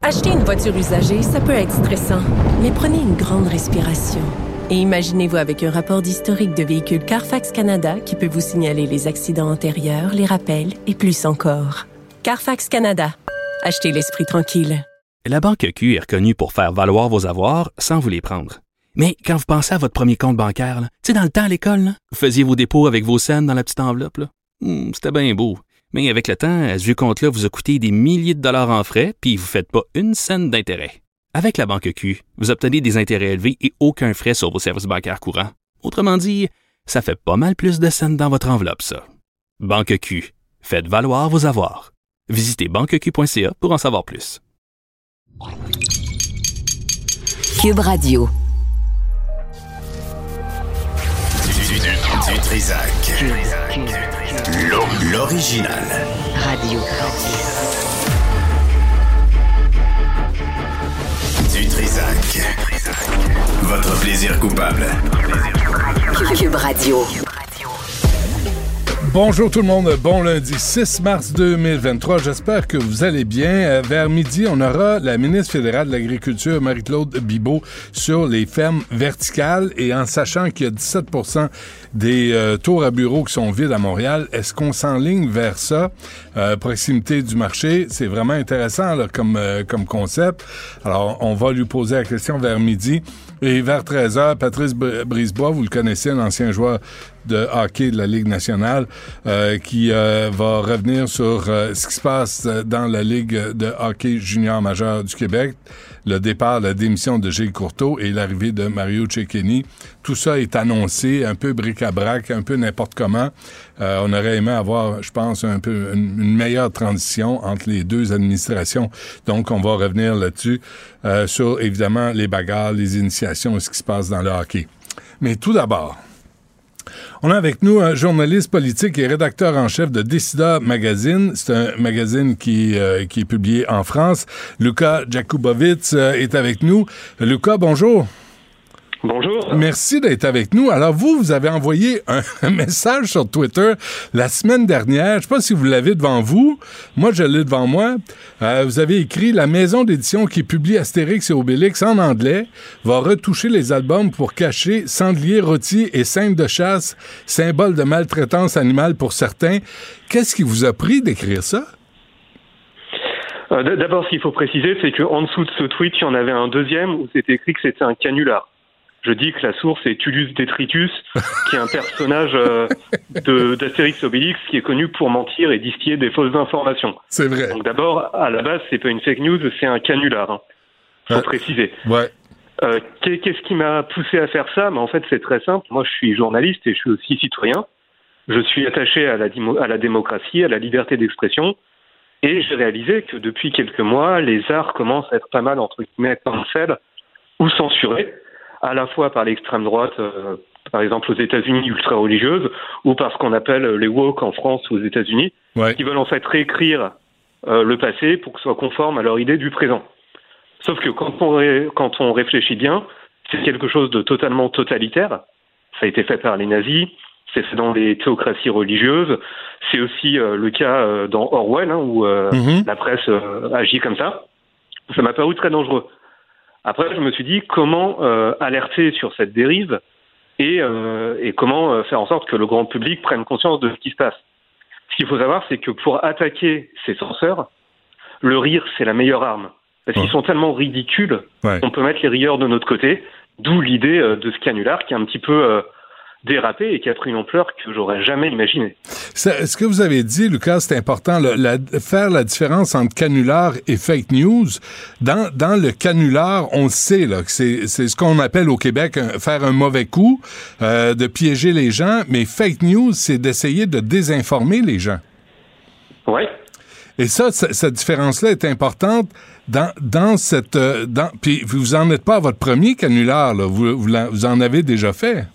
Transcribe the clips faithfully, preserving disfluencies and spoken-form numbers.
Acheter une voiture usagée, ça peut être stressant, mais prenez une grande respiration. Et imaginez-vous avec un rapport d'historique de véhicule Carfax Canada qui peut vous signaler les accidents antérieurs, les rappels et plus encore. Carfax Canada. Achetez l'esprit tranquille. La Banque Q est reconnue pour faire valoir vos avoirs sans vous les prendre. Mais quand vous pensez à votre premier compte bancaire, tu sais, dans le temps à l'école, là, vous faisiez vos dépôts avec vos scènes dans la petite enveloppe. Là. Hmm, c'était bien beau. Mais avec le temps, ce vieux compte-là vous a coûté des milliers de dollars en frais, puis vous ne faites pas une scène d'intérêt. Avec la Banque Q, vous obtenez des intérêts élevés et aucun frais sur vos services bancaires courants. Autrement dit, ça fait pas mal plus de scènes dans votre enveloppe, ça. Banque Q. Faites valoir vos avoirs. Visitez banque q point c a pour en savoir plus. Cube Radio. Du, du, du Trisac. L'original. Radio. Du Trisac. Votre plaisir coupable. Cube Radio. Bonjour tout le monde, bon lundi six mars deux mille vingt-trois, j'espère que vous allez bien. Vers midi, on aura la ministre fédérale de l'Agriculture, Marie-Claude Bibeau, sur les fermes verticales, et en sachant qu'il y a dix-sept pour cent des euh, tours à bureaux qui sont vides à Montréal, est-ce qu'on s'enligne vers ça? Euh, proximité du marché, c'est vraiment intéressant là, comme, euh, comme concept. Alors, on va lui poser la question vers midi. Et vers treize heures, Patrice Brisebois, vous le connaissez, un ancien joueur de hockey de la Ligue nationale, euh, qui euh, va revenir sur euh, ce qui se passe dans la Ligue de hockey junior majeur du Québec, le départ, la démission de Gilles Courteau et l'arrivée de Mario Cecchini. Tout ça est annoncé, un peu bric-à-brac, un peu n'importe comment. Euh, on aurait aimé avoir, je pense, un peu une, une meilleure transition entre les deux administrations. Donc, on va revenir là-dessus, euh, sur, évidemment, les bagarres, les initiations, ce qui se passe dans le hockey. Mais tout d'abord, on a avec nous un journaliste politique et rédacteur en chef de Décideur Magazine. C'est un magazine qui, euh, qui est publié en France. Luka Jakubowicz euh, est avec nous. Luka, bonjour. Bonjour. Merci d'être avec nous. Alors, vous, vous avez envoyé un, un message sur Twitter la semaine dernière. Je ne sais pas si vous l'avez devant vous. Moi, je l'ai devant moi. Euh, vous avez écrit « La maison d'édition qui publie Astérix et Obélix en anglais va retoucher les albums pour cacher sangliers, rôtis et scènes de chasse, symbole de maltraitance animale pour certains. » Qu'est-ce qui vous a pris d'écrire ça? Euh, d'abord, ce qu'il faut préciser, c'est qu'en dessous de ce tweet, il y en avait un deuxième où c'était écrit que c'était un canular. Je dis que la source est Tullus Detritus, qui est un personnage euh, de, d'Astérix Obélix qui est connu pour mentir et distiller des fausses informations. C'est vrai. Donc d'abord, à la base, c'est pas une fake news, c'est un canular. Hein. Faut ah, préciser. Ouais. Euh, qu'est-ce qui m'a poussé à faire ça? Mais en fait, c'est très simple. Moi, je suis journaliste et je suis aussi citoyen. Je suis attaché à la, dimo- à la démocratie, à la liberté d'expression. Et j'ai réalisé que depuis quelques mois, les arts commencent à être pas mal, entre guillemets, cancel ou censurés, à la fois par l'extrême droite, euh, par exemple aux États-Unis, ultra-religieuse, ou par ce qu'on appelle les woke en France ou aux États-Unis, ouais. qui veulent en fait réécrire euh, le passé pour que ce soit conforme à leur idée du présent. Sauf que quand on, ré- quand on réfléchit bien, c'est quelque chose de totalement totalitaire. Ça a été fait par les nazis, c'est fait dans les théocraties religieuses, c'est aussi euh, le cas euh, dans Orwell, hein, où euh, mm-hmm. la presse euh, agit comme ça. Ça m'a paru très dangereux. Après, je me suis dit comment euh, alerter sur cette dérive et, euh, et comment euh, faire en sorte que le grand public prenne conscience de ce qui se passe. Ce qu'il faut savoir, c'est que pour attaquer ces censeurs, le rire, c'est la meilleure arme. Parce qu'ils sont tellement ridicules, ouais. on peut mettre les rieurs de notre côté, d'où l'idée euh, de ce canular qui est un petit peu euh, dérapé et qui a pris une ampleur que j'aurais jamais imaginée. Ça, ce que vous avez dit, Lucas, c'est important, le, la, faire la différence entre canular et fake news. Dans, dans le canular, on sait là, que c'est, c'est ce qu'on appelle au Québec un, faire un mauvais coup, euh, de piéger les gens, mais fake news, c'est d'essayer de désinformer les gens. Oui. Et ça, cette différence-là est importante dans, dans cette... Dans, puis vous en êtes pas à votre premier canular, là, vous, vous, vous en avez déjà fait.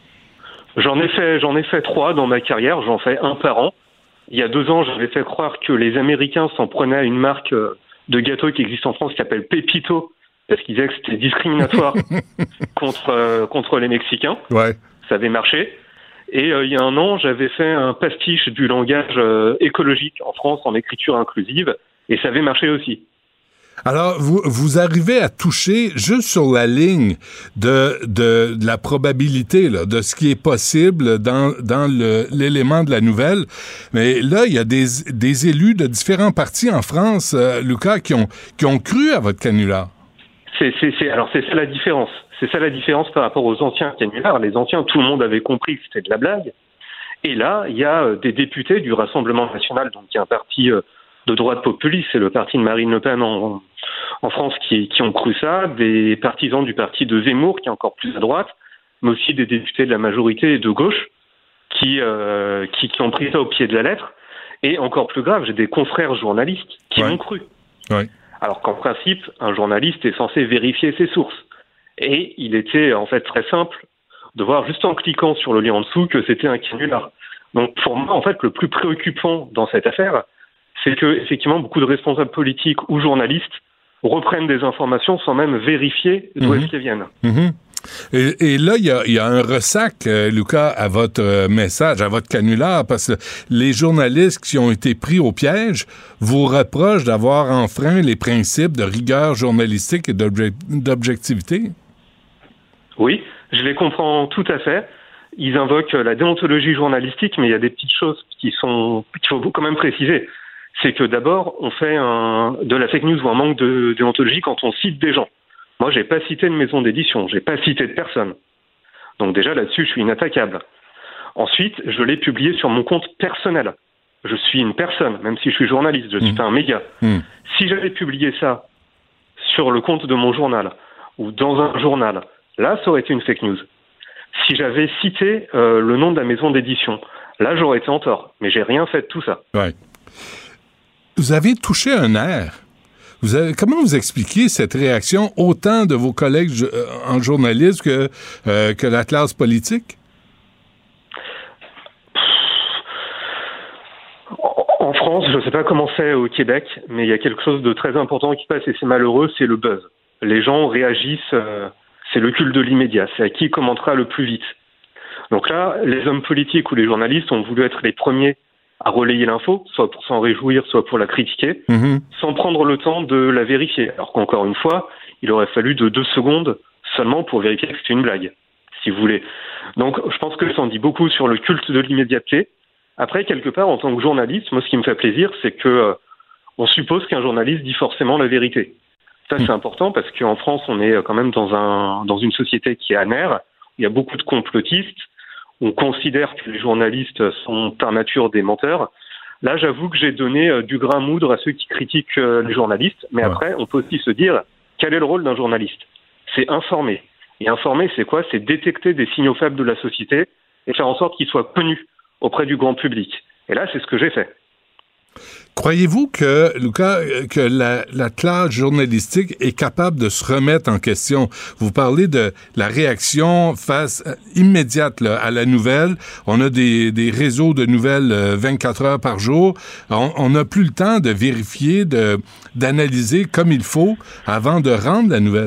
J'en ai fait, j'en ai fait trois dans ma carrière, j'en fais un par an. Il y a deux ans, j'avais fait croire que les Américains s'en prenaient à une marque de gâteau qui existe en France qui s'appelle Pépito, parce qu'ils disaient que c'était discriminatoire contre, euh, contre les Mexicains. Ouais. Ça avait marché. Et euh, il y a un an, j'avais fait un pastiche du langage euh, écologique en France en écriture inclusive, et ça avait marché aussi. Alors, vous, vous arrivez à toucher juste sur la ligne de, de, de la probabilité, là, de ce qui est possible dans, dans le, l'élément de la nouvelle. Mais là, il y a des, des élus de différents partis en France, euh, Lucas, qui ont, qui ont cru à votre canular. C'est, c'est, c'est, alors, c'est ça la différence. C'est ça la différence par rapport aux anciens canulars. Les anciens, tout le monde avait compris que c'était de la blague. Et là, il y a des députés du Rassemblement national, donc il y a un parti euh, de droite populiste, c'est le parti de Marine Le Pen en, en France qui, qui ont cru ça, des partisans du parti de Zemmour qui est encore plus à droite, mais aussi des députés de la majorité de gauche qui, euh, qui, qui ont pris ça au pied de la lettre. Et encore plus grave, j'ai des confrères journalistes qui ouais. m'ont cru. Ouais. Alors qu'en principe, un journaliste est censé vérifier ses sources. Et il était en fait très simple de voir juste en cliquant sur le lien en dessous que c'était un canular. Donc pour moi, en fait, le plus préoccupant dans cette affaire, c'est que effectivement beaucoup de responsables politiques ou journalistes reprennent des informations sans même vérifier d'où mmh. est-ce qu'elles viennent. Mmh. Et, et là, il y a, y a un ressac, euh, Lucas, à votre euh, message, à votre canular, parce que les journalistes qui ont été pris au piège vous reprochent d'avoir enfreint les principes de rigueur journalistique et d'obje- d'objectivité. Oui, je les comprends tout à fait. Ils invoquent la déontologie journalistique, mais il y a des petites choses qui sont qu'il faut quand même préciser. C'est que d'abord, on fait un, de la fake news ou un manque de déontologie quand on cite des gens. Moi, j'ai pas cité de maison d'édition, j'ai pas cité de personne. Donc déjà, là-dessus, je suis inattaquable. Ensuite, je l'ai publié sur mon compte personnel. Je suis une personne, même si je suis journaliste, je ne suis mmh. pas un média. Mmh. Si j'avais publié ça sur le compte de mon journal ou dans un journal, là, ça aurait été une fake news. Si j'avais cité euh, le nom de la maison d'édition, là, j'aurais été en tort. Mais j'ai rien fait de tout ça. Ouais. Vous avez touché un nerf. Vous avez, comment vous expliquez cette réaction autant de vos collègues euh, en journalisme que, euh, que la classe politique? En France, je ne sais pas comment c'est au Québec, mais il y a quelque chose de très important qui passe et c'est malheureux, c'est le buzz. Les gens réagissent, euh, c'est le culte de l'immédiat, c'est à qui commentera le plus vite. Donc là, les hommes politiques ou les journalistes ont voulu être les premiers à relayer l'info, soit pour s'en réjouir, soit pour la critiquer, mmh. sans prendre le temps de la vérifier. Alors qu'encore une fois, il aurait fallu de deux secondes seulement pour vérifier que c'était une blague, si vous voulez. Donc je pense que ça en dit beaucoup sur le culte de l'immédiateté. Après, quelque part, en tant que journaliste, moi ce qui me fait plaisir, c'est que euh, on suppose qu'un journaliste dit forcément la vérité. Ça, mmh. c'est important parce qu'en France, on est quand même dans, un, dans une société qui est amère, où il y a beaucoup de complotistes. On considère que les journalistes sont par nature des menteurs. Là, j'avoue que j'ai donné euh, du grain à moudre à ceux qui critiquent euh, les journalistes. Mais ouais. après, on peut aussi se dire, quel est le rôle d'un journaliste ? C'est informer. Et informer, c'est quoi ? C'est détecter des signaux faibles de la société et faire en sorte qu'ils soient connus auprès du grand public. Et là, c'est ce que j'ai fait. Croyez-vous que, Lucas, que la, la classe journalistique est capable de se remettre en question? Vous parlez de la réaction face immédiate là, à la nouvelle. On a des, des réseaux de nouvelles vingt-quatre heures par jour. On n'a plus le temps de vérifier, de, d'analyser comme il faut avant de rendre la nouvelle.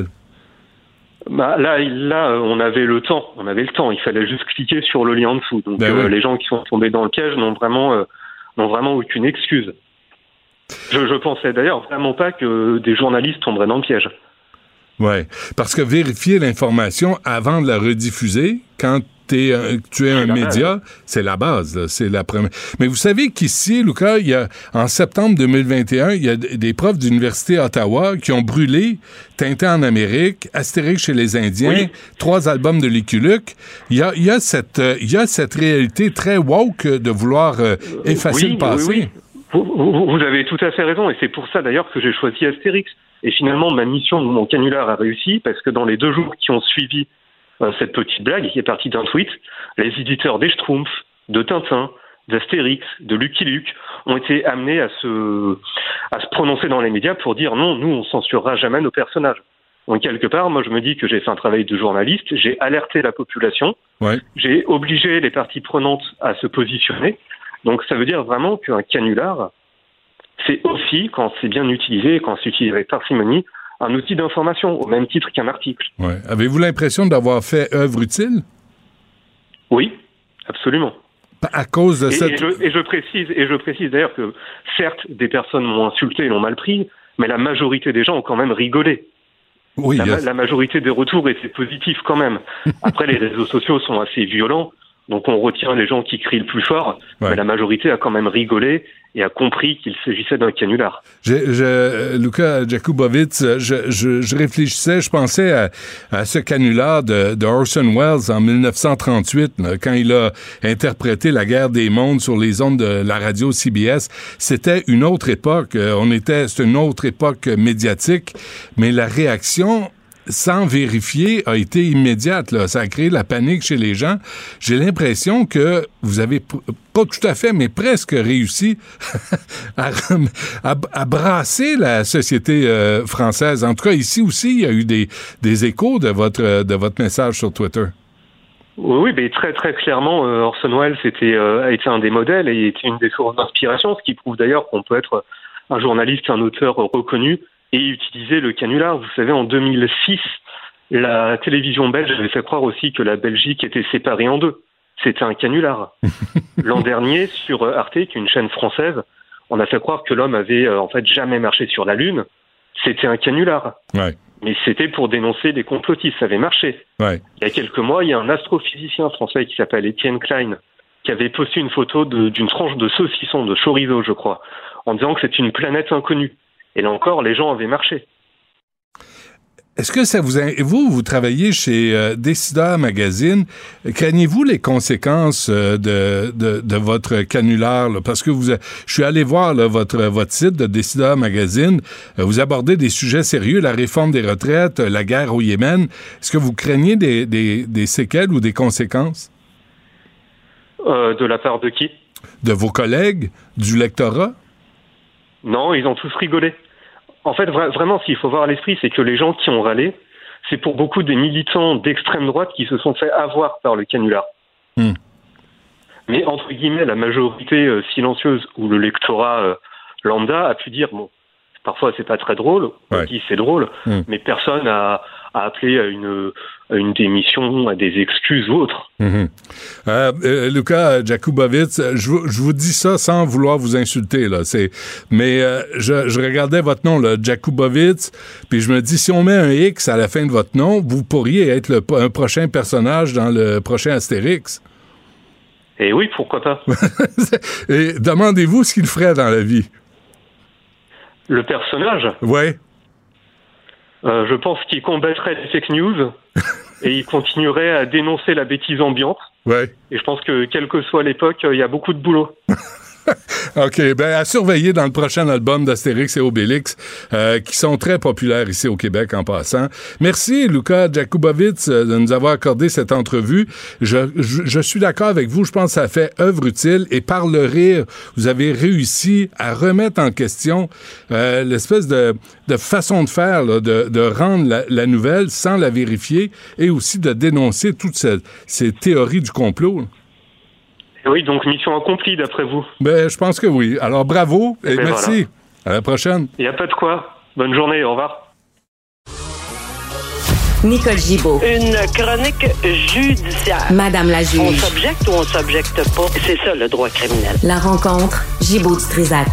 Bah là, là, on avait le temps. On avait le temps. Il fallait juste cliquer sur le lien en dessous. Donc ben euh, oui. les gens qui sont tombés dans le piège n'ont vraiment... Euh, n'ont vraiment aucune excuse. Je, je pensais d'ailleurs vraiment pas que des journalistes tomberaient dans le piège. Oui, parce que vérifier l'information avant de la rediffuser, quand t'es, euh, tu es un média, base. C'est la base, là, c'est la première. Mais vous savez qu'ici, Lucas, il y a, en septembre deux mille vingt et un, il y a des profs d'Université Ottawa qui ont brûlé Tintin en Amérique, Astérix chez les Indiens, oui. trois albums de Lucky Luke. Il y a, il y a cette, euh, il y a cette réalité très woke de vouloir euh, effacer oui, le passé. Oui, oui. Vous, vous, vous avez tout à fait raison, et c'est pour ça d'ailleurs que j'ai choisi Astérix. Et finalement, ma mission, mon canular a réussi, parce que dans les deux jours qui ont suivi euh, cette petite blague, qui est partie d'un tweet, les éditeurs des Schtroumpfs, de Tintin, d'Astérix, de Lucky Luke, ont été amenés à se, à se prononcer dans les médias pour dire non, nous, on censurera jamais nos personnages. Donc, quelque part, moi, je me dis que j'ai fait un travail de journaliste, j'ai alerté la population, ouais. j'ai obligé les parties prenantes à se positionner. Donc, ça veut dire vraiment qu'un canular, c'est aussi, quand c'est bien utilisé, quand c'est utilisé avec parcimonie, un outil d'information, au même titre qu'un article. Ouais. Avez-vous l'impression d'avoir fait œuvre utile? Oui, absolument. À cause de et, cette... Et je, et je précise, et je précise d'ailleurs que, certes, des personnes m'ont insulté et l'ont mal pris, mais la majorité des gens ont quand même rigolé. Oui, la, yes. la majorité des retours étaient positifs quand même. Après, les réseaux sociaux sont assez violents, donc on retient les gens qui crient le plus fort, ouais. mais la majorité a quand même rigolé et a compris qu'il s'agissait d'un canular. Je, je, Luka Jakubowicz, je, je, je réfléchissais, je pensais à, à ce canular de, de Orson Welles en dix-neuf cent trente-huit, là, quand il a interprété La guerre des mondes sur les ondes de la radio C B S. C'était une autre époque, on était, c'était une autre époque médiatique, mais la réaction, sans vérifier, a été immédiate, là. Ça a créé la panique chez les gens. J'ai l'impression que vous avez, pas tout à fait, mais presque réussi à, à, à brasser la société euh, française. En tout cas, ici aussi, il y a eu des, des échos de votre, de votre message sur Twitter. Oui, mais très très clairement, euh, Orson Welles était, euh, a été un des modèles et était une des sources d'inspiration, ce qui prouve d'ailleurs qu'on peut être un journaliste, un auteur reconnu et utiliser le canular. Vous savez, en deux mille six, la télévision belge avait fait croire aussi que la Belgique était séparée en deux. C'était un canular. L'an dernier, sur Arte, qui est une chaîne française, on a fait croire que l'homme avait euh, en fait jamais marché sur la Lune. C'était un canular. Ouais. Mais c'était pour dénoncer des complotistes. Ça avait marché. Ouais. Il y a quelques mois, il y a un astrophysicien français qui s'appelle Étienne Klein qui avait posté une photo de, d'une tranche de saucisson, de chorizo, je crois, en disant que c'est une planète inconnue. Et là encore, les gens avaient marché. Est-ce que ça vous... A... Vous, vous travaillez chez euh, Décideur Magazine. Craignez-vous les conséquences euh, de, de, de votre canular? Là? Parce que vous, a... je suis allé voir là, votre, votre site de Décideur Magazine. Euh, vous abordez des sujets sérieux, la réforme des retraites, la guerre au Yémen. Est-ce que vous craignez des, des, des séquelles ou des conséquences? Euh, de la part de qui? De vos collègues? Du lectorat? Non, ils ont tous rigolé. En fait, vra- vraiment, s'il faut voir à l'esprit, c'est que les gens qui ont râlé, c'est pour beaucoup des militants d'extrême droite qui se sont fait avoir par le canular. Mmh. Mais entre guillemets, la majorité euh, silencieuse ou le lectorat euh, lambda a pu dire, bon, parfois c'est pas très drôle, on ouais. dit c'est drôle, mmh. mais personne n'a a appelé à une, à une démission, à des excuses ou autre. Mmh. Euh, euh, Luka Jakubowicz, je, je vous dis ça sans vouloir vous insulter, là. C'est, mais euh, je, je regardais votre nom, là, Jakubowicz, puis je me dis, si on met un X à la fin de votre nom, vous pourriez être le, un prochain personnage dans le prochain Astérix. Et oui, pourquoi pas. Et demandez-vous ce qu'il ferait dans la vie. Le personnage? Oui. Euh, je pense qu'il combattrait les fake news et il continuerait à dénoncer la bêtise ambiante. Ouais. Et je pense que, quelle que soit l'époque, il y a beaucoup de boulot. OK, ben à surveiller dans le prochain album d'Astérix et Obélix, euh, qui sont très populaires ici au Québec en passant. Merci, Luka Jakubowicz, de nous avoir accordé cette entrevue. Je, je, je suis d'accord avec vous, je pense que ça fait œuvre utile et par le rire, vous avez réussi à remettre en question euh, l'espèce de, de façon de faire, là, de, de rendre la, la nouvelle sans la vérifier et aussi de dénoncer toutes ces, ces théories du complot. Là. Oui, donc mission accomplie d'après vous. Ben, je pense que oui. Alors, bravo et, et ben merci. Voilà. À la prochaine. Il n'y a pas de quoi. Bonne journée, au revoir. Nicole Gibaud. Une chronique judiciaire. Madame la juge. On s'objecte ou on s'objecte pas. C'est ça, le droit criminel. La rencontre, Gibaud-Dutrisac.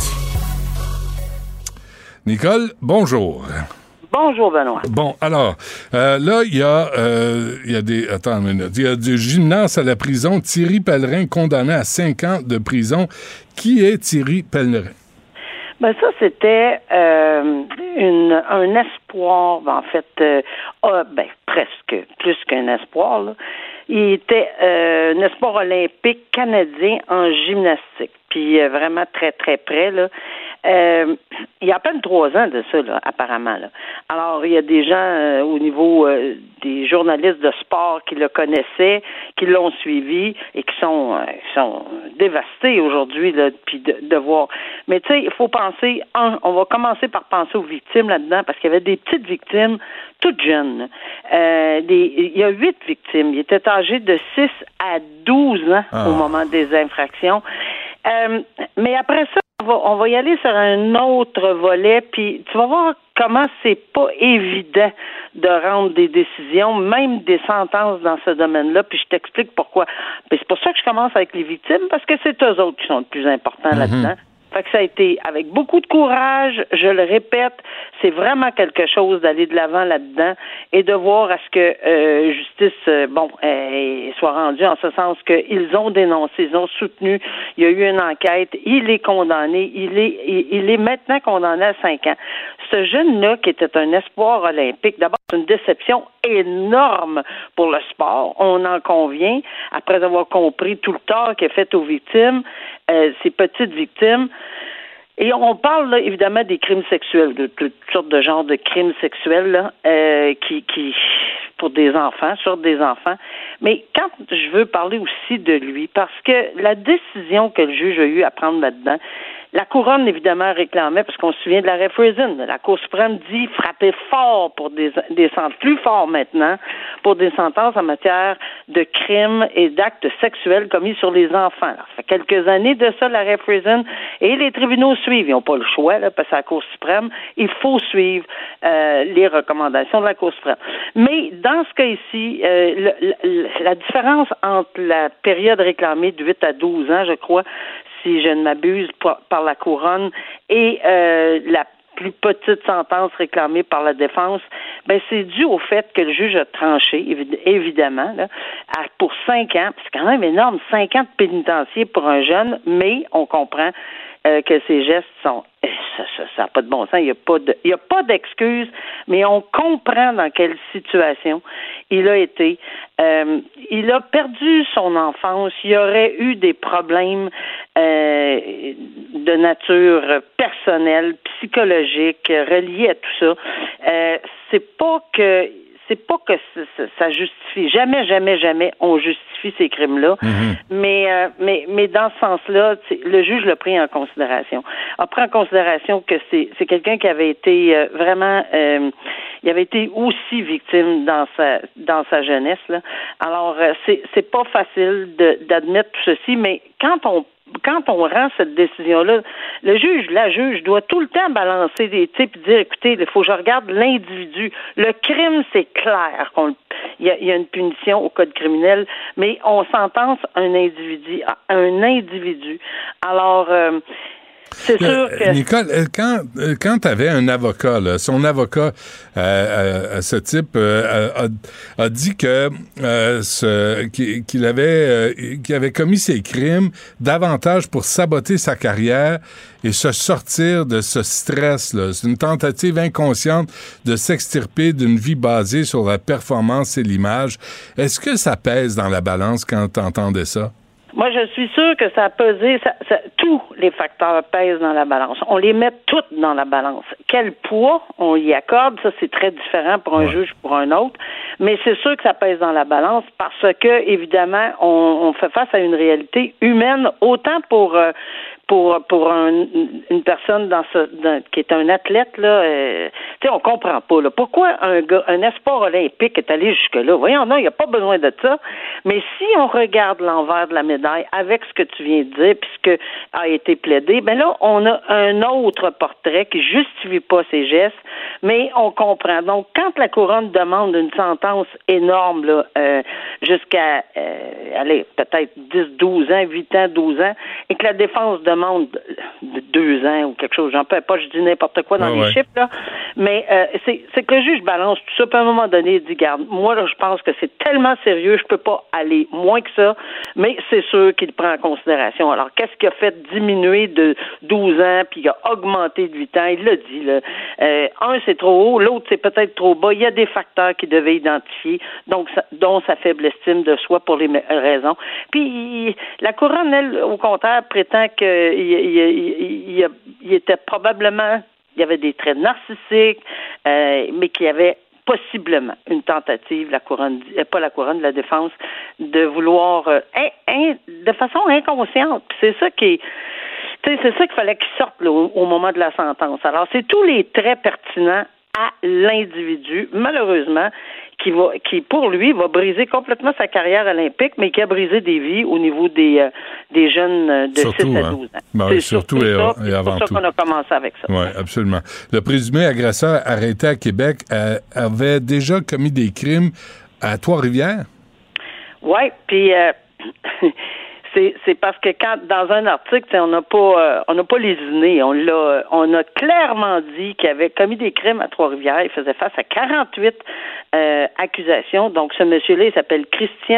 Nicole, bonjour. Bonjour, Benoît. Bon, alors, euh, là, il y a, euh, il y a des... Attends une minute. Il y a du gymnase à la prison. Thierry Pellerin, condamné à cinq ans de prison. Qui est Thierry Pellerin? Ben ça, c'était euh, une, un espoir, en fait, euh, ah, ben, presque, plus qu'un espoir, là. Il était euh, un espoir olympique canadien en gymnastique. Puis euh, vraiment très, très près, là. Euh, il y a à peine trois ans de ça, là, apparemment. Là. Alors, il y a des gens euh, au niveau euh, des journalistes de sport qui le connaissaient, qui l'ont suivi et qui sont, euh, qui sont dévastés aujourd'hui, là, puis de, de voir. Mais tu sais, il faut penser, un, on va commencer par penser aux victimes là-dedans, parce qu'il y avait des petites victimes, toutes jeunes. Euh, des, il y a huit victimes. Ils étaient âgés de six à douze ans ah. au moment des infractions. Euh, mais après ça, on va, on va y aller sur un autre volet, puis tu vas voir comment c'est pas évident de rendre des décisions, même des sentences dans ce domaine-là, puis je t'explique pourquoi. Puis c'est pour ça que je commence avec les victimes, parce que c'est eux autres qui sont le plus importants mm-hmm. là-dedans. Fait que ça a été avec beaucoup de courage, je le répète, c'est vraiment quelque chose d'aller de l'avant là-dedans et de voir à ce que euh, justice, euh, bon, euh, soit rendue en ce sens qu'ils ont dénoncé, ils ont soutenu, il y a eu une enquête, il est condamné, il est, il, il est maintenant condamné à cinq ans. Ce jeune-là, qui était un espoir olympique, d'abord, c'est une déception énorme pour le sport, on en convient, après avoir compris tout le tort qui est fait aux victimes, euh, ces petites victimes. Et on parle là, évidemment des crimes sexuels, de toutes sortes de genres de crimes sexuels là, euh, qui, qui pour des enfants, sur des enfants. Mais quand je veux parler aussi de lui, parce que la décision que le juge a eu à prendre là-dedans, la couronne, évidemment, réclamait, parce qu'on se souvient de l'arrêt Friesen. La Cour suprême dit frapper fort pour des, des sentences, plus fort maintenant, pour des sentences en matière de crimes et d'actes sexuels commis sur les enfants. Alors, ça fait quelques années de ça, l'arrêt Friesen, et les tribunaux suivent. Ils n'ont pas le choix, là, parce que la Cour suprême, il faut suivre euh, les recommandations de la Cour suprême. Mais dans ce cas ici, euh, le, le, la différence entre la période réclamée de huit à douze ans, je crois, si je ne m'abuse, par la couronne, et euh, la plus petite sentence réclamée par la défense, ben c'est dû au fait que le juge a tranché, évidemment, là, à, pour cinq ans. C'est quand même énorme, cinq ans de pénitencier pour un jeune, mais on comprend euh, que ces gestes sont... Ça n'a pas de bon sens, il n'y a pas de, il y a pas d'excuse, mais on comprend dans quelle situation il a été. Euh, il a perdu son enfance, il y aurait eu des problèmes euh, de nature personnelle, psychologique, reliés à tout ça. Euh, c'est pas que c'est pas que ça justifie. Jamais, jamais, jamais on justifie ces crimes-là. Mm-hmm. Mais, euh, mais, mais dans ce sens-là, le juge l'a pris en considération. A pris en considération que c'est, c'est quelqu'un qui avait été euh, vraiment, euh, il avait été aussi victime dans sa, dans sa jeunesse, là. Alors, euh, c'est, c'est pas facile de, d'admettre tout ceci, mais quand on Quand on rend cette décision-là, le juge, la juge, doit tout le temps balancer des types et dire, écoutez, il faut que je regarde l'individu. Le crime, c'est clair qu'on il y, a, il y a une punition au code criminel, mais on sentence un individu, un individu. Alors, euh, c'est sûr que... Nicole, quand, quand tu avais un avocat, là, son avocat, euh, à ce type, euh, a, a dit que euh, ce, qu'il avait, euh, qu'il avait commis ces crimes davantage pour saboter sa carrière et se sortir de ce stress-là. C'est une tentative inconsciente de s'extirper d'une vie basée sur la performance et l'image. Est-ce que ça pèse dans la balance quand tu entendais ça? Moi, je suis sûre que ça a pesé, ça, ça, tous les facteurs pèsent dans la balance. On les met toutes dans la balance. Quel poids on y accorde, ça, c'est très différent pour un ouais. juge, pour un autre. Mais c'est sûr que ça pèse dans la balance parce que, évidemment, on, on fait face à une réalité humaine, autant pour... Euh, Pour pour un, une personne dans ce dans, qui est un athlète là, euh, tu sais, on comprend pas là. Pourquoi un gars, un espoir olympique est allé jusque là? Voyons, non, il n'y a pas besoin de ça. Mais si on regarde l'envers de la médaille avec ce que tu viens de dire, puis ce que a été plaidé, ben là, on a un autre portrait qui justifie pas ces gestes, mais on comprend. Donc, quand la couronne demande une sentence énorme là, euh, jusqu'à euh, allez, peut-être dix, douze ans, huit ans, douze ans, et que la défense demande de deux ans ou quelque chose, j'en peux pas, je dis n'importe quoi dans ah, les ouais. chiffres, là, mais euh, c'est, c'est que le juge balance tout ça, puis à un moment donné, il dit, garde, moi, là, je pense que c'est tellement sérieux, je peux pas aller moins que ça, mais c'est sûr qu'il prend en considération. Alors, qu'est-ce qui a fait diminuer de douze ans, puis il a augmenté de huit ans, il l'a dit, là. Euh, un, c'est trop haut, l'autre, c'est peut-être trop bas, il y a des facteurs qu'il devait identifier, donc, ça, dont sa faible estime de soi pour les raisons. Puis, il, la couronne, elle, au contraire, prétend que Il, il, il, il, il était probablement, il y avait des traits narcissiques, euh, mais qu'il y avait possiblement une tentative, la couronne, pas la couronne, la défense, de vouloir, euh, in, in, de façon inconsciente. Puis c'est ça qui est, tu sais, c'est ça qu'il fallait qu'il sorte là, au, au moment de la sentence. Alors, c'est tous les traits pertinents à l'individu, malheureusement, qui va, qui pour lui va briser complètement sa carrière olympique, mais qui a brisé des vies au niveau des euh, des jeunes de surtout, six à douze ans. Ben, c'est surtout, surtout et, ça, et avant tout. C'est pour ça qu'on a commencé avec ça. Oui, absolument. Le présumé agresseur arrêté à Québec euh, avait déjà commis des crimes à Trois-Rivières. Oui, puis euh, c'est, c'est parce que quand dans un article, on n'a pas euh, on n'a pas lésiné, on l'a on a clairement dit qu'il avait commis des crimes à Trois-Rivières. Il faisait face à quarante-huit euh, accusations. Donc ce monsieur-là, il s'appelle Christian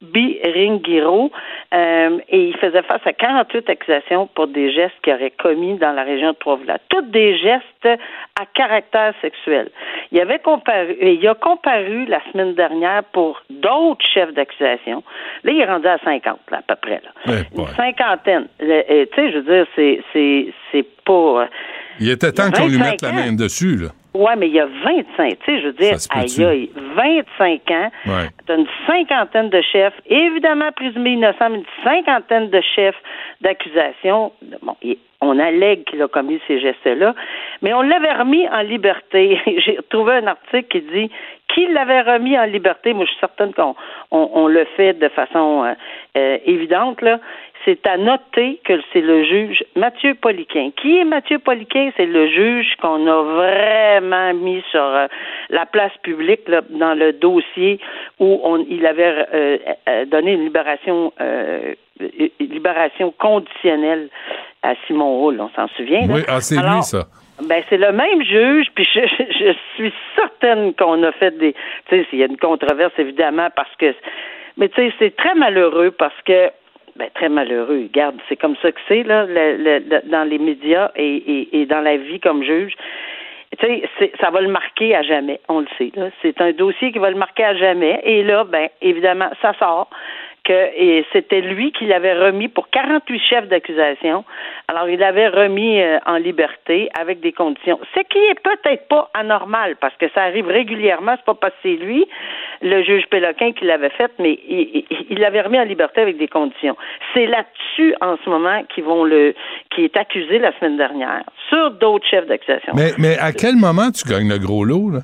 Biringiro euh, et il faisait face à quarante-huit accusations pour des gestes qu'il aurait commis dans la région de Trois-Rivières. Toutes des gestes à caractère sexuel. Il avait comparu, il a comparu la semaine dernière pour d'autres chefs d'accusation. Là, il est rendu à cinquante, là, à peu près. Là. Ouais, Une ouais. cinquantaine. Tu sais, je veux dire, c'est, c'est, c'est pas... Il était temps qu'on lui mette la main dessus, là. Ouais, mais il y a vingt-cinq, tu sais, je veux dire, aïe, aïe, vingt-cinq ans, ouais. t'as une cinquantaine de chefs, évidemment présumés innocents, mais une cinquantaine de chefs d'accusation. Bon, on allègue qu'il a commis ces gestes-là, mais on l'avait remis en liberté. J'ai trouvé un article qui dit qu'il l'avait remis en liberté. Moi, je suis certaine qu'on on, on le fait de façon euh, euh, évidente, là. C'est à noter que c'est le juge Mathieu Poliquin. Qui est Mathieu Poliquin? C'est le juge qu'on a vraiment mis sur euh, la place publique là, dans le dossier où on, il avait euh, euh, donné une libération, euh, une libération conditionnelle à Simon Hull. On s'en souvient? Là? Oui, ah, c'est Alors, lui, ça. Ben, c'est le même juge, puis je, je suis certaine qu'on a fait des... Tu sais, il y a une controverse, évidemment, parce que... Mais tu sais, c'est très malheureux parce que Ben, très malheureux. Regarde, c'est comme ça que c'est, là, le, le, le, dans les médias et, et, et dans la vie comme juge. Tu sais, ça va le marquer à jamais, on le sait, là. C'est un dossier qui va le marquer à jamais. Et là, ben, évidemment, ça sort que et c'était lui qui l'avait remis pour quarante-huit chefs d'accusation. Alors, il l'avait remis euh, en liberté avec des conditions. Ce qui est peut-être pas anormal, parce que ça arrive régulièrement, c'est pas parce que c'est lui, le juge Péloquin, qui l'avait fait, mais il, il, il l'avait remis en liberté avec des conditions. C'est là-dessus, en ce moment, qu'ils vont le, qui est accusé la semaine dernière, sur d'autres chefs d'accusation. Mais, mais à quel moment tu gagnes le gros lot, là?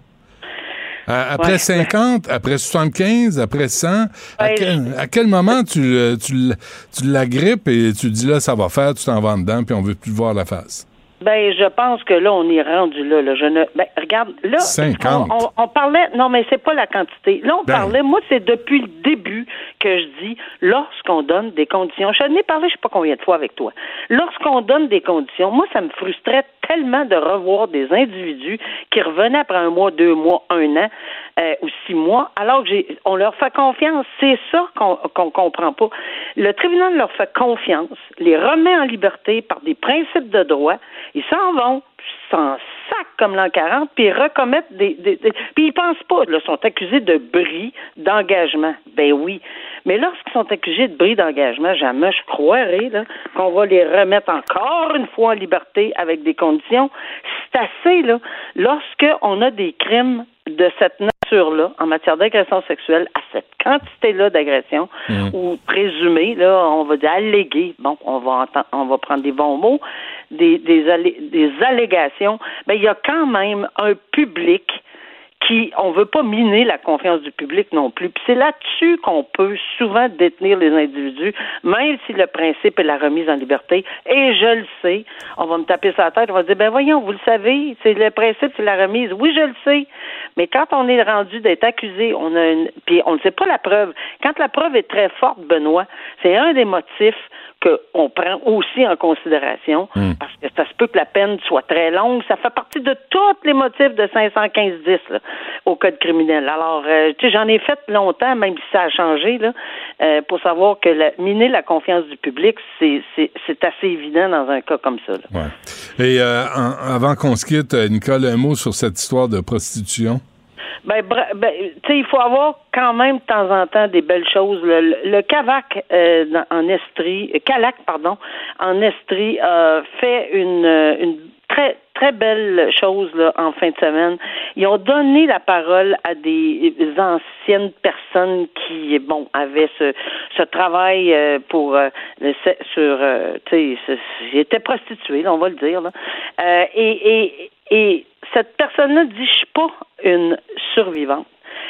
Après ouais. cinquante, après soixante-quinze, après cent, à, ouais, quel, je... à quel moment tu, tu, tu la grippes et tu dis là, ça va faire, tu t'en vas dedans, puis on veut plus te voir la face? Ben, je pense que là, on est rendu là. là. Je ne, ben, regarde, là, cinquante. On, on, on parlait, non, mais c'est pas la quantité. Là, on ben. parlait, moi, c'est depuis le début que je dis, lorsqu'on donne des conditions, je n'ai parlé, je sais pas combien de fois avec toi, lorsqu'on donne des conditions, moi, ça me frustrait tellement de revoir des individus qui revenaient après un mois, deux mois, un an, euh, ou six mois, alors que j'ai, on leur fait confiance. C'est ça qu'on, qu'on comprend pas. Le tribunal leur fait confiance, les remet en liberté par des principes de droit. Ils s'en vont, s'en sacent comme l'an quarante, puis ils recommettent des... des, des puis ils pensent pas, là, sont accusés de bris d'engagement. Ben oui. Mais lorsqu'ils sont accusés de bris d'engagement, jamais je croirais là, qu'on va les remettre encore une fois en liberté avec des conditions. C'est assez, là. Lorsqu'on a des crimes de cette nature-là, en matière d'agression sexuelle, à cette quantité-là d'agression, mmh. ou présumée, là, on va dire alléguée, bon, on va entendre, on va prendre des bons mots, des, des, allé, des allégations, ben, il y a quand même un public qui, on veut pas miner la confiance du public non plus. Puis c'est là-dessus qu'on peut souvent détenir les individus, même si le principe est la remise en liberté. Et je le sais, on va me taper sur la tête, on va dire, ben voyons, vous le savez, c'est le principe, c'est la remise. Oui, je le sais. Mais quand on est rendu d'être accusé, on a une, puis on ne sait pas la preuve. Quand la preuve est très forte, Benoît, c'est un des motifs qu'on prend aussi en considération, mmh. parce que ça se peut que la peine soit très longue. Ça fait partie de tous les motifs de cinq cent quinze dix là, au code criminel. Alors, euh, tu sais, j'en ai fait longtemps, même si ça a changé, là, euh, pour savoir que la, miner la confiance du public, c'est, c'est, c'est assez évident dans un cas comme ça. Là. Ouais. Et euh, en, avant qu'on se quitte, Nicole, un mot sur cette histoire de prostitution? Ben, ben tu sais, il faut avoir quand même de temps en temps des belles choses. Le, le, le Cavac euh, en Estrie, euh, Calac, pardon, en Estrie, a euh, fait une, une très très belle chose là, en fin de semaine. Ils ont donné la parole à des anciennes personnes qui, bon, avaient ce, ce travail euh, pour euh, sur, euh, tu sais, ils étaient prostituées, là, on va le dire. Là. Euh, et, et, et cette personne-là dit, je suis pas une survivante.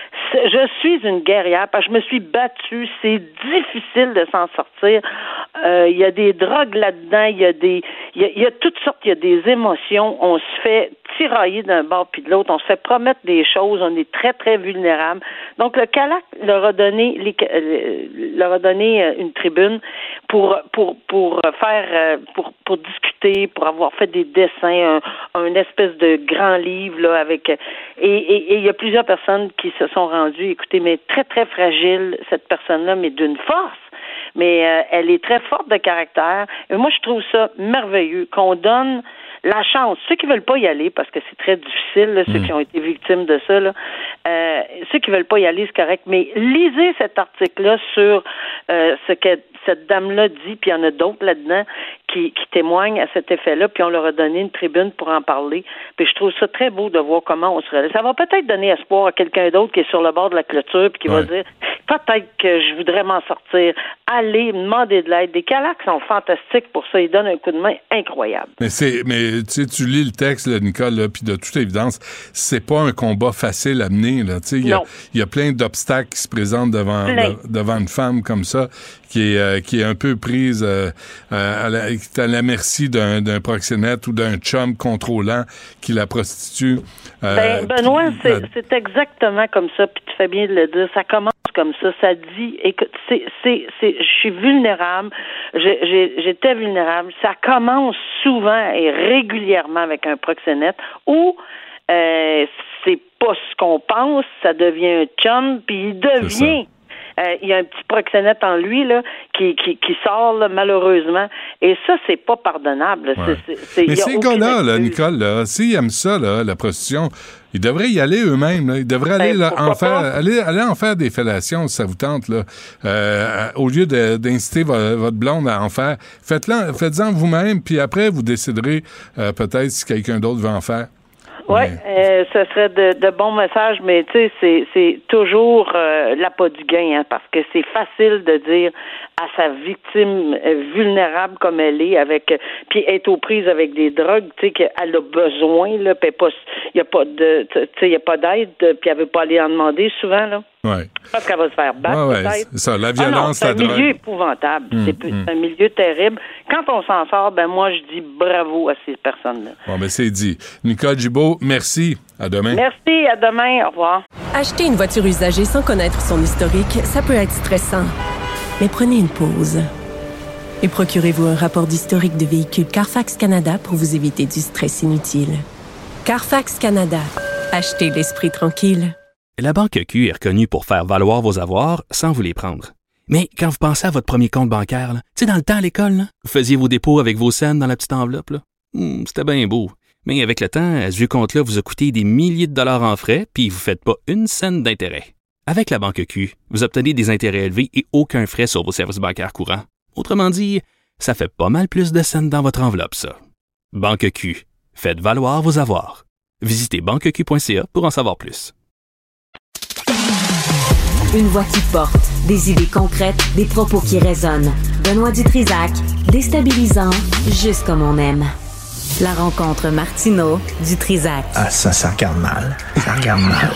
Je suis une guerrière parce que je me suis battue. C'est difficile de s'en sortir. Il euh, y a des drogues là-dedans. Il y a des, il y a, il y a toutes sortes, il y a des émotions, on se fait tirailler d'un bord puis de l'autre, on se fait promettre des choses, on est très, très vulnérable. Donc, le C A L A C leur a donné, les, leur a donné une tribune pour, pour, pour faire, pour, pour discuter, pour avoir fait des dessins, un, un espèce de grand livre, là, avec, et, et, et il y a plusieurs personnes qui se sont rendues, écoutez, mais très, très fragile, cette personne-là, mais d'une force. Mais euh, elle est très forte de caractère. Et moi, je trouve ça merveilleux qu'on donne la chance. Ceux qui veulent pas y aller, parce que c'est très difficile, là, ceux mmh. qui ont été victimes de ça, là, euh, ceux qui veulent pas y aller, c'est correct, mais lisez cet article-là sur euh, ce que cette dame-là dit, puis il y en a d'autres là-dedans qui, qui témoignent à cet effet-là, puis on leur a donné une tribune pour en parler. Puis je trouve ça très beau de voir comment on se relève. Ça va peut-être donner espoir à quelqu'un d'autre qui est sur le bord de la clôture, puis qui ouais. va dire, peut-être que je voudrais m'en sortir. Allez, demander de l'aide. Les C A L A C sont fantastiques pour ça. Ils donnent un coup de main incroyable. Mais c'est, mais tu sais, tu lis le texte, là, Nicole, là, puis de toute évidence, c'est pas un combat facile à mener, là. Tu sais, il y a, il y a plein d'obstacles qui se présentent devant, de, devant une femme comme ça, qui est, euh, qui est un peu prise, euh, à, la, qui est à la merci d'un, d'un proxénète ou d'un chum contrôlant qui la prostitue. Euh, ben, Benoît, puis, c'est, la... c'est exactement comme ça, puis tu fais bien de le dire. Ça commence comme ça, ça dit, écoute, c'est, c'est, c'est, je suis vulnérable, j'ai, j'ai, j'étais vulnérable. Ça commence souvent et régulièrement avec un proxénète où euh, c'est pas ce qu'on pense, ça devient un chum, puis il devient. Euh, il y a un petit proxénète en lui là qui qui, qui sort là, malheureusement, et ça c'est pas pardonnable. Ouais. C'est, c'est, c'est, mais ces gars-là, là, Nicole, là, s'ils aiment ça, là, la prostitution, ils devraient y aller eux-mêmes. Là. Ils devraient aller, ben, là, en faire, aller, aller en faire des fellations, si ça vous tente. Là. Euh, au lieu de, d'inciter vo- votre blonde à en faire, faites-le, faites-en vous-même, puis après, vous déciderez euh, peut-être si quelqu'un d'autre veut en faire. Oui, euh, ce serait de, de bons messages, mais tu sais, c'est, c'est toujours euh, l'appât du gain, hein, parce que c'est facile de dire à sa victime euh, vulnérable comme elle est, avec euh, puis être aux prises avec des drogues, tu sais, qu'elle a besoin, là, puis il y a pas de, tu sais, il y a pas d'aide, puis elle veut pas aller en demander souvent, là. Ouais. Parce qu'elle va se faire battre, ouais, peut-être. C'est ça, la violence, ah non, c'est un la milieu drogue. épouvantable. Mmh, c'est, mmh. c'est un milieu terrible. Quand on s'en sort, ben moi, je dis bravo à ces personnes-là. Bon, ben c'est dit. Nicole Gibault, merci. À demain. Merci, à demain. Au revoir. Acheter une voiture usagée sans connaître son historique, ça peut être stressant. Mais prenez une pause. Et procurez-vous un rapport d'historique de véhicule Carfax Canada pour vous éviter du stress inutile. Carfax Canada. Achetez l'esprit tranquille. La Banque Q est reconnue pour faire valoir vos avoirs sans vous les prendre. Mais quand vous pensez à votre premier compte bancaire, tu sais, dans le temps à l'école, là, vous faisiez vos dépôts avec vos scènes dans la petite enveloppe. Là. Hum, c'était bien beau. Mais avec le temps, ce vieux compte-là vous a coûté des milliers de dollars en frais, puis vous ne faites pas une scène d'intérêt. Avec la Banque Q, vous obtenez des intérêts élevés et aucun frais sur vos services bancaires courants. Autrement dit, ça fait pas mal plus de scènes dans votre enveloppe, ça. Banque Q. Faites valoir vos avoirs. Visitez banque q point c a pour en savoir plus. Une voix qui porte, des idées concrètes, des propos qui résonnent. Benoît Dutrisac, déstabilisant, juste comme on aime. La rencontre Martineau-Dutrisac. Ah, ça, ça regarde mal. Ça regarde mal.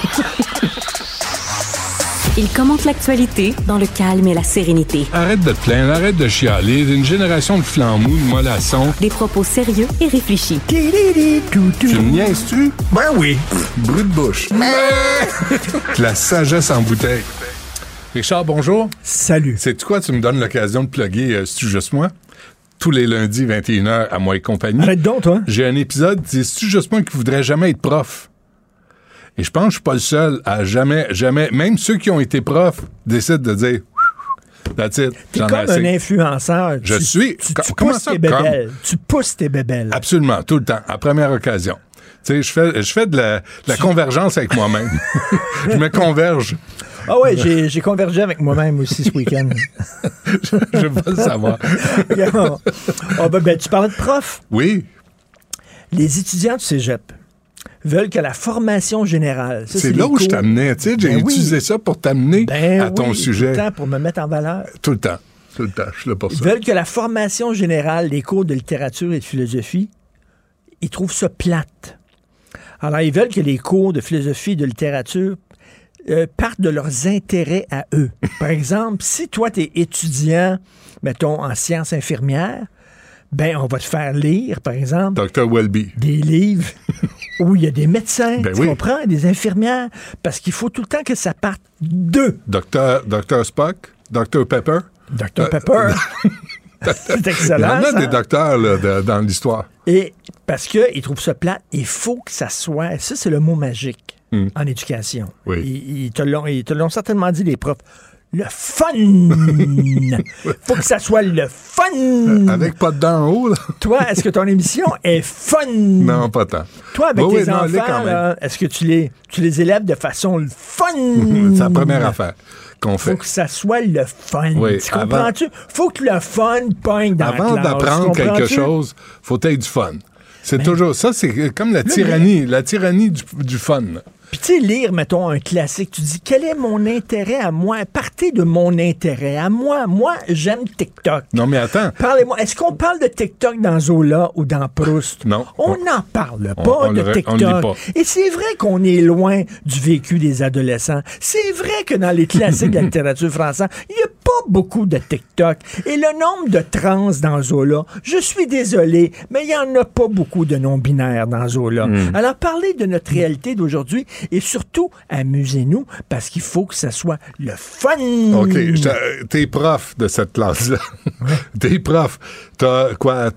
Il commente l'actualité dans le calme et la sérénité. Arrête de te plaindre, arrête de chialer. Une génération de flambous, de mollassons. Des propos sérieux et réfléchis. Tu me niaises-tu? Ben oui. Brut de bouche. La sagesse en bouteille. Richard, bonjour. Salut. C'est quoi, tu me donnes l'occasion de plugger euh, C'est-tu juste moi? Tous les lundis, vingt et une heures, à moi et compagnie. Arrête donc, toi. J'ai un épisode, c'est C'est-tu juste moi qui voudrais jamais être prof? Et je pense que je suis pas le seul à jamais, jamais, même ceux qui ont été profs décident de dire that's it. T'es comme un influenceur. Je tu, suis. Tu, Com- tu comment pousses ça, tes bébelles. comme? Tu pousses tes bébelles. Absolument, tout le temps, à première occasion. Tu sais, je fais, je fais de la, de la convergence avec moi-même. Je me converge. Ah ouais, j'ai, j'ai convergé avec moi-même aussi ce week-end. je, je veux pas le savoir. oh, ben, ben, tu parlais de prof. Oui. Les étudiants du cégep veulent que la formation générale... Ça, c'est, c'est là où cours. je t'amenais. Tu sais, j'ai ben utilisé oui. ça pour t'amener ben à ton oui, sujet. Tout le temps pour me mettre en valeur. Tout le temps. Tout le temps. Je suis là pour Ils ça. Ils veulent que la formation générale, les cours de littérature et de philosophie, ils trouvent ça plate. Alors, ils veulent que les cours de philosophie et de littérature euh, partent de leurs intérêts à eux. Par exemple, si toi, tu es étudiant, mettons, en sciences infirmières, ben on va te faire lire, par exemple, docteur Welby. Des livres où il y a des médecins, ben tu oui. comprends, des infirmières, parce qu'il faut tout le temps que ça parte d'eux. Docteur Docteur Spock, docteur Pepper. docteur Pepper. C'est excellent. Il y en a ça. des docteurs là, de, dans l'histoire. Et parce qu'ils trouvent ça plate, il faut que ça soit... Ça, c'est le mot magique mm. en éducation. Oui. Ils, ils, te l'ont, ils te l'ont certainement dit, les profs. Le fun! Il faut que ça soit le fun! Avec pas de dents en haut, là. Toi, est-ce que ton émission est fun? Non, pas tant. Toi, avec oui, tes oui, non, enfants, là, est-ce que tu les, tu les élèves de façon le fun? C'est la première affaire qu'on fait. Faut que ça soit le fun. Oui, tu comprends-tu? Faut que le fun pogne dans Avant la classe. d'apprendre quelque chose, faut être du fun. C'est Mais, toujours ça, c'est comme la tyrannie, la tyrannie du, du fun. Puis tu sais, lire, mettons, un classique, tu dis, quel est mon intérêt à moi? Partez de mon intérêt à moi. Moi, j'aime TikTok. Non, mais attends. Parlez-moi. Est-ce qu'on parle de TikTok dans Zola ou dans Proust? Non. On n'en parle pas on, on de le, TikTok. on le lit pas. Et c'est vrai qu'on est loin du vécu des adolescents. C'est vrai que dans les classiques de la littérature française, il n'y a pas beaucoup de TikTok. Et le nombre de trans dans Zola, je suis désolé, mais il n'y en a pas beaucoup de non-binaires dans Zola. Mm. Alors, parlez de notre réalité d'aujourd'hui et surtout, amusez-nous parce qu'il faut que ça soit le fun. OK. T'es prof de cette classe-là. Ouais. T'es prof. T'as quoi...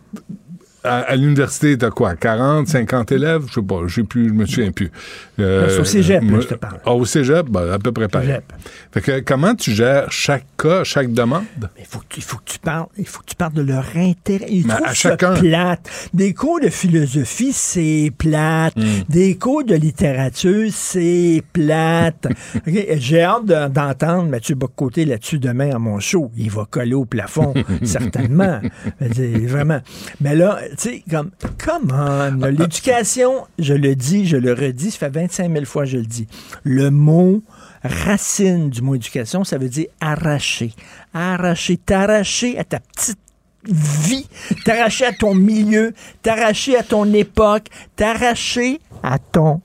À, à l'université, t'as quoi, quarante, cinquante élèves? Je sais pas, je sais plus, je me souviens plus. Euh, c'est au cégep, euh, là, je te parle. Ah, au cégep, ben, à peu près pareil. Cégep. Fait que comment tu gères chaque cas, chaque demande? Il faut, faut que tu parles, il faut que tu parles de leur intérêt. Ils Mais trouvent à ça chacun. plate. Des cours de philosophie, c'est plate. Mm. Des cours de littérature, c'est plate. Okay? J'ai hâte de, d'entendre Mathieu Bock-Côté là-dessus demain à mon show. Il va coller au plafond, certainement. Vraiment. Mais là, tu sais, comme, come on, là, l'éducation, je le dis, je le redis, ça fait vingt-cinq mille fois que je le dis. Le mot racine du mot éducation, ça veut dire arracher. Arracher, t'arracher à ta petite vie, t'arracher à ton milieu, t'arracher à ton époque, t'arracher à ton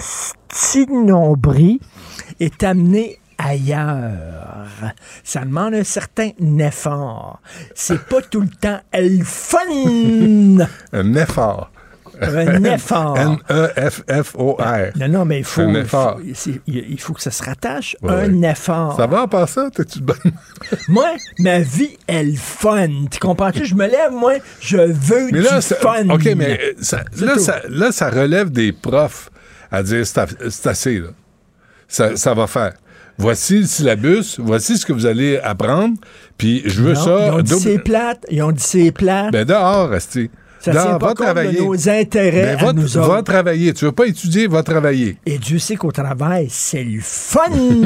hostie de nombril et t'amener ailleurs. Ça demande un certain effort. C'est pas tout le temps le fun. Un effort. Un effort. N E F F O R. Non, non, mais il faut, un il faut, effort. il faut que ça se rattache. Ouais, un ouais. effort. Ça va en passant? T'es-tu bonne? Moi, ma vie est le fun. Tu comprends-tu? Je me lève, moi, je veux mais là, du ça, fun. OK, mais ça, là, ça, là, ça relève des profs à dire c'est, c'est assez, là. Ça, ça va faire. Voici le syllabus, voici ce que vous allez apprendre, puis je veux non, ça... Ils ont dit double... c'est plate, ils ont dit c'est plate. Ben dehors, restez. Ça dehors, tient pas va compte travailler. de nos intérêts ben, va, à nous va autres. travailler. Tu veux pas étudier, va travailler. Et Dieu sait qu'au travail, c'est le fun.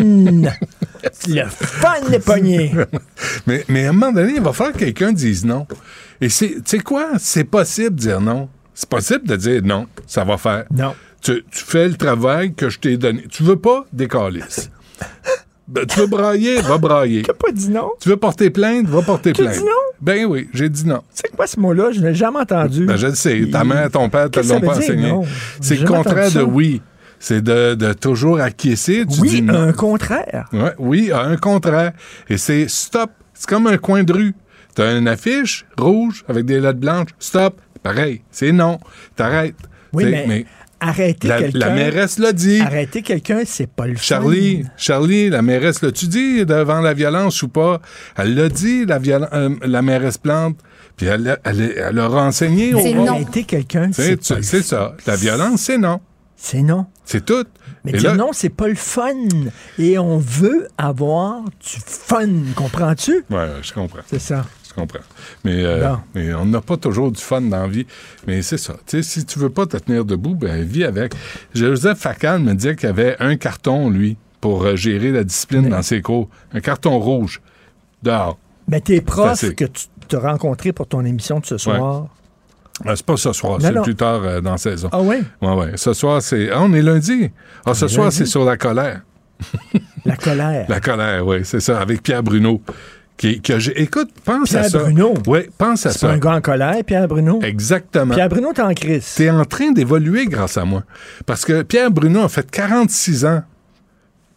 Le fun des poignets. mais, mais à un moment donné, il va falloir que quelqu'un dise non. Et c'est, tu sais quoi? C'est possible de dire non. C'est possible de dire non, ça va faire. Non. Tu, tu fais le travail que je t'ai donné. Tu veux pas, décalisse. Ben, tu veux brailler, va brailler. T'as pas dit non? Tu veux porter plainte, va porter tu plainte. Tu dis non? Ben oui, j'ai dit non. C'est quoi ce mot-là? Je ne l'ai jamais entendu. Ben je le sais. Ta mère, ton père te l'ont pas enseigné. Non? C'est J'ai le jamais contraire entendu de ça. oui. C'est de, de toujours acquiescer. Tu oui, dis non. un contraire. Ouais, oui, un contraire. Et c'est stop. C'est comme un coin de rue. T'as une affiche rouge avec des lettres blanches. Stop. Pareil. C'est non. T'arrêtes. Oui, T'sais, mais, mais arrêter la, quelqu'un... la mairesse l'a dit. Arrêter quelqu'un, c'est pas le Charlie, fun. Charlie, la mairesse l'a-tu dit devant la violence ou pas? Elle l'a dit, la, viol- euh, la mairesse Plante. Puis elle, l'a- elle, elle a renseigné. C'est au non. Arrêter quelqu'un, c'est, c'est pas C'est le ça. La violence, c'est non. C'est non. C'est tout. Mais Et dire là, non, c'est pas le fun. Et on veut avoir du fun. Comprends-tu? Oui, je comprends. C'est ça. Je comprends. Mais, euh, Non. mais on n'a pas toujours du fun dans la vie. Mais c'est ça. Tu sais, si tu veux pas te tenir debout, ben vis avec. Joseph Facal me disait qu'il y avait un carton, lui, pour euh, gérer la discipline Mais... dans ses cours. Un carton rouge. Dehors. Mais tes profs assez. que tu t'as rencontrés pour ton émission de ce soir... Ouais. Ah, c'est pas ce soir, Non, c'est non. plus tard euh, dans la saison. Ah oui? Ouais, ouais. Ce soir, c'est... Ah, on est lundi. Ah, ce est soir, lundi. c'est sur la colère. La colère. La colère, oui, c'est ça, avec Pierre Bruno. Qui, que j'ai... Écoute, pense Pierre à ça. Bruno? Oui, pense à C'est ça. pas un gars en colère, Pierre Bruno? Exactement. Pierre Bruno, t'es en crise. T'es en train d'évoluer grâce à moi. Parce que Pierre Bruno a fait quarante-six ans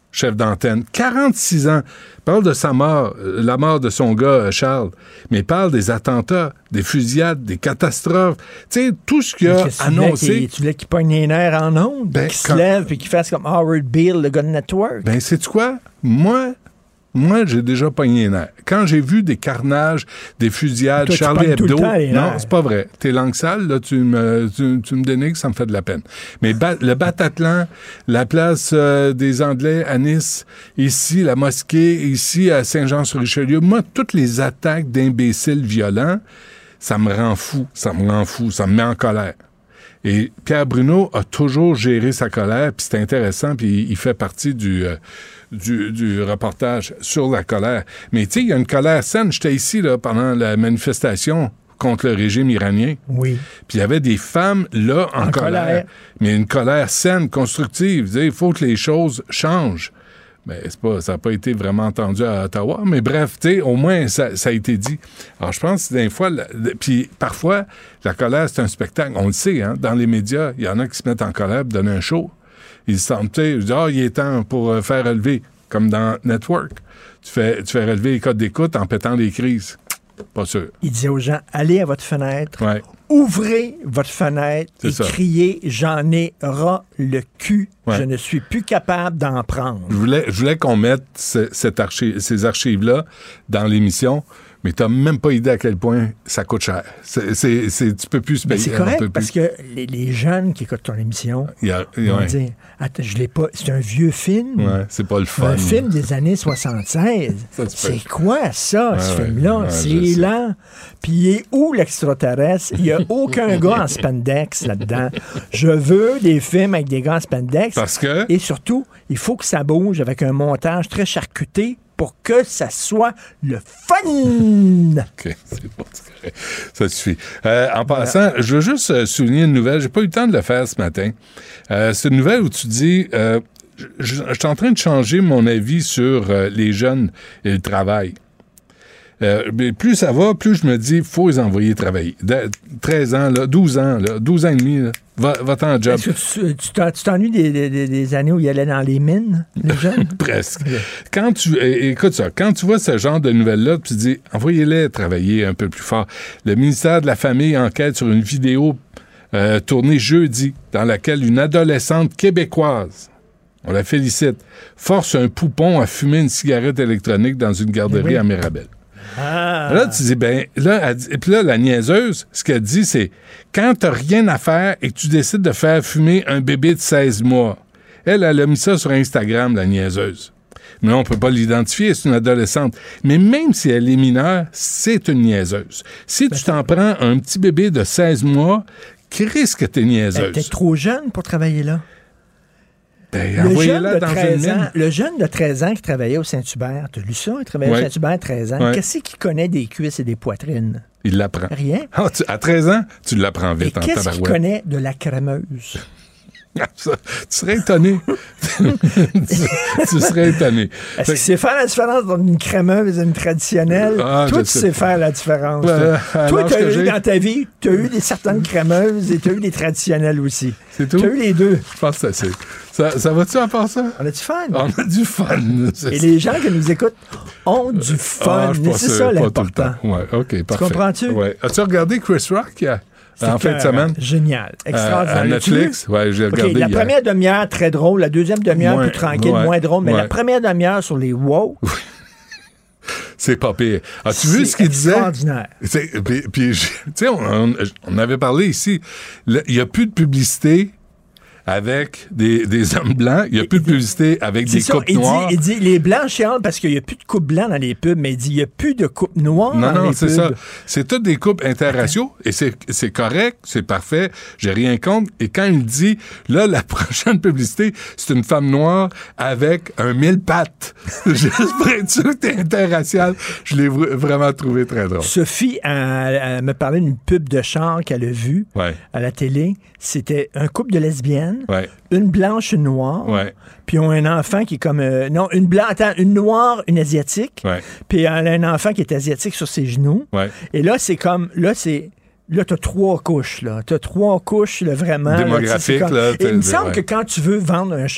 chef d'antenne, quarante-six ans. Il parle de sa mort, la mort de son gars, Charles. Mais il parle des attentats, des fusillades, des catastrophes. Tu sais, tout ce qu'il a tu annoncé. Voulais qu'il, tu voulais qu'il pogne les nerfs en ondes, Ben, qu'il quand... se lève et qu'il fasse comme Howard Beale, le gars de Network. Ben, sais-tu quoi? Moi... Moi, j'ai déjà pogné les nerfs. Quand j'ai vu des carnages, des fusillades, Toi, Charlie Hebdo... Tout le temps, non, c'est pas vrai. Tes langues sales, là, tu me, tu, tu me dénigres, ça me fait de la peine. Mais ba- le Bataclan, la place euh, des Anglais à Nice, ici, la mosquée, ici, à Saint-Jean-sur-Richelieu, moi, toutes les attaques d'imbéciles violents, ça me rend fou, ça me rend fou, ça me met en colère. Et Pierre Bruno a toujours géré sa colère, puis c'est intéressant, puis il fait partie du... Euh, Du, du reportage sur la colère. Mais tu sais, il y a une colère saine. J'étais ici là, pendant la manifestation contre le régime iranien. Oui. Puis il y avait des femmes là en, en colère. colère. Mais une colère saine, constructive. Il faut que les choses changent. Mais c'est pas, ça n'a pas été vraiment entendu à Ottawa. Mais bref, tu sais, au moins, ça, ça a été dit. Alors, je pense que des fois... La, puis parfois, la colère, c'est un spectacle. On le sait, hein. Dans les médias, il y en a qui se mettent en colère pour donner un show. Ils se sentent, tu sais, je dis, ah, il est temps pour euh, faire relever, comme dans Network. Tu fais, tu fais relever les codes d'écoute en pétant des crises. Pas sûr. Il disait aux gens, allez à votre fenêtre, ouais. ouvrez votre fenêtre c'est et ça. Criez, j'en ai ras le cul, ouais. Je ne suis plus capable d'en prendre. Je voulais, je voulais qu'on mette ce, cette archive, ces archives-là dans l'émission. Mais tu n'as même pas idée à quel point ça coûte cher. C'est, c'est, c'est, tu peux plus se payer. C'est correct parce que les, les jeunes qui écoutent ton émission il y a, vont ouais. dire attends, je l'ai pas. C'est un vieux film. Ouais, c'est pas le fun. Un film des années soixante-seize. Ça, c'est quoi ça, ouais, ce ouais, film-là? Ouais, c'est lent. Puis il est où l'extraterrestre? Il n'y a aucun gars en spandex là-dedans. Je veux des films avec des gars en spandex. Parce que? Et surtout, il faut que ça bouge avec un montage très charcuté pour que ça soit le fun. OK, c'est bon, c'est correct. Ça suffit. Euh, en voilà. Passant, je veux juste euh, souligner une nouvelle. J'ai pas eu le temps de le faire ce matin. Euh, c'est une nouvelle où tu dis, euh, je, je, je suis en train de changer mon avis sur euh, les jeunes et le travail. Euh, mais plus ça va, plus je me dis, il faut les envoyer travailler. De, treize ans, là, douze ans, là, douze ans et demi, là, va, va-t'en en job. Est-ce que tu, tu, t'en, tu t'ennuies des, des, des années où ils allaient dans les mines, les jeunes? Presque. Quand tu, écoute ça, quand tu vois ce genre de nouvelles-là, tu te dis, envoyez-les travailler un peu plus fort. Le ministère de la Famille enquête sur une vidéo euh, tournée jeudi dans laquelle une adolescente québécoise, on la félicite, force un poupon à fumer une cigarette électronique dans une garderie oui. à Mirabel. Ah. Là, tu dis, ben, là, et puis là, la niaiseuse, ce qu'elle dit, c'est quand t'as rien à faire et que tu décides de faire fumer un bébé de seize mois, elle, elle a mis ça sur Instagram, la niaiseuse. Mais on peut pas l'identifier, c'est une adolescente. Mais même si elle est mineure, c'est une niaiseuse. Si ben, tu t'en prends un petit bébé de seize mois, qu'est-ce que t'es niaiseuse? Elle était trop jeune pour travailler là. Ben, le, jeune de treize ans, le jeune de treize ans qui travaillait au Saint-Hubert, tu as lu ça? Il travaillait ouais. au Saint-Hubert treize ans. Ouais. Qu'est-ce qu'il connaît des cuisses et des poitrines? Il l'apprend. Rien. Ah, tu, à treize ans, tu l'apprends vite et en qu'est-ce tabarouette. qu'il connaît de la crémeuse? Ça, tu serais étonné. tu, tu serais étonné. Est-ce que c'est faire la différence entre une crémeuse et une traditionnelle? Ah, Toi, tu sais, sais faire la différence. Ben, toi, tu as eu j'ai... dans ta vie, tu as eu des certaines crémeuses et tu as eu des traditionnelles aussi. C'est tout? Tu as eu les deux. Je pense que c'est ça. Ça va-tu à part ça? On a du fun. On a du fun. C'est et ça. Les gens qui nous écoutent ont du fun. Ah, c'est ça l'important. Ouais, OK, parfait. Tu comprends-tu? Ouais. As-tu regardé Chris Rock? En fin de semaine. Génial. Extraordinaire. Euh, à Netflix, oui, j'ai regardé okay, la hier. Première demi-heure, très drôle. La deuxième demi-heure, moins, plus tranquille, ouais, moins drôle. Mais ouais. La première demi-heure sur les woke... C'est pas pire. As-tu vu ce qu'il disait? Extraordinaire. C'est, puis, puis tu sais, on, on, on avait parlé ici. Il n'y a plus de publicité avec des, des hommes blancs. Il n'y a plus de publicité avec c'est des ça, coupes il noires. Dit, il dit, les blancs chialent parce qu'il n'y a plus de coupes blancs dans les pubs, mais il dit, il n'y a plus de coupes noires non, dans non, les c'est pubs. Ça. C'est toutes des coupes interraciaux et c'est, c'est correct, c'est parfait, j'ai rien contre. Et quand il dit, là, la prochaine publicité, c'est une femme noire avec un mille pattes. Juste pour être sûr que t'es interracial, je l'ai vraiment trouvé très drôle. Sophie, elle, elle me parlait d'une pub de char qu'elle a vue ouais. à la télé. C'était un couple de lesbiennes. Ouais. Une blanche, une noire. Ouais. Puis ils ont un enfant qui est comme... Euh, non, une blanche, attends, une noire, une asiatique. Ouais. Puis elle a un enfant qui est asiatique sur ses genoux. Ouais. Et là, c'est comme... Là, c'est... Là, t'as trois couches, là. T'as trois couches, là, vraiment. Démographique, là. là Et il me semble ouais. que quand tu veux vendre un char,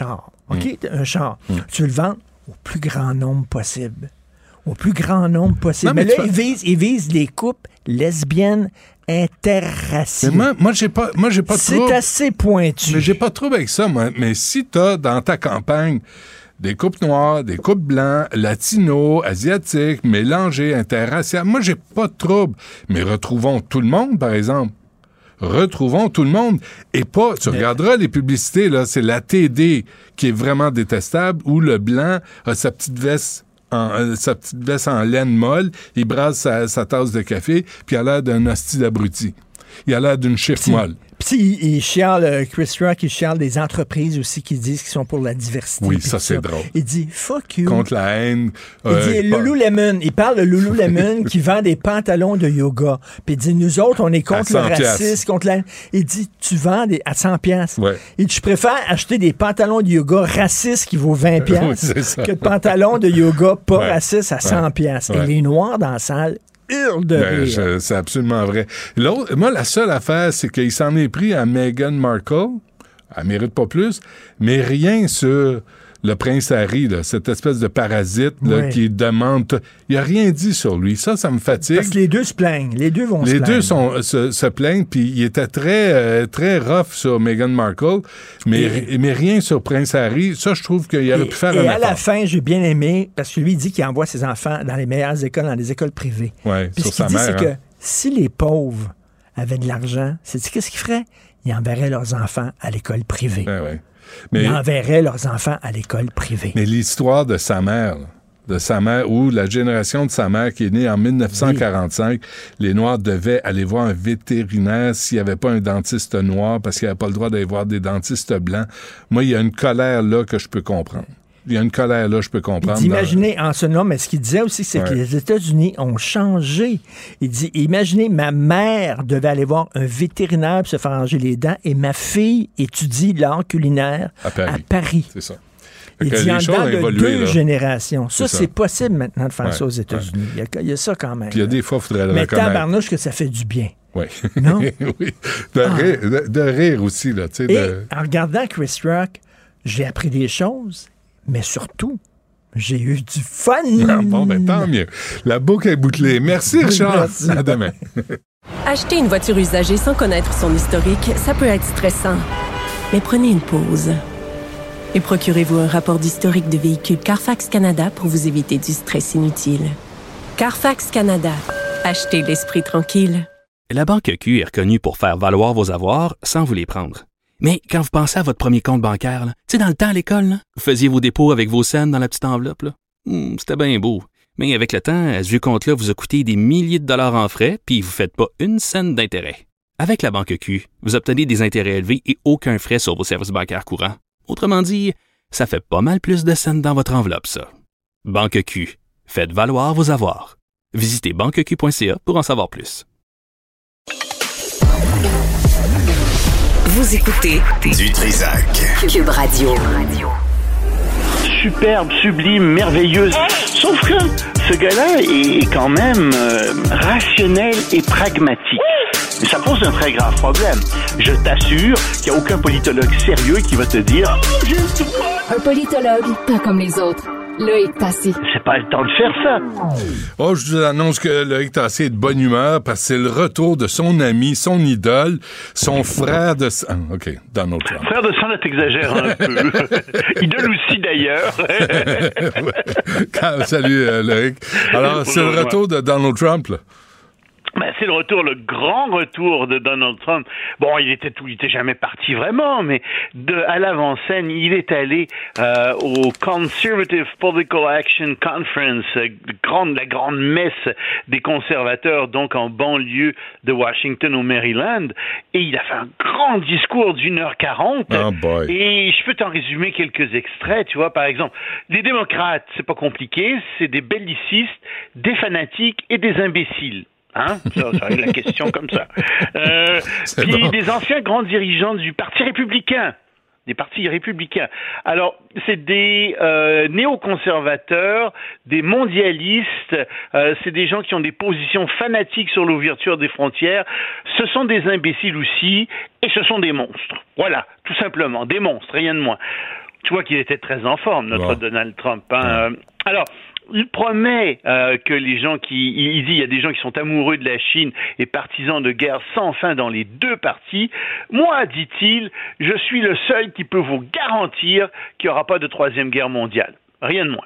OK, Mm. un char. Mm. Tu le vends au plus grand nombre possible. Au plus grand nombre possible. Non, mais mais là, tu ils visent, ils visent les couples lesbiennes interraciées. Mais moi, moi j'ai pas, moi, j'ai pas de C'est trouble. assez pointu. Mais j'ai pas de trouble avec ça, moi. Mais si t'as dans ta campagne des couples noirs, des couples blancs, latinos, asiatiques, mélangés, interraciales, moi, j'ai pas de trouble. Mais retrouvons tout le monde, par exemple. Retrouvons tout le monde. Et pas, tu regarderas les publicités, là, c'est la T D qui est vraiment détestable, où le blanc a sa petite veste en, euh, sa petite veste en laine molle, il brasse sa, sa tasse de café, puis il a l'air d'un hostie d'abruti. Il a l'air d'une chiffre Puis- molle. Puis il, il chiale, euh, Chris Rock, il chiale des entreprises aussi qui disent qu'ils sont pour la diversité. Oui, puis ça, tout c'est drôle. Il dit « fuck you ». Contre la haine. Il euh, dit pas- Lululemon. Il parle de Lululemon qui vend des pantalons de yoga. Puis il dit, nous autres, on est contre le À cent piastres. racisme, contre la... Il dit, tu vends des... à cent piastres. Ouais. Il dit, je préfère acheter des pantalons de yoga racistes qui vaut vingt Oui, piastres c'est ça. que de pantalons de yoga pas Ouais. racistes à cent piastres. Ouais. Et les Noirs dans la salle hurlent de Ben, rire. je- c'est absolument vrai. L'autre, moi, la seule affaire, c'est qu'il s'en est pris à Meghan Markle. Elle mérite pas plus, mais rien sur le prince Harry, là, cette espèce de parasite là, Ouais. qui demande... t- Il a rien dit sur lui. Ça, ça me fatigue. Parce que les deux se plaignent. Les deux vont se Les plaindre. deux sont, se, se plaignent, puis il était très, euh, très rough sur Meghan Markle, mais, Et- mais rien sur Prince Harry. Ça, je trouve qu'il aurait Et, pu faire et un à la effort. fin, j'ai bien aimé, parce que lui, il dit qu'il envoie ses enfants dans les meilleures écoles, dans les écoles privées. Ouais, Puis sur ce qu'il sa dit, mère. c'est hein. que si les pauvres avaient de l'argent, c'est qu'est-ce qu'ils feraient? Ils enverraient leurs enfants à l'école privée. Ouais, ouais. Mais, Ils enverraient leurs enfants à l'école privée. mais l'histoire de sa mère, là, de sa mère, ou la génération de sa mère qui est née en dix-neuf cent quarante-cinq, les Noirs devaient aller voir un vétérinaire s'il n'y avait pas un dentiste noir parce qu'il n'y avait pas le droit d'aller voir des dentistes blancs. Moi, il y a une colère là que je peux comprendre. Il y a une colère là, je peux comprendre. Il dit, imaginez, en ce nom, mais ce qu'il disait aussi, c'est Ouais. que les États-Unis ont changé. Il dit, imaginez, ma mère devait aller voir un vétérinaire pour se faire ranger les dents et ma fille étudie l'art culinaire À Paris. À Paris. C'est ça. Fait Il que dit, les en choses dedans ont de évolué, deux là. générations. Ça, C'est ça. c'est possible maintenant de faire Ouais, ça aux États-Unis. Il, y a, il y a ça quand même. Puis il y a des fois, il faudrait le Mais reconnaître. tabarnouche que ça fait du bien. Oui. Non? oui. De, Ah. rire, de, de rire aussi, là, tu sais. Et de... en regardant Chris Rock, j'ai appris des choses, mais surtout, j'ai eu du fun. Ah, bon, ben tant mieux. La boucle est bouclée. Merci, Richard. Merci. À demain. Acheter une voiture usagée sans connaître son historique, ça peut être stressant. Mais prenez une pause. Et procurez-vous un rapport d'historique de véhicule Carfax Canada pour vous éviter du stress inutile. Carfax Canada. Achetez l'esprit tranquille. La Banque Q est reconnue pour faire valoir vos avoirs sans vous les prendre. Mais quand vous pensez à votre premier compte bancaire, là, tu sais, dans le temps à l'école, là, vous faisiez vos dépôts avec vos scènes dans la petite enveloppe. Là. Hum, c'était bien beau. Mais avec le temps, ce vieux compte-là vous a coûté des milliers de dollars en frais, puis vous ne faites pas une scène d'intérêt. Avec la Banque Q, vous obtenez des intérêts élevés et aucun frais sur vos services bancaires courants. Autrement dit, ça fait pas mal plus de scènes dans votre enveloppe, ça. Banque Q. Faites valoir vos avoirs. Visitez banque q point c a pour en savoir plus. Vous écoutez Du Trisac. Cube Radio. Superbe, sublime, merveilleuse. Sauf que ce gars-là est quand même euh, rationnel et pragmatique. Mais ça pose un très grave problème. Je t'assure qu'il n'y a aucun politologue sérieux qui va te dire « Oh, j'ai le droit! Un politologue, pas comme les autres. Loïc Tassé. » C'est pas le temps de faire ça. Oh, je vous annonce que Loïc Tassé est de bonne humeur parce que c'est le retour de son ami, son idole, son frère de sang. Ah, OK, Donald Trump. Frère de sang, là, t'exagères un peu. Idole aussi, d'ailleurs. Ouais. Salut, euh, Loïc. Alors, c'est le retour de Donald Trump, là. Ben, c'est le retour, le grand retour de Donald Trump. Bon, il était tout, il était jamais parti vraiment, mais de à l'avant-scène, il est allé euh, au Conservative Political Action Conference, euh, grande, la grande messe des conservateurs, donc en banlieue de Washington au Maryland, et il a fait un grand discours d'une heure quarante. Oh boy. Et je peux t'en résumer quelques extraits, tu vois, par exemple, les démocrates, c'est pas compliqué, c'est des bellicistes, des fanatiques et des imbéciles. Hein? Ça, ça règle la question comme ça. Euh, puis bon. des anciens grands dirigeants du Parti républicain. Des partis républicains. Alors, c'est des euh, néoconservateurs, des mondialistes, euh, c'est des gens qui ont des positions fanatiques sur l'ouverture des frontières. Ce sont des imbéciles aussi, et ce sont des monstres. Voilà, tout simplement, des monstres, rien de moins. tu vois qu'il était très en forme, notre Bon. Donald Trump. Hein. Ouais. Alors, il promet euh, que les gens qui... Il dit il y a des gens qui sont amoureux de la Chine et partisans de guerre sans fin dans les deux parties. Moi, dit-il, je suis le seul qui peut vous garantir qu'il n'y aura pas de troisième guerre mondiale. Rien de moins.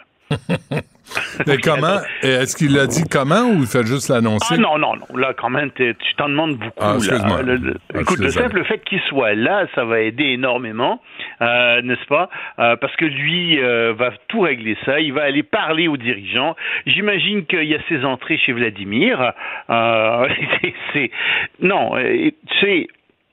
Mais comment? Est-ce qu'il a dit comment ou il fait juste l'annoncer? Ah non, non, non. Là, quand même, tu t'en demandes beaucoup. Ah, excuse-moi. Là. Le, le, ah, écoute, le simple fait qu'il soit là, ça va aider énormément, euh, n'est-ce pas? Euh, parce que lui euh, va tout régler ça. Il va aller parler aux dirigeants. J'imagine qu'il y a ses entrées chez Vladimir. Euh, c'est, c'est... Non, c'est...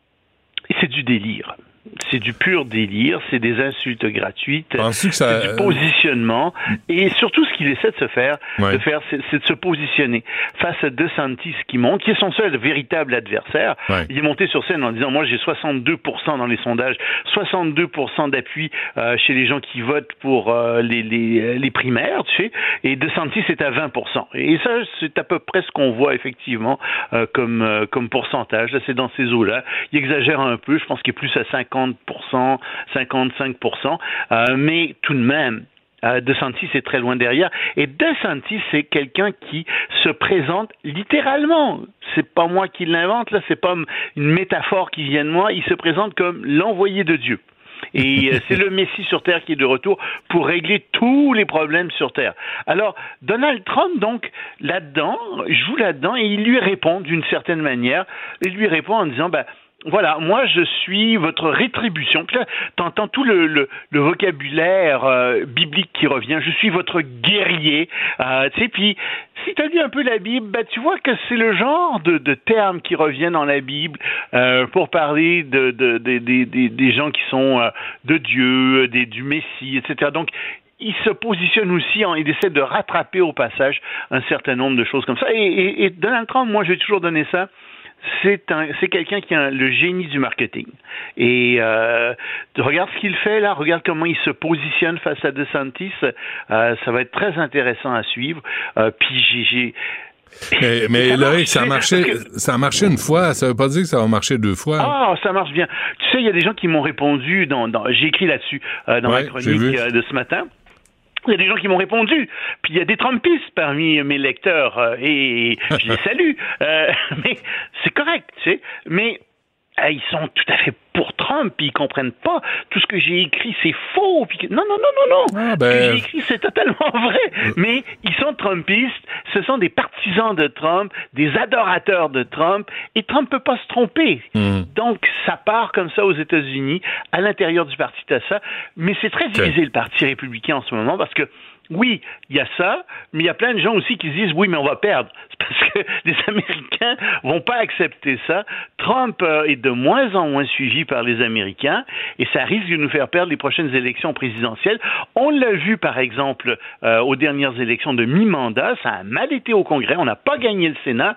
c'est du délire. C'est du pur délire, c'est des insultes gratuites, que ça... c'est du positionnement, et surtout ce qu'il essaie de se faire, ouais. de faire, c'est, c'est de se positionner face à DeSantis qui monte, qui est son seul véritable adversaire. Ouais. Il est monté sur scène en disant, moi j'ai soixante-deux pour cent dans les sondages, soixante-deux pour cent d'appui euh, chez les gens qui votent pour euh, les, les, les primaires, tu sais, et DeSantis est à vingt pour cent. Et ça, c'est à peu près ce qu'on voit effectivement euh, comme, euh, comme pourcentage. Là, c'est dans ces eaux-là. Il exagère un peu, je pense qu'il est plus à cinquante pour cent, cinquante-cinq pour cent, euh, mais tout de même, euh, DeSantis est très loin derrière. Et DeSantis, c'est quelqu'un qui se présente littéralement. C'est pas moi qui l'invente, là, c'est pas une métaphore qui vient de moi. Il se présente comme l'envoyé de Dieu. Et euh, c'est le Messie sur Terre qui est de retour pour régler tous les problèmes sur Terre. Alors, Donald Trump, donc, là-dedans, joue là-dedans et il lui répond d'une certaine manière. Il lui répond en disant, ben, voilà, moi je suis votre rétribution. Puis là, t'entends tout le, le, le vocabulaire euh, biblique qui revient. Je suis votre guerrier. Euh, tu sais, puis si t'as lu un peu la Bible, ben, tu vois que c'est le genre de, de termes qui reviennent dans la Bible euh, pour parler de, de, de, de, de, des gens qui sont euh, de Dieu, des, du Messie, et cetera. Donc, il se positionne aussi, en, il essaie de rattraper au passage un certain nombre de choses comme ça. Et, et, et Donald Trump, moi, j'ai toujours donné ça. C'est, un, c'est quelqu'un qui a le génie du marketing. Et euh, regarde ce qu'il fait là, regarde comment il se positionne face à DeSantis. Euh, ça va être très intéressant à suivre. Euh, puis j'ai... j'ai Mais, mais Loïc, ça a marché, que... ça a marché une fois, ça veut pas dire que ça va marcher deux fois. Ah, ça marche bien. Tu sais, il y a des gens qui m'ont répondu, dans, dans j'ai écrit là-dessus, euh, dans ouais, ma chronique euh, de ce matin. Il y a des gens qui m'ont répondu, puis il y a des Trumpistes parmi mes lecteurs, euh, et, et je les salue. Euh, mais c'est correct, tu sais. Mais euh, ils sont tout à fait pour Trump, puis ils comprennent pas tout ce que j'ai écrit, c'est faux. Puis non, non, non, non, non. Ah, ben... Ce que j'ai écrit, c'est totalement vrai. Mais ils sont Trumpistes, ce sont des partisans de Trump, des adorateurs de Trump, et Trump peut pas se tromper. Mm. Donc ça part comme ça aux États-Unis, à l'intérieur du parti T A S A, mais c'est très divisé okay. le parti républicain en ce moment parce que oui, il y a ça, mais il y a plein de gens aussi qui se disent « oui, mais on va perdre ». C'est parce que les Américains vont pas accepter ça. Trump euh, est de moins en moins suivi par les Américains et ça risque de nous faire perdre les prochaines élections présidentielles. On l'a vu, par exemple, euh, aux dernières élections de mi-mandat. Ça a mal été au Congrès. On n'a pas gagné le Sénat.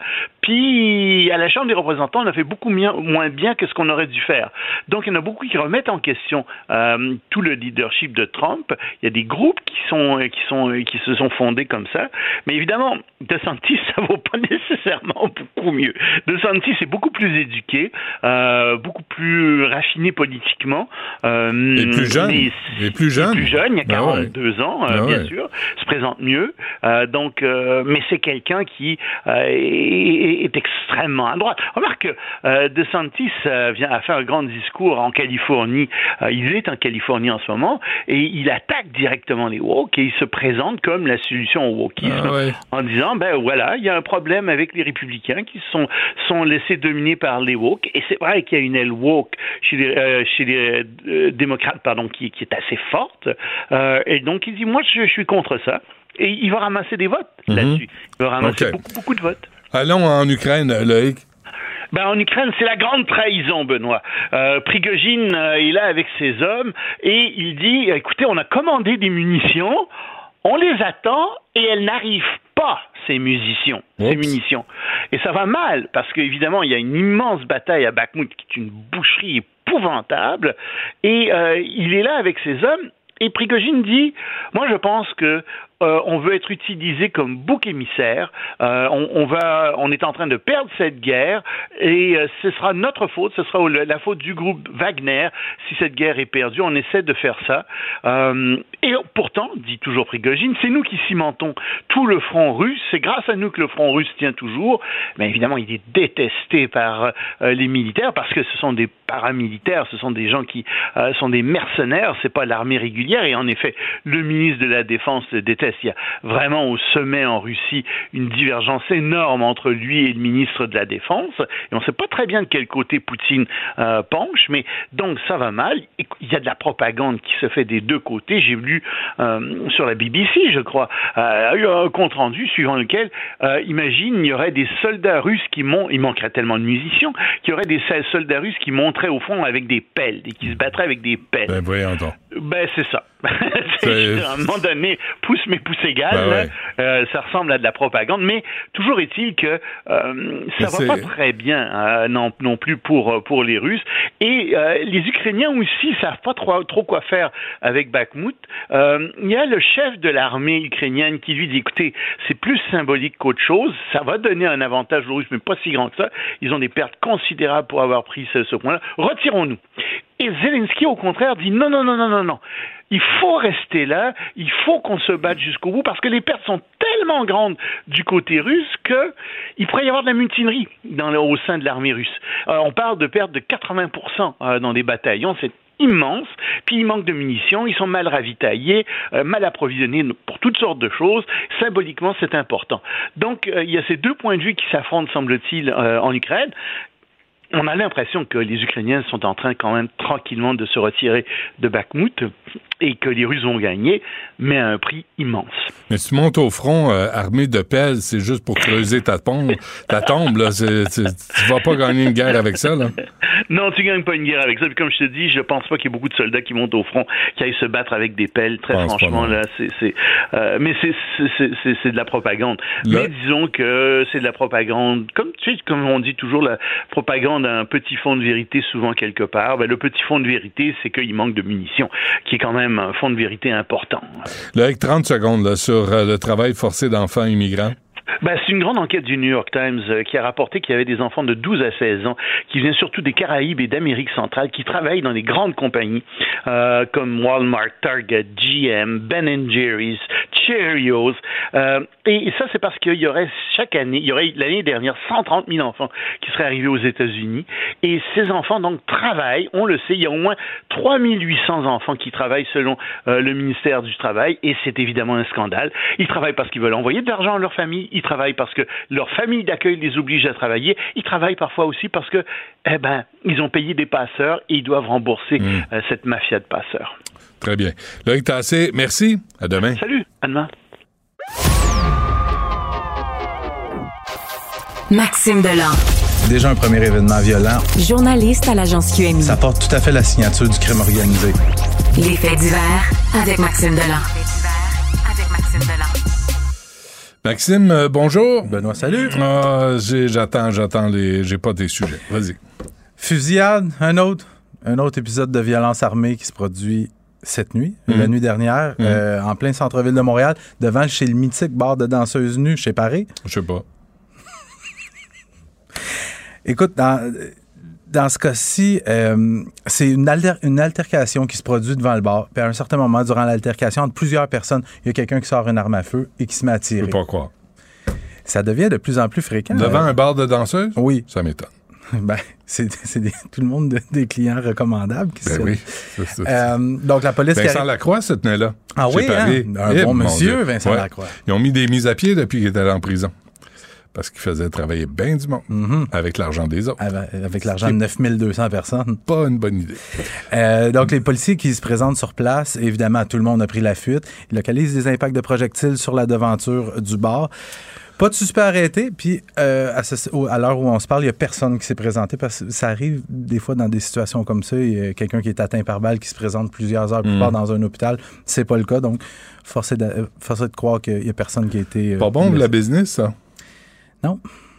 Puis, à la Chambre des représentants, on a fait beaucoup moins bien que ce qu'on aurait dû faire. Donc, il y en a beaucoup qui remettent en question euh, tout le leadership de Trump. Il y a des groupes qui sont... qui sont qui se sont fondés comme ça. Mais évidemment, DeSantis, ça vaut pas nécessairement beaucoup mieux. DeSantis est beaucoup plus éduqué, euh, beaucoup plus raffiné politiquement. Euh, et plus jeune. Et plus jeune. Plus jeune, il y a quarante-deux ah ouais. ans, euh, ah bien ouais. sûr. Se présente mieux. Euh, donc, euh, mais c'est quelqu'un qui euh, est, est extrêmement à droite. Remarque que euh, DeSantis euh, vient à faire un grand discours en Californie. Euh, il est en Californie en ce moment et il attaque directement les woke et il se présente comme la solution au wokisme ah ouais. en disant, ben voilà, il y a un problème avec les républicains qui sont, sont laissés dominer par les woke, et c'est vrai qu'il y a une aile woke chez les, euh, chez les euh, démocrates pardon, qui, qui est assez forte, euh, et donc il dit, moi je, je suis contre ça, et il va ramasser des votes mm-hmm. là-dessus. Il va ramasser okay. beaucoup, beaucoup de votes. Allons en Ukraine, Loïc. Ben, en Ukraine, c'est la grande trahison, Benoît. Euh, Prigojine euh, est là avec ses hommes, et il dit, écoutez, on a commandé des munitions, on les attend et elles n'arrivent pas, ces munitions, Oups. ces munitions. Et ça va mal, parce qu'évidemment, il y a une immense bataille à Bakhmout, qui est une boucherie épouvantable, et euh, il est là avec ses hommes, et Prigojine dit, moi je pense que Euh, on veut être utilisé comme bouc émissaire. Euh, on, on va, on est en train de perdre cette guerre et euh, ce sera notre faute, ce sera le, la faute du groupe Wagner si cette guerre est perdue. On essaie de faire ça. Euh, et pourtant, dit toujours Prigojine, c'est nous qui cimentons tout le front russe. C'est grâce à nous que le front russe tient toujours. Mais évidemment, il est détesté par euh, les militaires parce que ce sont des paramilitaires, ce sont des gens qui euh, sont des mercenaires. C'est pas l'armée régulière. Et en effet, le ministre de la Défense le déteste. Il y a vraiment au sommet en Russie une divergence énorme entre lui et le ministre de la Défense. Et on ne sait pas très bien de quel côté Poutine euh, penche, mais donc ça va mal. Il y a de la propagande qui se fait des deux côtés. J'ai lu euh, sur la B B C, je crois, euh, un compte-rendu suivant lequel, euh, imagine, il y aurait des soldats russes qui montent, il manquerait tellement de munitions, qu'il y aurait des soldats russes qui monteraient au front avec des pelles et qui se battraient avec des pelles. Ben voyons donc. Ben c'est ça. c'est, à un moment donné, pouce mais pouce égal, ben ouais. euh, ça ressemble à de la propagande, mais toujours est-il que euh, ça mais va c'est... pas très bien euh, non, non plus pour, pour les Russes. Et euh, les Ukrainiens aussi savent pas trop, trop quoi faire avec Bakhmout. Euh, il y a le chef de l'armée ukrainienne qui lui dit, écoutez, c'est plus symbolique qu'autre chose, ça va donner un avantage aux Russes, mais pas si grand que ça. Ils ont des pertes considérables pour avoir pris ce, ce point-là. Retirons-nous. Et Zelensky, au contraire, dit non, non, non, non, non, non. Il faut rester là, il faut qu'on se batte jusqu'au bout, parce que les pertes sont tellement grandes du côté russe qu'il pourrait y avoir de la mutinerie dans le, au sein de l'armée russe. Euh, on parle de pertes de quatre-vingts pour cent euh, dans des bataillons, c'est immense, puis il manque de munitions, ils sont mal ravitaillés, euh, mal approvisionnés pour toutes sortes de choses. Symboliquement, c'est important. Donc, euh, il y a ces deux points de vue qui s'affrontent, semble-t-il, euh, en Ukraine. On a l'impression que les Ukrainiens sont en train quand même tranquillement de se retirer de Bakhmout et que les Russes vont gagner, mais à un prix immense. Mais si tu montes au front euh, armé de pelles, c'est juste pour creuser ta tombe. Ta tombe, là, c'est, c'est, tu vas pas gagner une guerre avec ça, là. Non, tu gagnes pas une guerre avec ça. Puis comme je te dis, je pense pas qu'il y ait beaucoup de soldats qui montent au front, qui aillent se battre avec des pelles. Très franchement, là, c'est, c'est, euh, mais c'est, c'est, c'est, c'est de la propagande. Là, mais disons que c'est de la propagande, comme tu sais, comme on dit toujours, la propagande a un petit fond de vérité souvent quelque part. Ben, le petit fond de vérité, c'est qu'il manque de munitions, qui est quand même un fond de vérité important. Là, avec trente secondes là, sur euh, le travail forcé d'enfants immigrants. Ben, c'est une grande enquête du New York Times euh, qui a rapporté qu'il y avait des enfants de douze à seize ans qui viennent surtout des Caraïbes et d'Amérique centrale, qui travaillent dans des grandes compagnies euh, comme Walmart, Target, G M, Ben and Jerry's, Cheerios. Euh, et, et ça, c'est parce qu'il y aurait chaque année, il y aurait l'année dernière cent trente mille enfants qui seraient arrivés aux États-Unis. Et ces enfants, donc, travaillent. On le sait, il y a au moins trois mille huit cents enfants qui travaillent selon euh, le ministère du Travail. Et c'est évidemment un scandale. Ils travaillent parce qu'ils veulent envoyer de l'argent à leur famille. Ils travaillent parce que leur famille d'accueil les oblige à travailler. Ils travaillent parfois aussi parce que, eh ben, ils ont payé des passeurs et ils doivent rembourser mmh. euh, cette mafia de passeurs. Très bien. Loïc Tassé, merci. À demain. Salut. À demain. Maxime Delan. Déjà un premier événement violent. Journaliste à l'agence Q M I. Ça porte tout à fait la signature du crime organisé. Les faits divers avec Maxime Delan. Avec Maxime Delan. Maxime, euh, bonjour. Benoît, salut. Ah, j'ai, j'attends, j'attends les. J'ai pas des sujets. Vas-y. Fusillade, un autre. Un autre épisode de violence armée qui se produit cette nuit, mmh. la nuit dernière, mmh. euh, en plein centre-ville de Montréal, devant chez le mythique bar de danseuses nues chez Paris. Je sais pas. Écoute, dans, dans ce cas-ci, euh, c'est une, alter, une altercation qui se produit devant le bar. Puis à un certain moment, durant l'altercation, entre plusieurs personnes, il y a quelqu'un qui sort une arme à feu et qui se met à tirer. Je peux pas croire. Ça devient de plus en plus fréquent. Devant euh, un bar de danseuses? Oui. Ça m'étonne. Ben, c'est, c'est des, tout le monde de, des clients recommandables qui ben se... oui. C'est, c'est, euh, donc la police... Vincent qui... Lacroix, ce tenait-là. Ah oui, hein? Un Et bon mon monsieur, Dieu. Vincent ouais. Lacroix. Ils ont mis des mises à pied depuis qu'il était allé en prison. Parce qu'il faisait travailler bien du monde. Mm-hmm. Avec l'argent des autres. Avec, avec l'argent de neuf mille deux cents personnes. Pas une bonne idée. Euh, donc, les policiers qui se présentent sur place, évidemment, tout le monde a pris la fuite. Ils localisent des impacts de projectiles sur la devanture du bar. Pas de suspect arrêté, puis euh, à, ce, à l'heure où on se parle, il n'y a personne qui s'est présenté, parce que ça arrive des fois dans des situations comme ça, il y a quelqu'un qui est atteint par balle qui se présente plusieurs heures plus tard mmh. dans un hôpital. C'est pas le cas, donc force est de, force est de croire qu'il n'y a personne qui a été... Euh, pas bon pour la business, ça? Non.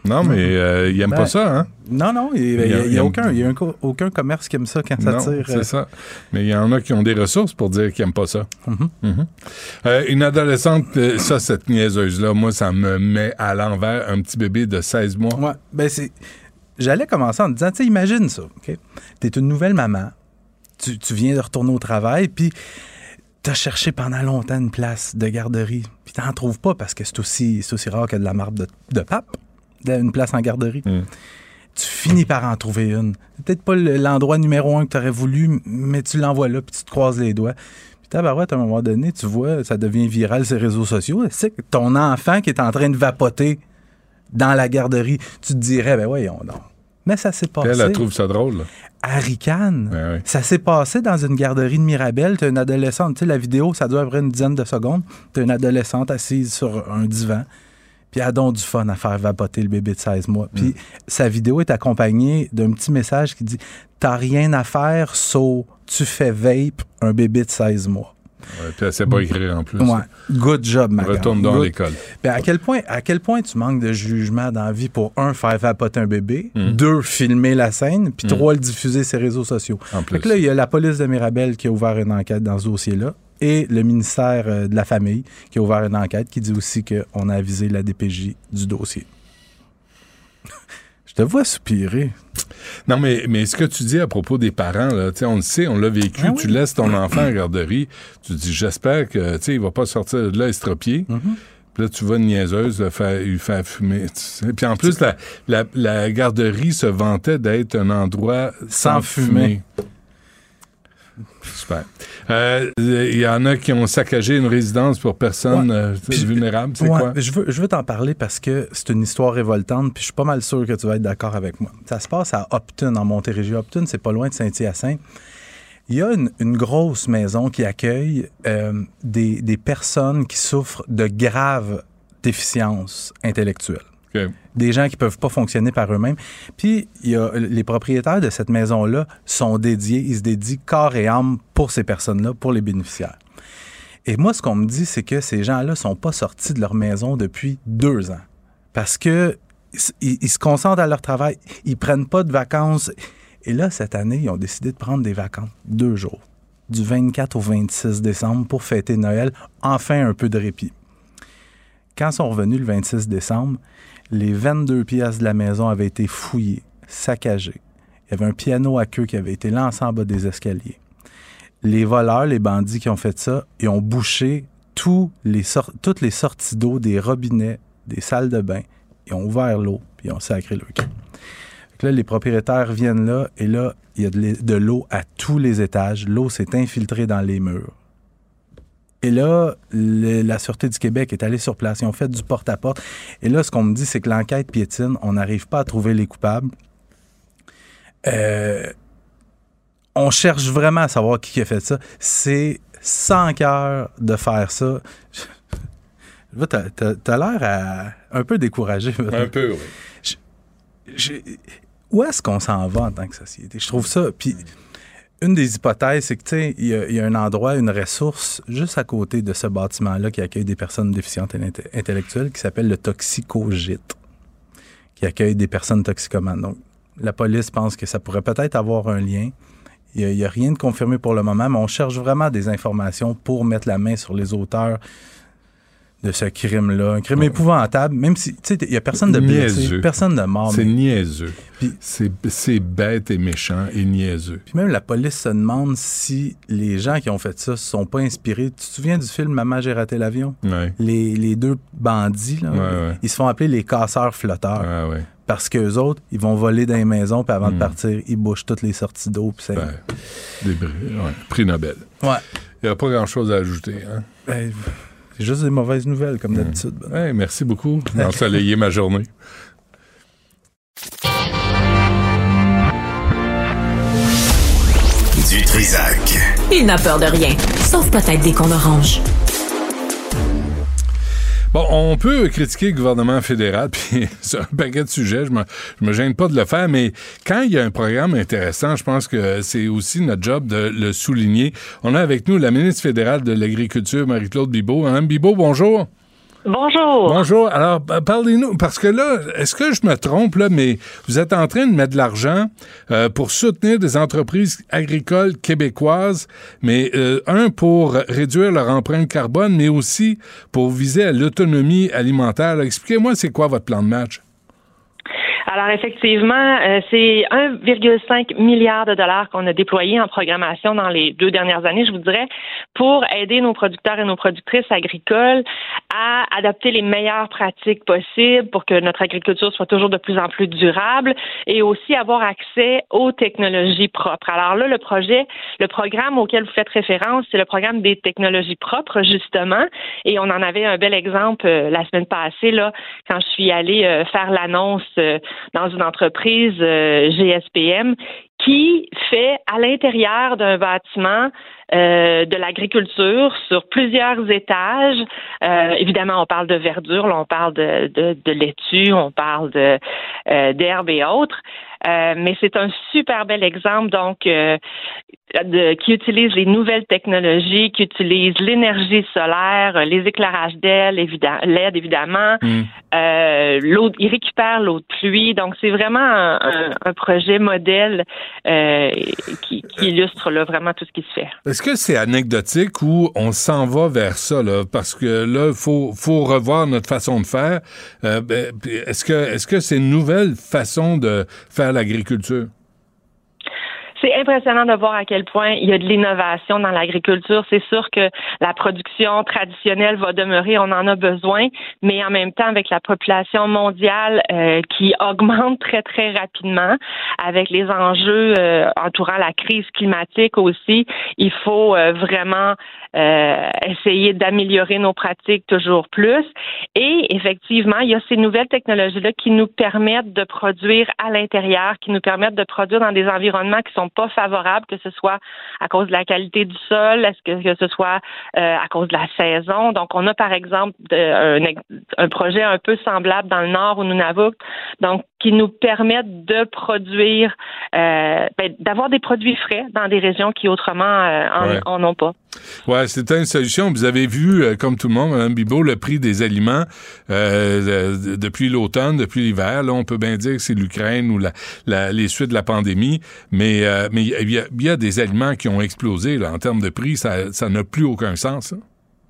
Non, mais euh, ils n'aiment Ben, pas ça, hein? Non, non, il n'y a, Il y a- a, aucun, il y a un co- aucun commerce qui aime ça quand ça Non, tire. c'est ça. Mais il y en a qui ont des ressources pour dire qu'ils n'aiment pas ça. Mhm. Mhm. Euh, une adolescente, euh, ça, cette niaiseuse-là, moi, ça me met à l'envers un petit bébé de seize mois. Ouais, ben c'est... J'allais commencer en te disant, tu sais, imagine ça, OK? T'es une nouvelle maman, tu, tu viens de retourner au travail, puis t'as cherché pendant longtemps une place de garderie, puis t'en trouves pas parce que c'est aussi, c'est aussi rare que de la marbre de, de pape, une place en garderie. Mm. Tu finis par en trouver une. C'est peut-être pas le- l'endroit numéro un que t'aurais voulu, mais tu l'envoies là, puis tu te croises les doigts. Puis tabarouette, à un moment donné, tu vois, ça devient viral sur les réseaux sociaux. C'est que ton enfant qui est en train de vapoter dans la garderie, tu te dirais, ben voyons donc. Mais ça s'est passé. Elle, elle trouve ça drôle, là. À Ricane. Ouais, ouais. Ça s'est passé dans une garderie de Mirabel. T'as une adolescente, tu sais, la vidéo, ça dure à peu près une dizaine de secondes. T'as une adolescente assise sur un divan, puis elle a donc du fun à faire vapoter le bébé de seize mois. Puis Mm. sa vidéo est accompagnée d'un petit message qui dit « T'as rien à faire, sauf tu fais vape un bébé de seize mois. » Ouais, puis elle sait pas écrire en plus. Ouais. Good job, ma Retourne grande. dans Good. l'école. Ben, à quel point, à quel point tu manques de jugement dans la vie pour, un, faire vapoter un bébé, Mm. deux, filmer la scène, puis Mm. trois, le diffuser sur les réseaux sociaux. En plus. Fait que là, il y a la police de Mirabel qui a ouvert une enquête dans ce dossier-là et le ministère euh, de la Famille qui a ouvert une enquête qui dit aussi qu'on a avisé la D P J du dossier. Je te vois soupirer. Non, mais, mais ce que tu dis à propos des parents, là, tu sais, on le sait, on l'a vécu, Ah tu oui. laisses ton enfant en garderie, tu dis, j'espère que, tu sais, il va pas sortir de là estropié. Mm-hmm. Puis là, tu vois une niaiseuse le faire, lui faire fumer. Tu sais. Puis en plus, la, la, la garderie se vantait d'être un endroit sans, Sans fumée. Super. Euh, Il y en a qui ont saccagé une résidence pour personnes Ouais. euh, Puis- vulnérables, c'est Ouais, quoi? Je veux, je veux t'en parler parce que c'est une histoire révoltante, puis je suis pas mal sûr que tu vas être d'accord avec moi. Ça se passe à Upton, en Montérégie. Upton, c'est pas loin de Saint-Hyacinthe. Il y a une, une grosse maison qui accueille euh, des, des personnes qui souffrent de graves déficiences intellectuelles. Okay. Des gens qui peuvent pas fonctionner par eux-mêmes. Puis, il y a, les propriétaires de cette maison-là sont dédiés, ils se dédient corps et âme pour ces personnes-là, pour les bénéficiaires. Et moi, ce qu'on me dit, c'est que ces gens-là sont pas sortis de leur maison depuis deux ans. Parce que ils, ils se concentrent à leur travail, ils prennent pas de vacances. Et là, cette année, ils ont décidé de prendre des vacances, deux jours, du vingt-quatre au vingt-six décembre pour fêter Noël, enfin un peu de répit. Quand ils sont revenus le vingt-six décembre, les vingt-deux pièces de la maison avaient été fouillées, saccagées. Il y avait un piano à queue qui avait été lancé en bas des escaliers. Les voleurs, les bandits qui ont fait ça, ils ont bouché tous les sor- toutes les sorties d'eau des robinets, des salles de bain. Ils ont ouvert l'eau, puis ils ont sacré le camp. Fait que là, les propriétaires viennent là, et là, il y a de, l'e- de l'eau à tous les étages. L'eau s'est infiltrée dans les murs. Et là, le- la Sûreté du Québec est allée sur place. Ils ont fait du porte-à-porte. Et là, ce qu'on me dit, c'est que l'enquête piétine. On n'arrive pas à trouver les coupables. Euh, on cherche vraiment à savoir qui a fait ça. C'est sans cœur de faire ça. Je- je- T'as, t'as, t'as l'air à, un peu découragé. Un peu, oui. Je- je- où est-ce qu'on s'en va en tant que société? Je trouve ça... Puis, une des hypothèses, c'est que, tu sais, il y, a- il y a un endroit, une ressource, juste à côté de ce bâtiment-là qui accueille des personnes déficientes inte- intellectuelles, qui s'appelle le Toxicogite, qui accueille des personnes toxicomanes. Donc, la police pense que ça pourrait peut-être avoir un lien. Il n'y a, a rien de confirmé pour le moment, mais on cherche vraiment des informations pour mettre la main sur les auteurs de ce crime-là. Un crime épouvantable, même si, tu sais, il n'y a personne de blessé, Niaiseux. personne de mort. C'est mais- niaiseux. Puis- C'est, c'est bête et méchant et niaiseux. Puis même la police se demande si les gens qui ont fait ça ne se sont pas inspirés. Tu te souviens du film « Maman, j'ai raté l'avion Ouais. » les, les deux bandits, là, Ouais, ouais. ils se font appeler les casseurs flotteurs. Ah, ouais. Parce qu'eux autres, ils vont voler dans les maisons, puis avant Mm. de partir, ils bouchent toutes les sorties d'eau. Puis c'est... Ben, des bri- ouais. Prix Nobel. Ouais. Il n'y a pas grand-chose à ajouter. Hein? Ben, c'est juste des mauvaises nouvelles, comme d'habitude. Ben. Hey, merci beaucoup d'ensoleiller ma journée. Du Trisac. Il n'a peur de rien, sauf peut-être des cons oranges. Bon, on peut critiquer le gouvernement fédéral, puis c'est un paquet de sujets, je me, je me gêne pas de le faire, mais quand il y a un programme intéressant, je pense que c'est aussi notre job de le souligner. On a avec nous la ministre fédérale de l'Agriculture, Marie-Claude Bibeau. Madame Bibeau, bonjour. Bonjour. Bonjour. Alors, parlez-nous, parce que là, est-ce que je me trompe, là, mais vous êtes en train de mettre de l'argent euh, pour soutenir des entreprises agricoles québécoises, mais euh, un, pour réduire leur empreinte carbone, mais aussi pour viser à l'autonomie alimentaire. Là, expliquez-moi, c'est quoi votre plan de match? Alors effectivement, euh, c'est un virgule cinq milliard de dollars qu'on a déployé en programmation dans les deux dernières années, je vous dirais, pour aider nos producteurs et nos productrices agricoles à adopter les meilleures pratiques possibles pour que notre agriculture soit toujours de plus en plus durable et aussi avoir accès aux technologies propres. Alors là, le projet, le programme auquel vous faites référence, c'est le programme des technologies propres, justement, et on en avait un bel exemple euh, la semaine passée, là, quand je suis allée euh, faire l'annonce euh, dans une entreprise euh, G S P M qui fait à l'intérieur d'un bâtiment euh, de l'agriculture sur plusieurs étages. Euh, évidemment, on parle de verdure, là, on parle de, de, de laitue, on parle de euh, d'herbes et autres. Euh, mais c'est un super bel exemple, donc, euh, de, qui utilise les nouvelles technologies, qui utilise l'énergie solaire, les éclairages d'aile, évidemment, L E D, évidemment. Mm. Euh, l'eau, il récupère l'eau de pluie. Donc, c'est vraiment un, un, un projet modèle euh, qui, qui illustre là, vraiment tout ce qui se fait. Est-ce que c'est anecdotique ou on s'en va vers ça, là? Parce que là, il faut, faut revoir notre façon de faire. Euh, ben, est-ce que, est-ce que c'est une nouvelle façon de faire l'agriculture? C'est impressionnant de voir à quel point il y a de l'innovation dans l'agriculture. C'est sûr que la production traditionnelle va demeurer, on en a besoin, mais en même temps, avec la population mondiale euh, qui augmente très, très rapidement, avec les enjeux euh, entourant la crise climatique aussi, il faut euh, vraiment euh, essayer d'améliorer nos pratiques toujours plus. Et effectivement, il y a ces nouvelles technologies-là qui nous permettent de produire à l'intérieur, qui nous permettent de produire dans des environnements qui sont pas favorables, que ce soit à cause de la qualité du sol, est-ce que, que ce soit euh, à cause de la saison. Donc, on a par exemple de, un, un projet un peu semblable dans le nord au Nunavut, donc qui nous permettent de produire, euh, ben, d'avoir des produits frais dans des régions qui autrement euh, en, ouais. en ont pas. Ouais, c'était une solution. Vous avez vu, euh, comme tout le monde, Mme Bibeau, le prix des aliments euh, de, depuis l'automne, depuis l'hiver. Là, on peut bien dire que c'est l'Ukraine ou la, la, les suites de la pandémie, mais euh, mais il y, y a des aliments qui ont explosé là, en termes de prix. Ça, ça n'a plus aucun sens. Hein?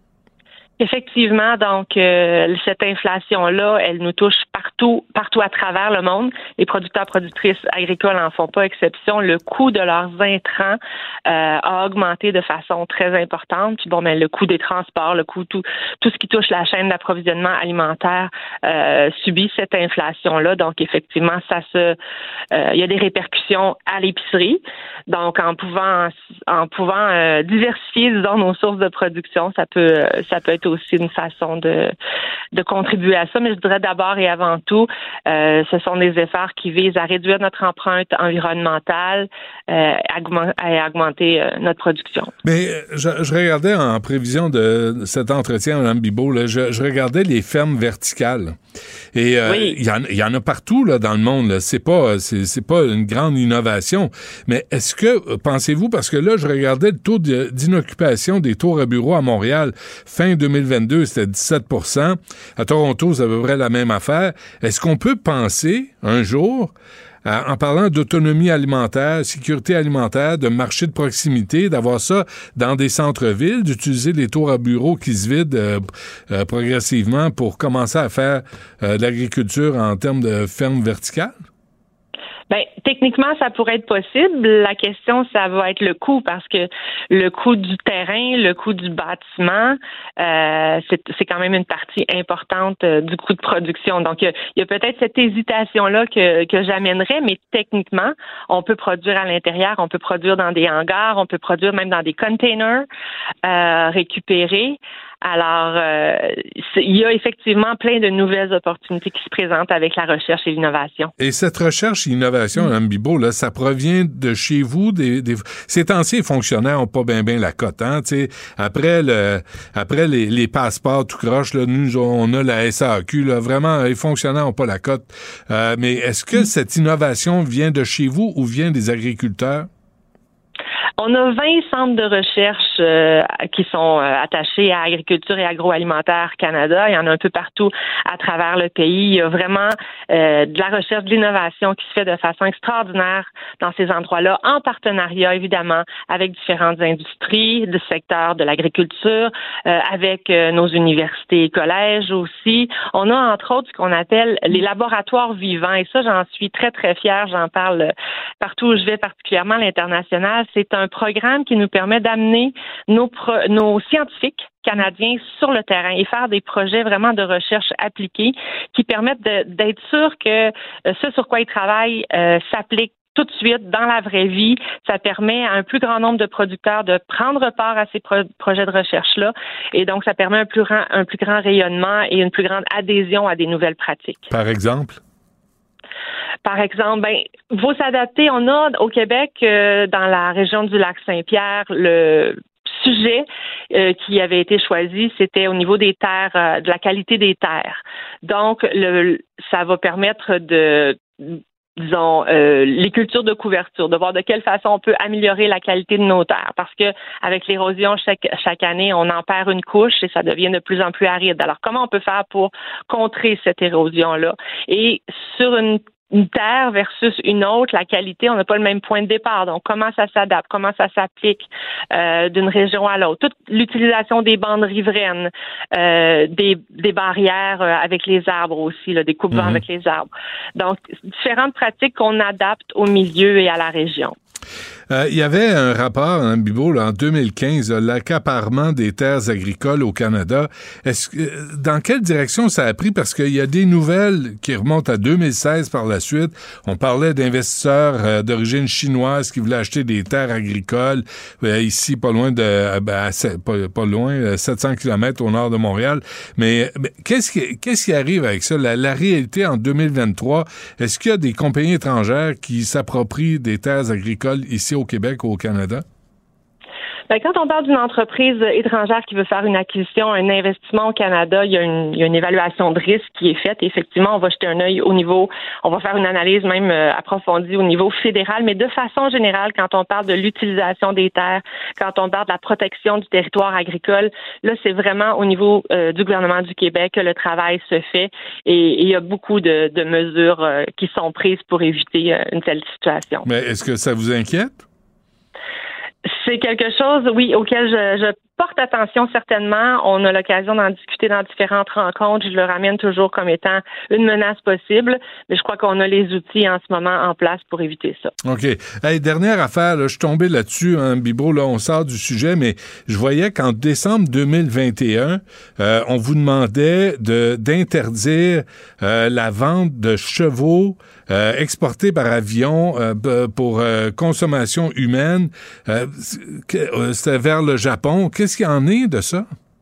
Effectivement, donc euh, cette inflation-là, elle nous touche partout, partout à travers le monde. Les producteurs, productrices agricoles en font pas exception. Le coût de leurs intrants euh, a augmenté de façon très importante. Puis bon, ben le coût des transports, le coût tout tout ce qui touche la chaîne d'approvisionnement alimentaire euh, subit cette inflation-là. Donc effectivement, ça se, euh, il y a des répercussions à l'épicerie. Donc en pouvant en pouvant euh, diversifier, disons, nos sources de production, ça peut ça peut être aussi une façon de, de contribuer à ça. Mais je dirais d'abord et avant tout, euh, ce sont des efforts qui visent à réduire notre empreinte environnementale euh, et à augmenter euh, notre production. Mais je, je regardais en prévision de cet entretien, Mme Bibeau, là, je, je regardais les fermes verticales. Et euh, oui. il, y en, il y en a partout là, dans le monde. Là. C'est pas, c'est, c'est pas une grande innovation. Mais est-ce que, pensez-vous, parce que là, je regardais le taux de, d'inoccupation des tours à bureaux à Montréal, fin deux mille vingt-deux, c'était dix-sept pour cent. À Toronto, c'est à peu près la même affaire. Est-ce qu'on peut penser, un jour, à, en parlant d'autonomie alimentaire, sécurité alimentaire, de marché de proximité, d'avoir ça dans des centres-villes, d'utiliser les tours à bureaux qui se vident euh, euh, progressivement pour commencer à faire euh, de l'agriculture en termes de ferme verticale? Ben, techniquement, ça pourrait être possible. La question, ça va être le coût, parce que le coût du terrain, le coût du bâtiment, euh, c'est, c'est quand même une partie importante euh, du coût de production. Donc, il y, y a peut-être cette hésitation-là que, que j'amènerais, mais techniquement, on peut produire à l'intérieur, on peut produire dans des hangars, on peut produire même dans des containers euh, récupérés. Alors, euh, il y a effectivement plein de nouvelles opportunités qui se présentent avec la recherche et l'innovation. Et cette recherche et l'innovation, Mme mmh. Bibeau, là, ça provient de chez vous? Des, des... Ces temps-ci, les fonctionnaires n'ont pas bien bien la cote. Hein? Après, le, après les, les passeports tout croche, là, nous, on a la S A Q. Là, vraiment, les fonctionnaires n'ont pas la cote. Euh, mais est-ce que mmh. cette innovation vient de chez vous ou vient des agriculteurs? On a vingt centres de recherche euh, qui sont euh, attachés à Agriculture et Agroalimentaire Canada. Il y en a un peu partout à travers le pays. Il y a vraiment euh, de la recherche, de l'innovation qui se fait de façon extraordinaire dans ces endroits-là, en partenariat évidemment avec différentes industries du secteur de l'agriculture, euh, avec euh, nos universités et collèges aussi. On a entre autres ce qu'on appelle les laboratoires vivants et ça, j'en suis très très fière. J'en parle partout où je vais, particulièrement à l'international. C'est un programme qui nous permet d'amener nos, pro- nos scientifiques canadiens sur le terrain et faire des projets vraiment de recherche appliquée qui permettent de, d'être sûr que euh, ce sur quoi ils travaillent euh, s'applique tout de suite dans la vraie vie. Ça permet à un plus grand nombre de producteurs de prendre part à ces pro- projets de recherche-là et donc ça permet un plus grand, un plus grand rayonnement et une plus grande adhésion à des nouvelles pratiques. Par exemple? Par exemple, ben, faut s'adapter. On a au Québec, euh, dans la région du Lac-Saint-Pierre, le sujet euh, qui avait été choisi, c'était au niveau des terres, euh, de la qualité des terres. Donc, le, ça va permettre de disons, euh, les cultures de couverture, de voir de quelle façon on peut améliorer la qualité de nos terres. Parce que avec l'érosion, chaque, chaque année, on en perd une couche et ça devient de plus en plus aride. Alors, comment on peut faire pour contrer cette érosion-là? Et sur une une terre versus une autre, la qualité, on n'a pas le même point de départ. Donc, comment ça s'adapte, comment ça s'applique euh, d'une région à l'autre. Toute l'utilisation des bandes riveraines, euh, des, des barrières euh, avec les arbres aussi, là, des coupes-vents mm-hmm. avec les arbres. Donc, différentes pratiques qu'on adapte au milieu et à la région. Euh, il y avait un rapport, hein, Bibeau, là, en deux mille quinze, là, l'accaparement des terres agricoles au Canada. Est-ce que, dans quelle direction ça a pris? Parce qu'il y a des nouvelles qui remontent à deux mille seize par la suite. On parlait d'investisseurs euh, d'origine chinoise qui voulaient acheter des terres agricoles euh, ici, pas loin de, ben, à, pas, pas loin, sept cents kilomètres au nord de Montréal. Mais, mais qu'est-ce qui, qu'est-ce qui arrive avec ça? La, la réalité en deux mille vingt-trois, est-ce qu'il y a des compagnies étrangères qui s'approprient des terres agricoles ici au Québec ou au Canada? Bien, quand on parle d'une entreprise étrangère qui veut faire une acquisition, un investissement au Canada, il y a une, il y a une évaluation de risque qui est faite. Et effectivement, on va jeter un œil au niveau, on va faire une analyse même euh, approfondie au niveau fédéral, mais de façon générale, quand on parle de l'utilisation des terres, quand on parle de la protection du territoire agricole, là, c'est vraiment au niveau euh, du gouvernement du Québec que le travail se fait et, et il y a beaucoup de, de mesures euh, qui sont prises pour éviter euh, une telle situation. Mais est-ce que ça vous inquiète? C'est quelque chose, oui, auquel je, je porte attention certainement. On a l'occasion d'en discuter dans différentes rencontres. Je le ramène toujours comme étant une menace possible, mais je crois qu'on a les outils en ce moment en place pour éviter ça. OK. Hey, dernière affaire, là, je suis tombé là-dessus, hein, Bibeau, là, on sort du sujet, mais je voyais qu'en décembre deux mille vingt et un, euh, on vous demandait de, d'interdire euh, la vente de chevaux euh, exportés par avion euh, pour euh, consommation humaine. Euh, c'était vers le Japon. Qu'est-ce qu'il y en est de ça?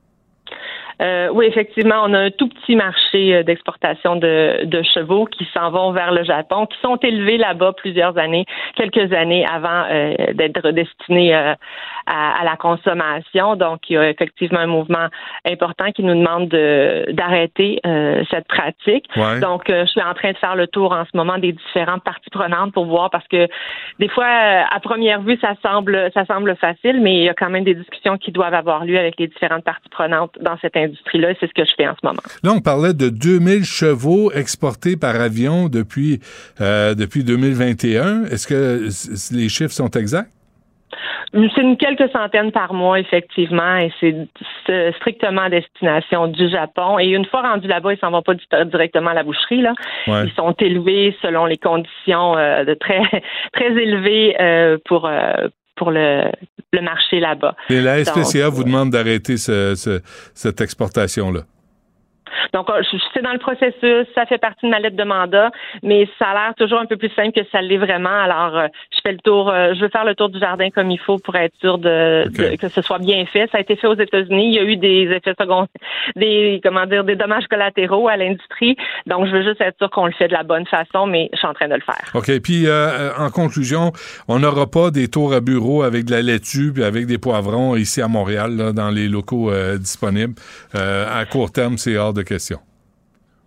Euh, oui, effectivement, on a un tout petit marché d'exportation de, de chevaux qui s'en vont vers le Japon, qui sont élevés là-bas plusieurs années, quelques années avant euh, d'être destinés euh, à, à la consommation. Donc, il y a effectivement un mouvement important qui nous demande de, d'arrêter euh, cette pratique. Ouais. Donc, euh, je suis en train de faire le tour en ce moment des différentes parties prenantes pour voir, parce que des fois, à première vue, ça semble, ça semble facile, mais il y a quand même des discussions qui doivent avoir lieu avec les différentes parties prenantes dans cette industrie-là, et c'est ce que je fais en ce moment. Là, on parlait de deux mille chevaux exportés par avion depuis, euh, depuis deux mille vingt et un. Est-ce que les chiffres sont exacts? C'est une quelques centaines par mois, effectivement, et c'est, c'est strictement à destination du Japon. Et une fois rendus là-bas, ils s'en vont pas directement à la boucherie, là. Ouais. Ils sont élevés selon les conditions euh, de très très élevées euh, pour euh, pour le, le marché là-bas. Et la S P C A Donc, vous demande d'arrêter ce, ce, cette exportation-là? Donc, c'est dans le processus, ça fait partie de ma lettre de mandat, mais ça a l'air toujours un peu plus simple que ça l'est vraiment. Alors, euh, je fais le tour, euh, je veux faire le tour du jardin comme il faut pour être sûr de, okay. de que ce soit bien fait. Ça a été fait aux États-Unis. Il y a eu des effets secondaires, des, comment dire, des dommages collatéraux à l'industrie. Donc, je veux juste être sûr qu'on le fait de la bonne façon, mais je suis en train de le faire. OK. Puis, euh, en conclusion, on n'aura pas des tours à bureau avec de la laitue puis avec des poivrons ici à Montréal, là, dans les locaux euh, disponibles. Euh, à court terme, c'est hors de question.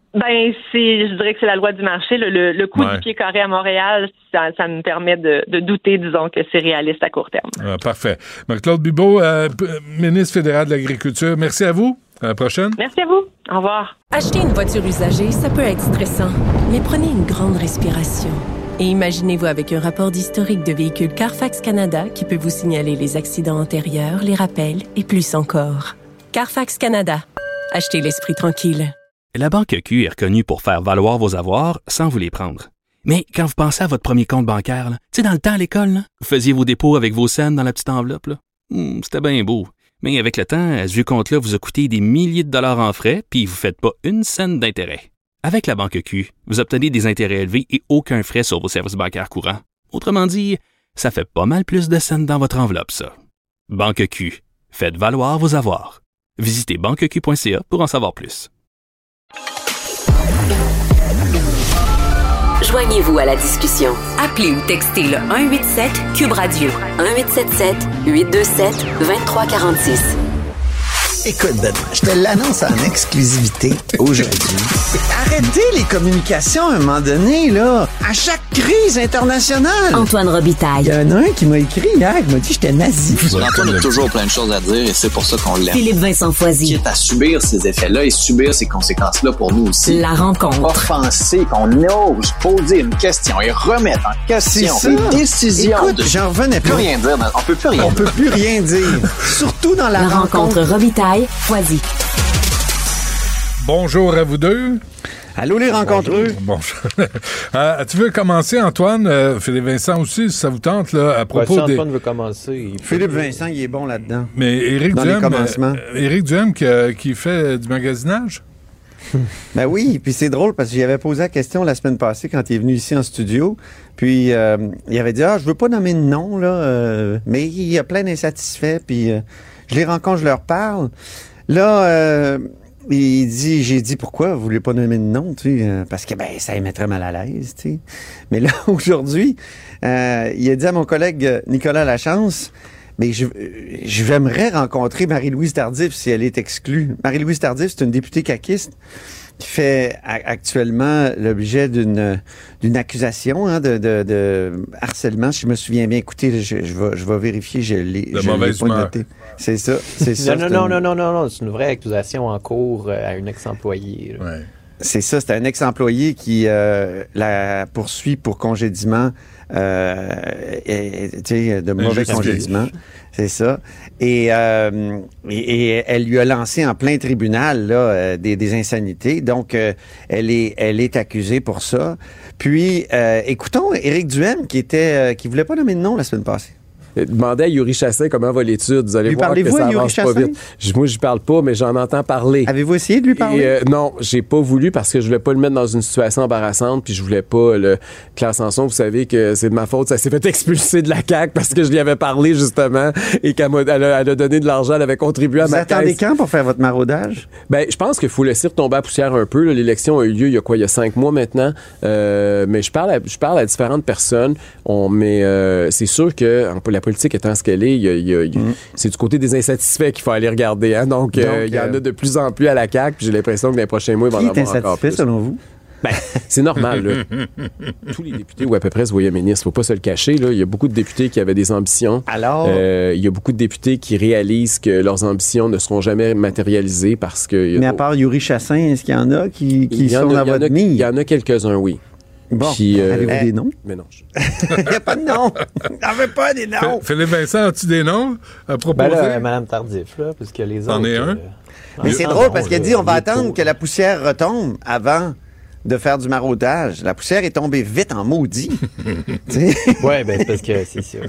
Ben, c'est, je dirais que c'est la loi du marché. Le, le, le coût Ouais. du pied carré à Montréal, ça, ça me permet de, de douter, disons, que c'est réaliste à court terme. Ah, parfait. Marie-Claude Bibeau, euh, p- ministre fédéral de l'Agriculture, merci à vous. À la prochaine. Merci à vous. Au revoir. Acheter une voiture usagée, ça peut être stressant, mais prenez une grande respiration. Et imaginez-vous avec un rapport d'historique de véhicule Carfax Canada qui peut vous signaler les accidents antérieurs, les rappels et plus encore. Carfax Canada. Achetez l'esprit tranquille. La Banque Q est reconnue pour faire valoir vos avoirs sans vous les prendre. Mais quand vous pensez à votre premier compte bancaire, tu sais, dans le temps à l'école, là, vous faisiez vos dépôts avec vos scènes dans la petite enveloppe. Là. Hum, c'était bien beau. Mais avec le temps, ce vieux compte-là vous a coûté des milliers de dollars en frais, puis vous ne faites pas une scène d'intérêt. Avec la Banque Q, vous obtenez des intérêts élevés et aucun frais sur vos services bancaires courants. Autrement dit, ça fait pas mal plus de scènes dans votre enveloppe, ça. Banque Q. Faites valoir vos avoirs. Visitez banque q point c a pour en savoir plus. Joignez-vous à la discussion. Appelez ou textez le un huit sept Cube Radio un huit sept sept huit deux sept deux trois quatre six. Écoute, Benoît, je te l'annonce en exclusivité aujourd'hui. Arrêtez les communications à un moment donné, là. À chaque crise internationale. Antoine Robitaille. Il y en a un qui m'a écrit hier, qui m'a dit que j'étais nazi. Antoine a toujours plein de choses à dire et c'est pour ça qu'on l'aime. Philippe Vincent Foisy. Quitte à subir ces effets-là et subir ces conséquences-là pour nous aussi. La rencontre. Offenser, qu'on ose poser une question et remettre en question des décisions. Écoute, de... j'en revenais plus pas. rien dire. On peut plus rien On dire. peut plus rien dire. Surtout dans la, La rencontre. rencontre Robitaille. Foisy. Bonjour à vous deux. Allô les rencontreux. Bonjour. euh, tu veux commencer, Antoine? Euh, Philippe Vincent aussi, si ça vous tente, là, à propos ouais, si des... Antoine veut commencer... Il Philippe Vincent, il est bon là-dedans. Mais Éric Dans Duhem, les commencements. euh, Éric Duhem qui, euh, qui fait du magasinage? Ben oui, puis c'est drôle parce que j'y avais posé la question la semaine passée quand il est venu ici en studio. Puis euh, il avait dit « Ah, je veux pas nommer de nom, là, euh, mais il y a plein d'insatisfaits, puis euh, je les rencontre, je leur parle. » Là, euh, il dit, j'ai dit pourquoi vous voulez pas nommer de nom, tu sais, euh, parce que ben ça les mettrait mal à l'aise, tu sais. Mais là aujourd'hui, euh, il a dit à mon collègue Nicolas Lachance, mais je j'aimerais rencontrer Marie-Louise Tardif si elle est exclue. Marie-Louise Tardif, c'est une députée caquiste qui fait a- actuellement l'objet d'une d'une accusation hein, de, de, de harcèlement. Si je me souviens bien, écoutez, je, je vais je vais vérifier, je l'ai De je l'ai mauvaise pas humeur. noté. C'est ça, c'est ça. Non, c'est non, une- non, non, non, non, c'est une vraie accusation en cours euh, à un ex-employé. là. Ouais. C'est ça, c'est un ex-employé qui euh, la poursuit pour congédiement, euh, et, tu sais, de mauvais Injustifié. congédiement. C'est ça. Et, euh, et, et elle lui a lancé en plein tribunal là, euh, des, des insanités. Donc, euh, elle est elle est accusée pour ça. Puis, euh, écoutons Éric Duhem qui était euh, qui voulait pas nommer de nom la semaine passée. Demandez à Yuri Chassin comment va l'étude. Vous allez Lui voir que parlez-vous ça à Yuri avance pas Chassin? vite. Je- moi, je parle pas, mais j'en entends parler. Avez-vous essayé de lui parler? Et, euh, non, j'ai pas voulu parce que je voulais pas le mettre dans une situation embarrassante, puis je voulais pas le Claire Sanson, vous savez que c'est de ma faute, ça s'est fait expulser de la C A Q parce que je lui avais parlé justement et qu'elle m'a, elle a, elle a donné de l'argent, elle avait contribué à Vous ma attendez thèse. quand pour faire votre maraudage? Ben, je pense qu'il faut laisser retomber à poussière un peu. là. L'élection a eu lieu il y a quoi, il y a cinq mois maintenant. Euh, mais je parle, à, je parle à différentes personnes. On, mais euh, c'est sûr que en- la politique étant ce qu'elle est, il y a- il y a- il y a- c'est du côté des insatisfaits qu'il faut aller regarder. Hein? Donc, euh, Donc, il y en euh, a de plus en plus à la C A Q. Puis j'ai l'impression que dans les prochains mois, il va Qui en est avoir encore insatisfait plus. selon vous? Ben, c'est normal. Là. Tous les députés ou à peu près se voyaient ministres. Faut pas se le cacher. Là. Il y a beaucoup de députés qui avaient des ambitions. Alors, Euh, il y a beaucoup de députés qui réalisent que leurs ambitions ne seront jamais matérialisées parce que. mais à part Yuri Chassin, est-ce qu'il y en a qui, qui il y en sont a, à il y en votre a- mire? il y en a quelques-uns, oui. Bon, Qui, euh, avez-vous euh, des noms? Mais non. je- Il n'y a pas de nom. N'en veux pas des noms. Philippe Vincent, as-tu des noms à proposer? Ben là, euh, Mme Tardif, là, parce que les autres... T'en es un? euh, Mais en- c'est en- drôle non, parce qu'elle là, dit on va les attendre taux, que la poussière retombe avant de faire du maraudage. La poussière est tombée vite en maudit. Tu sais, Ouais, ben c'est parce que c'est ça.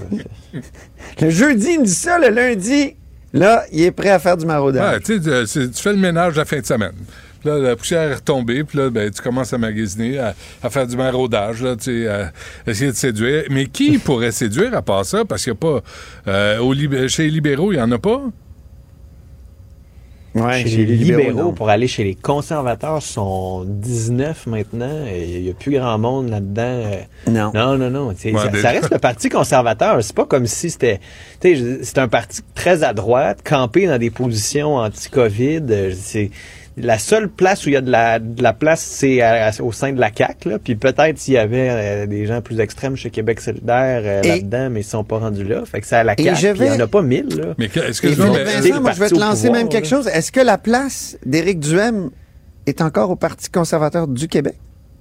le jeudi, il me dit ça. Le lundi, là, il est prêt à faire du maraudage. Ouais, tu sais, tu- c'est- tu fais le ménage la fin de semaine. Puis là, la poussière est retombée, puis là, ben, tu commences à magasiner, à, à faire du maraudage, là, tu sais, à essayer de séduire. Mais qui pourrait séduire à part ça? Parce qu'il n'y a pas... euh, au lib- chez les libéraux, il n'y en a pas? Ouais, Chez les libéraux, pour aller chez les conservateurs, sont dix-neuf maintenant. et Il n'y a plus grand monde là-dedans. euh, Non. Non, non, non. tu sais, Ouais, ça, déjà. ça reste le Parti conservateur. C'est pas comme si c'était... tu sais, je- c'est un parti très à droite, campé dans des positions anti-COVID. euh, C'est... la seule place où il y a de la, de la place, c'est à, à, au sein de la C A Q. Là. Puis peut-être s'il y avait euh, des gens plus extrêmes chez Québec solidaire euh, Et... là-dedans, mais ils sont pas rendus là. Fait que c'est à la C A Q, vais... puis il n'y en a pas mille. Là. Mais excuse-moi, mais... Vincent, moi, je vais te lancer pouvoir, même quelque là. chose. Est-ce que la place d'Éric Duhaime est encore au Parti conservateur du Québec?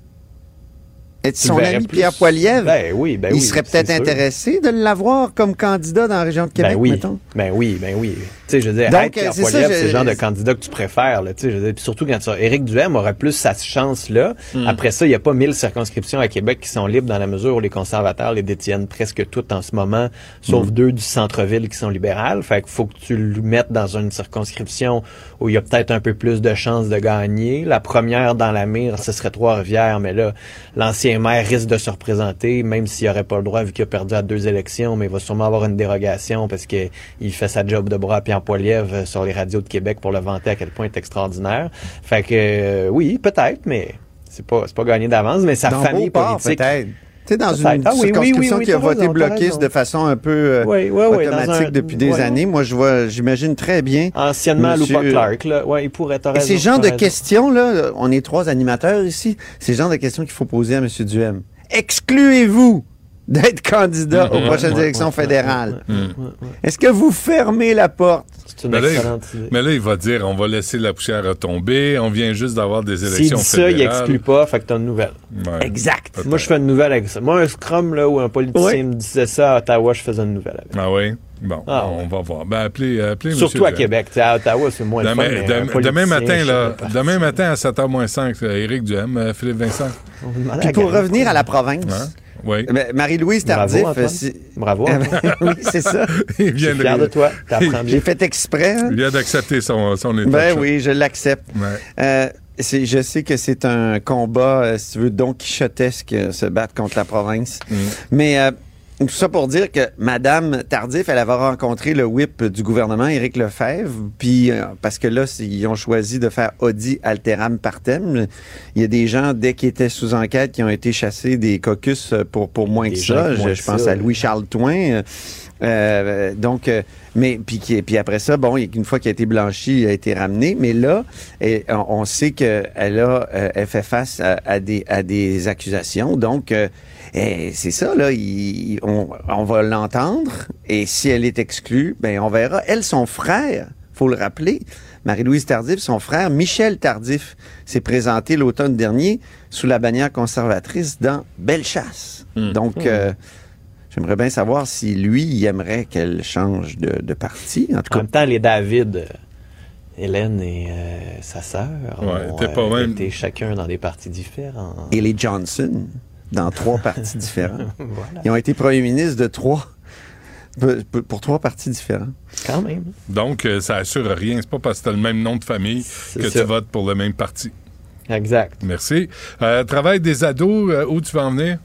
Et son ami plus... Pierre Poilievre, ben oui, ben il oui, serait peut-être intéressé de l'avoir comme candidat dans la région de Québec, ben oui, mettons? Ben oui, ben oui. Tu sais, je veux dire, Donc, Pierre c'est Poilievre, ça, c'est je... le genre de candidat que tu préfères, là, tu sais, je veux dire, puis surtout quand tu as Éric Duhaime aurait plus sa chance là. Mm. Après ça, il n'y a pas mille circonscriptions à Québec qui sont libres dans la mesure où les conservateurs les détiennent presque toutes en ce moment, sauf mm. deux du centre-ville qui sont libérales. Fait qu'il faut que tu le mettes dans une circonscription où il y a peut-être un peu plus de chances de gagner. La première dans la mire, ce serait Trois-Rivières, mais là, l'ancien maire risque de se représenter, même s'il n'aurait pas le droit vu qu'il a perdu à deux élections, mais il va sûrement avoir une dérogation parce que il fait sa job de bras à Pierre Poilievre sur les radios de Québec pour le vanter à quel point il est extraordinaire. Fait que euh, oui, peut-être, mais c'est pas c'est pas gagné d'avance, mais sa dans famille Beauport, politique. Peut-être. Tu sais, dans peut-être. une ah, oui, circonscription oui, oui, oui, qui a voté raison, bloquiste de façon un peu euh, oui, oui, oui, automatique un, depuis des oui. années, moi je vois, j'imagine très bien. Anciennement Lupa Clark, là, ouais, il pourrait être. Et ces genres de questions là, on est trois animateurs ici, c'est le genre de questions qu'il faut poser à M. Duhaime. Excluez-vous d'être candidat aux prochaines ouais, élections ouais, fédérales. Ouais, ouais, ouais, ouais. Est-ce que vous fermez la porte? C'est une mais, là, excellente il, idée. mais là, il va dire, on va laisser la poussière retomber, on vient juste d'avoir des élections S'il dit fédérales. ça, il exclut pas, fait que t'as une nouvelle. Ouais, exact. peut-être. Moi, je fais une nouvelle avec ça. Moi, un scrum, là, où un politicien ouais. me disait ça à Ottawa, je faisais une nouvelle avec. Ah oui? Bon, ah, on ouais. va voir. Ben, appelez, appelez Surtout à Québec. À Ottawa, c'est moins demain, le fun, demain, demain matin, là, demain matin à sept heures moins cinq, Éric Duhaime, euh, Philippe Vincent. Puis pour revenir à la province... Hein? Oui. Marie-Louise Tardif. Bravo, si... Bravo. oui, c'est ça. Il vient je suis fier de, de toi. J'ai fait exprès. Hein? Il vient d'accepter son, son état. Ben oui, je l'accepte. Ouais. Euh, je sais que c'est un combat, euh, si tu veux, don quichotesque, euh, se battre contre la province. Mm. Mais euh, tout ça pour dire que Madame Tardif, elle avait rencontré le whip du gouvernement, Éric Lefebvre, puis euh, parce que là, ils ont choisi de faire audi alteram partem. Il y a des gens, dès qu'ils étaient sous enquête, qui ont été chassés des caucus pour, pour moins des que ça. Je, je pense ça, à Louis-Charles Touin. Euh, donc, euh, mais puis, puis après ça, bon, une fois qu'il a été blanchi, il a été ramené. Mais là, et, on, on sait qu'elle a, euh, elle fait face à, à des à des accusations. Donc, euh, et c'est ça là, il, on, on va l'entendre. Et si elle est exclue, ben on verra. Elle, son frère, faut le rappeler, Marie-Louise Tardif, son frère Michel Tardif, s'est présenté l'automne dernier sous la bannière conservatrice dans Bellechasse. Mmh. Donc mmh. Euh, J'aimerais bien savoir si lui, il aimerait qu'elle change de, de parti. En tout cas. En même temps, les David, euh, Hélène et euh, sa sœur ouais, ont pas euh, même... été chacun dans des partis différents. Et les Johnson, dans trois partis différents. Voilà. Ils ont été premiers ministres de trois, pour, pour trois partis différents. Quand même. Donc, euh, ça assure rien. C'est pas parce que tu as le même nom de famille C'est que ça. Tu votes pour le même parti. Exact. Merci. Euh, travail des ados, euh, où tu vas en venir?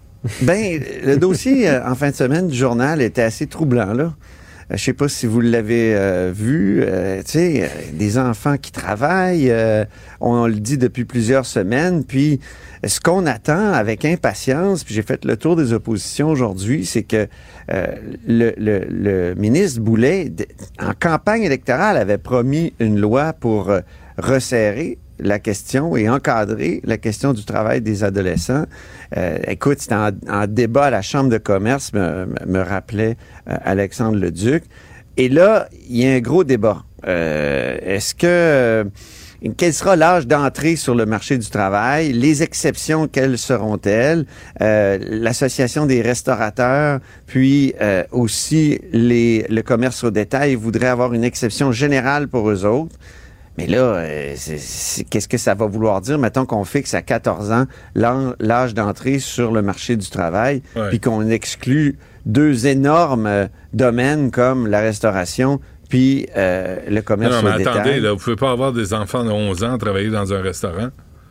Ben, le dossier euh, en fin de semaine du journal était assez troublant, là. Je sais pas si vous l'avez euh, vu, euh, tu sais, euh, des enfants qui travaillent, euh, on, on le dit depuis plusieurs semaines, puis ce qu'on attend avec impatience, puis j'ai fait le tour des oppositions aujourd'hui, c'est que euh, le, le, le ministre Boulet, en campagne électorale, avait promis une loi pour euh, resserrer la question et encadrer la question du travail des adolescents. Euh, écoute, c'était en, en débat à la Chambre de commerce, me, me rappelait euh, Alexandre Leduc. Et là, il y a un gros débat. Euh, est-ce que... Euh, quel sera l'âge d'entrée sur le marché du travail? Les exceptions, quelles seront-elles? Euh, L'Association des restaurateurs, puis euh, aussi les, le commerce au détail voudrait avoir une exception générale pour eux autres. Mais là, euh, c'est, c'est, qu'est-ce que ça va vouloir dire? Mettons qu'on fixe à quatorze ans l'âge d'entrée sur le marché du travail, ouais. Puis qu'on exclut deux énormes euh, domaines comme la restauration puis euh, le commerce non, non, au mais détail. Attendez, là, vous ne pouvez pas avoir des enfants de onze ans travailler dans un restaurant.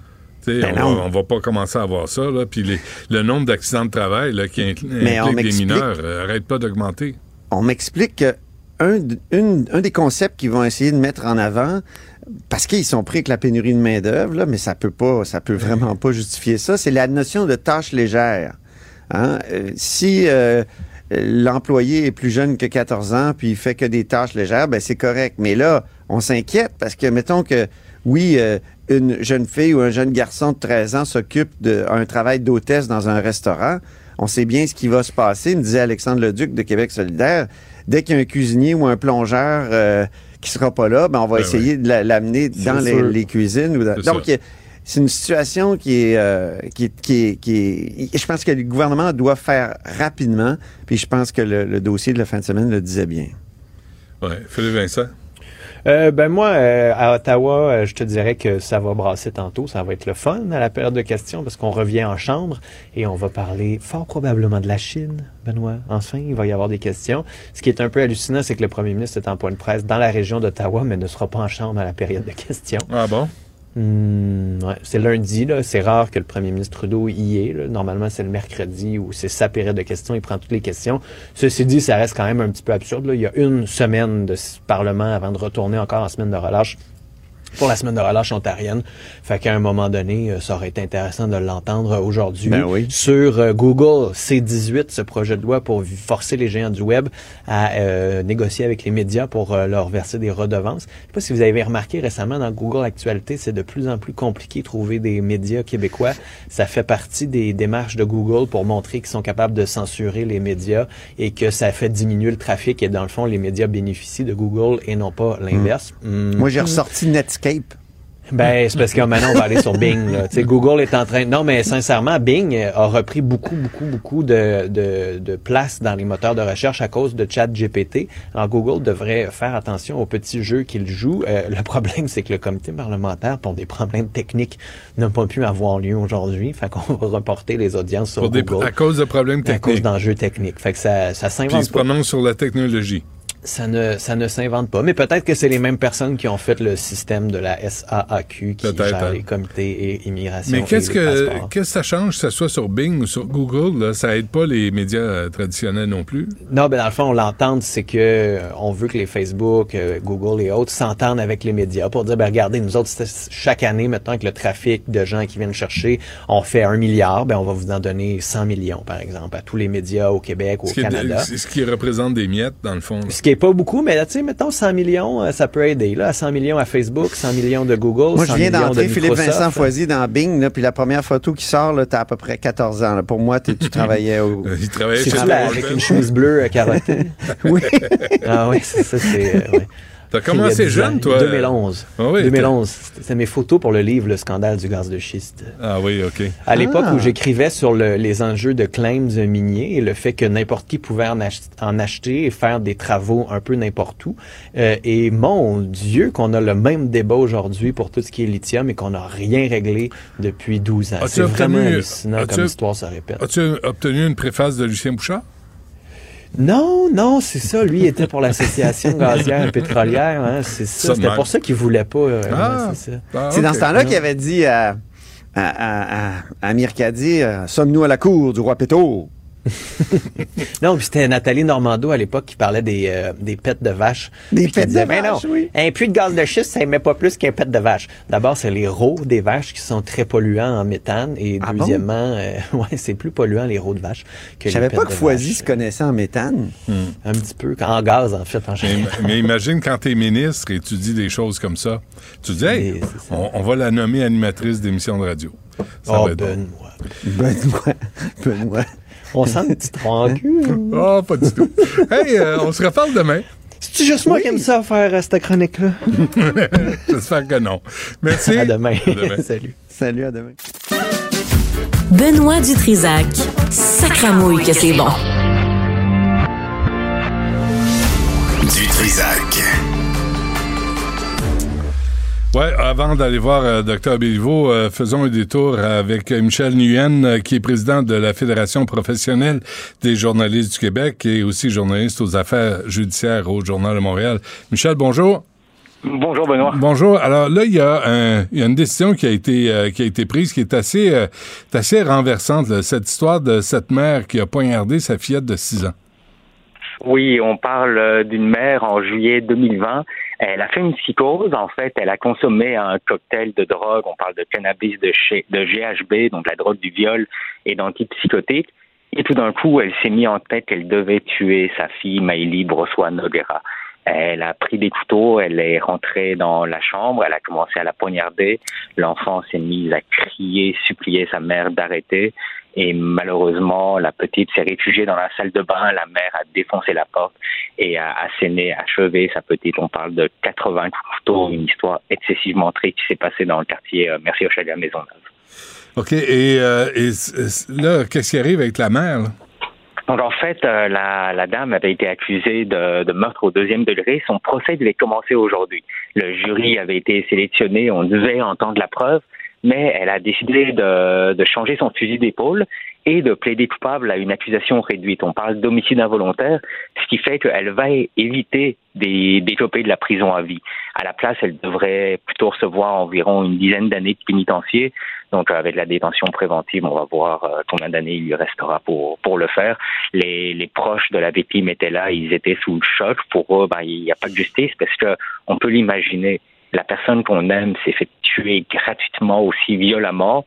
Ben on, va, on va pas commencer à voir ça. Là. Puis les, le nombre d'accidents de travail là, qui impl- impliquent des mineurs euh, arrête pas d'augmenter. On m'explique que un, une, un des concepts qu'ils vont essayer de mettre en avant, parce qu'ils sont pris avec la pénurie de main-d'œuvre, là, mais ça peut pas, ça peut vraiment pas justifier ça, c'est la notion de tâche légère. Hein? Euh, si euh, l'employé est plus jeune que quatorze ans puis il fait que des tâches légères, ben c'est correct. Mais là, on s'inquiète parce que, mettons que, oui, euh, une jeune fille ou un jeune garçon de treize ans s'occupe d'un travail d'hôtesse dans un restaurant, on sait bien ce qui va se passer, me disait Alexandre Leduc de Québec solidaire. Dès qu'il y a un cuisinier ou un plongeur euh, qui sera pas là, ben on va ben essayer oui. de la, l'amener c'est dans les, les cuisines. Ou dans... Donc, il, c'est une situation qui est, euh, qui, est, qui, est, qui est... Je pense que le gouvernement doit faire rapidement, puis je pense que le, le dossier de la fin de semaine le disait bien. Oui. Philippe Vincent? Euh, ben moi, euh, à Ottawa, euh, je te dirais que ça va brasser tantôt. Ça va être le fun à la période de questions parce qu'on revient en chambre et on va parler fort probablement de la Chine, Benoît. Enfin, il va y avoir des questions. Ce qui est un peu hallucinant, c'est que le premier ministre est en point de presse dans la région d'Ottawa, mais ne sera pas en chambre à la période de questions. Ah bon? Mmh, ouais, c'est lundi, là. C'est rare que le premier ministre Trudeau y est. Là. Normalement, c'est le mercredi où c'est sa période de questions. Il prend toutes les questions. Ceci dit, ça reste quand même un petit peu absurde. Là. Il y a une semaine de Parlement avant de retourner encore en semaine de relâche pour la semaine de relâche ontarienne. Fait qu'à un moment donné, ça aurait été intéressant de l'entendre aujourd'hui. Ben oui. Sur euh, Google C dix-huit, ce projet de loi pour forcer les géants du web à euh, négocier avec les médias pour euh, leur verser des redevances. Je sais pas si vous avez remarqué récemment dans Google Actualité, c'est de plus en plus compliqué de trouver des médias québécois. Ça fait partie des démarches de Google pour montrer qu'ils sont capables de censurer les médias et que ça fait diminuer le trafic et dans le fond, les médias bénéficient de Google et non pas l'inverse. Mmh. Mmh. Moi, j'ai ressorti Netscape. Ben, c'est parce que maintenant, on va aller sur Bing. Là. Tu sais, Google est en train... Non, mais sincèrement, Bing a repris beaucoup, beaucoup, beaucoup de, de, de place dans les moteurs de recherche à cause de ChatGPT. Alors, Google devrait faire attention aux petits jeux qu'il joue. Euh, le problème, c'est que le comité parlementaire, pour des problèmes techniques, n'a pas pu avoir lieu aujourd'hui. Fait qu'on va reporter les audiences sur pour Google. Des, à cause de problèmes techniques. À cause d'enjeux techniques. Fait que ça, ça s'invente pas. Puis ils se prononcent sur la technologie. Ça ne, ça ne s'invente pas. Mais peut-être que c'est les mêmes personnes qui ont fait le système de la S A A Q qui peut-être, gère hein. les comités et immigration. Mais qu'est-ce et que, passeports. qu'est-ce que ça change, que ça soit sur Bing ou sur Google? Là? Ça aide pas les médias euh, traditionnels non plus? Non, ben dans le fond, on l'entend, c'est que euh, on veut que les Facebook, euh, Google et autres s'entendent avec les médias pour dire, ben regardez, nous autres, chaque année, maintenant avec le trafic de gens qui viennent chercher, on fait un milliard, ben on va vous en donner cent millions, par exemple, à tous les médias au Québec, au ce Canada. Est, c'est ce qui représente des miettes, dans le fond. Là. Ce qui est pas beaucoup, mais là, tu sais, mettons cent millions, ça peut aider. Là, cent millions à Facebook, cent millions de Google, moi, je viens d'entrer de Philippe Vincent Foisy dans Bing, là, puis la première photo qui sort, là, t'as à peu près quatorze ans. Là. Pour moi, tu travaillais au... Il travaillait chez là, avec une chemise bleue euh, carottée. Oui. Ah oui, c'est ça, c'est... Euh, ouais. T'as commencé jeune, ans, toi? deux mille onze. Ah oui, deux mille onze. C'était mes photos pour le livre Le scandale du gaz de schiste. Ah oui, OK. À l'époque ah. où j'écrivais sur le, les enjeux de claims miniers et le fait que n'importe qui pouvait en, ach- en acheter et faire des travaux un peu n'importe où. Euh, et mon Dieu, qu'on a le même débat aujourd'hui pour tout ce qui est lithium et qu'on n'a rien réglé depuis douze ans. As-tu C'est obtenu, vraiment hallucinant comme as-tu, l'histoire se répète. As-tu obtenu une préface de Lucien Bouchard? Non, non, c'est ça. Lui était pour l'association gazière pétrolière. Hein, c'est ça. ça C'était pour ça qu'il voulait pas. Euh, ah, ouais, c'est ça. Ah, c'est okay. Dans ce temps-là qu'il avait dit à, à, à, à, à Amir Kadi, euh, sommes-nous à la cour du roi Péto? Non, puis c'était Nathalie Normando à l'époque qui parlait des, euh, des pets de vache. Des pets de disait, vache, non, oui. Un puits de gaz de schiste, ça émet pas plus qu'un pet de vache. D'abord, c'est les rots des vaches qui sont très polluants en méthane. Et ah deuxièmement, bon? euh, ouais, c'est plus polluant les rots de vache que Je savais les pas pets que de Foisy vache. se connaissait en méthane. Hmm. Un petit peu, en gaz, en fait, en mais, mais imagine quand t'es ministre et tu dis des choses comme ça. Tu dis, hey, on, on va la nommer animatrice d'émission de radio. Ça oh, va être Benoît. Benoît. Benoît. On sent une petite rancune. Oh, pas du tout. Hey, euh, on se reparle demain. C'est-tu juste moi oui. qui aime ça faire euh, cette chronique-là? J'espère que non. Merci. À demain. À demain. Salut. Salut, à demain. Benoît Dutrisac. Sacramouille que c'est bon. Dutrisac. Ouais, avant d'aller voir euh, Dr Béliveau, euh, faisons un détour avec Michel Nguyen, euh, qui est président de la Fédération professionnelle des journalistes du Québec et aussi journaliste aux affaires judiciaires au Journal de Montréal. Michel, bonjour. Bonjour Benoît. Bonjour. Alors là, il y a, un, il y a une décision qui a été euh, qui a été prise qui est assez euh, assez renversante, là, cette histoire de cette mère qui a poignardé sa fillette de six ans. Oui, on parle d'une mère en juillet deux mille vingt. Elle a fait une psychose. En fait, elle a consommé un cocktail de drogue. On parle de cannabis, de, chez, de G H B, donc la drogue du viol et d'antipsychotiques. Et tout d'un coup, elle s'est mis en tête qu'elle devait tuer sa fille, Maëlie Brossoit-Noguera. Elle a pris des couteaux, elle est rentrée dans la chambre, elle a commencé à la poignarder. L'enfant s'est mis à crier, supplier sa mère d'arrêter. Et malheureusement, la petite s'est réfugiée dans la salle de bain. La mère a défoncé la porte et a asséné, achevé sa petite. On parle de quatre-vingts couteaux, une histoire excessivement triste qui s'est passée dans le quartier euh, Mercier-Hochelaga Maisonneuve. OK. Et, euh, et là, qu'est-ce qui arrive avec la mère, là? Donc, en fait, euh, la, la dame avait été accusée de, de meurtre au deuxième degré. Son procès devait commencer aujourd'hui. Le jury avait été sélectionné. On devait entendre la preuve. Mais elle a décidé de, de changer son fusil d'épaule et de plaider coupable à une accusation réduite. On parle d'homicide involontaire, ce qui fait qu'elle va éviter d'écoper de la prison à vie. À la place, elle devrait plutôt recevoir environ une dizaine d'années de pénitencier. Donc, avec la détention préventive, on va voir euh, combien d'années il lui restera pour pour le faire. Les, les proches de la victime étaient là, ils étaient sous le choc. Pour eux, ben, il n'y a pas de justice parce que on peut l'imaginer. La personne qu'on aime s'est fait tuer gratuitement aussi violemment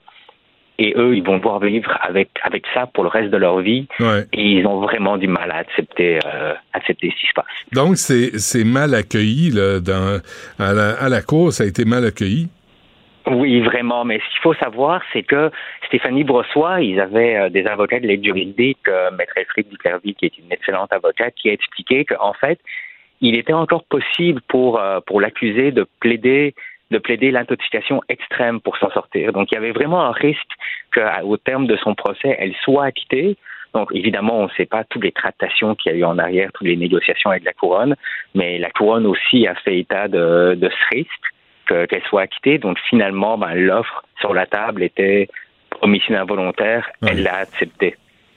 et eux, ils vont devoir vivre avec avec ça pour le reste de leur vie. Ouais. Et ils ont vraiment du mal à accepter euh, accepter ce qui se passe. Donc, c'est c'est mal accueilli là, dans, à, la, à la cour, ça a été mal accueilli? Oui, vraiment. Mais ce qu'il faut savoir, c'est que Stéphanie Brossoit, ils avaient euh, des avocats de l'aide juridique, euh, Maître Elfriede Duclerville, qui est une excellente avocate, qui a expliqué qu'en fait, il était encore possible pour euh, pour l'accusé de plaider de plaider l'intoxication extrême pour s'en sortir. Donc, il y avait vraiment un risque qu'au terme de son procès, elle soit acquittée. Donc, évidemment, on ne sait pas toutes les tractations qu'il y a eu en arrière, toutes les négociations avec la couronne, mais la couronne aussi a fait état de, de ce risque que, qu'elle soit acquittée. Donc, finalement, ben, l'offre sur la table était homicide involontaire. Ouais. Elle l'a accepté.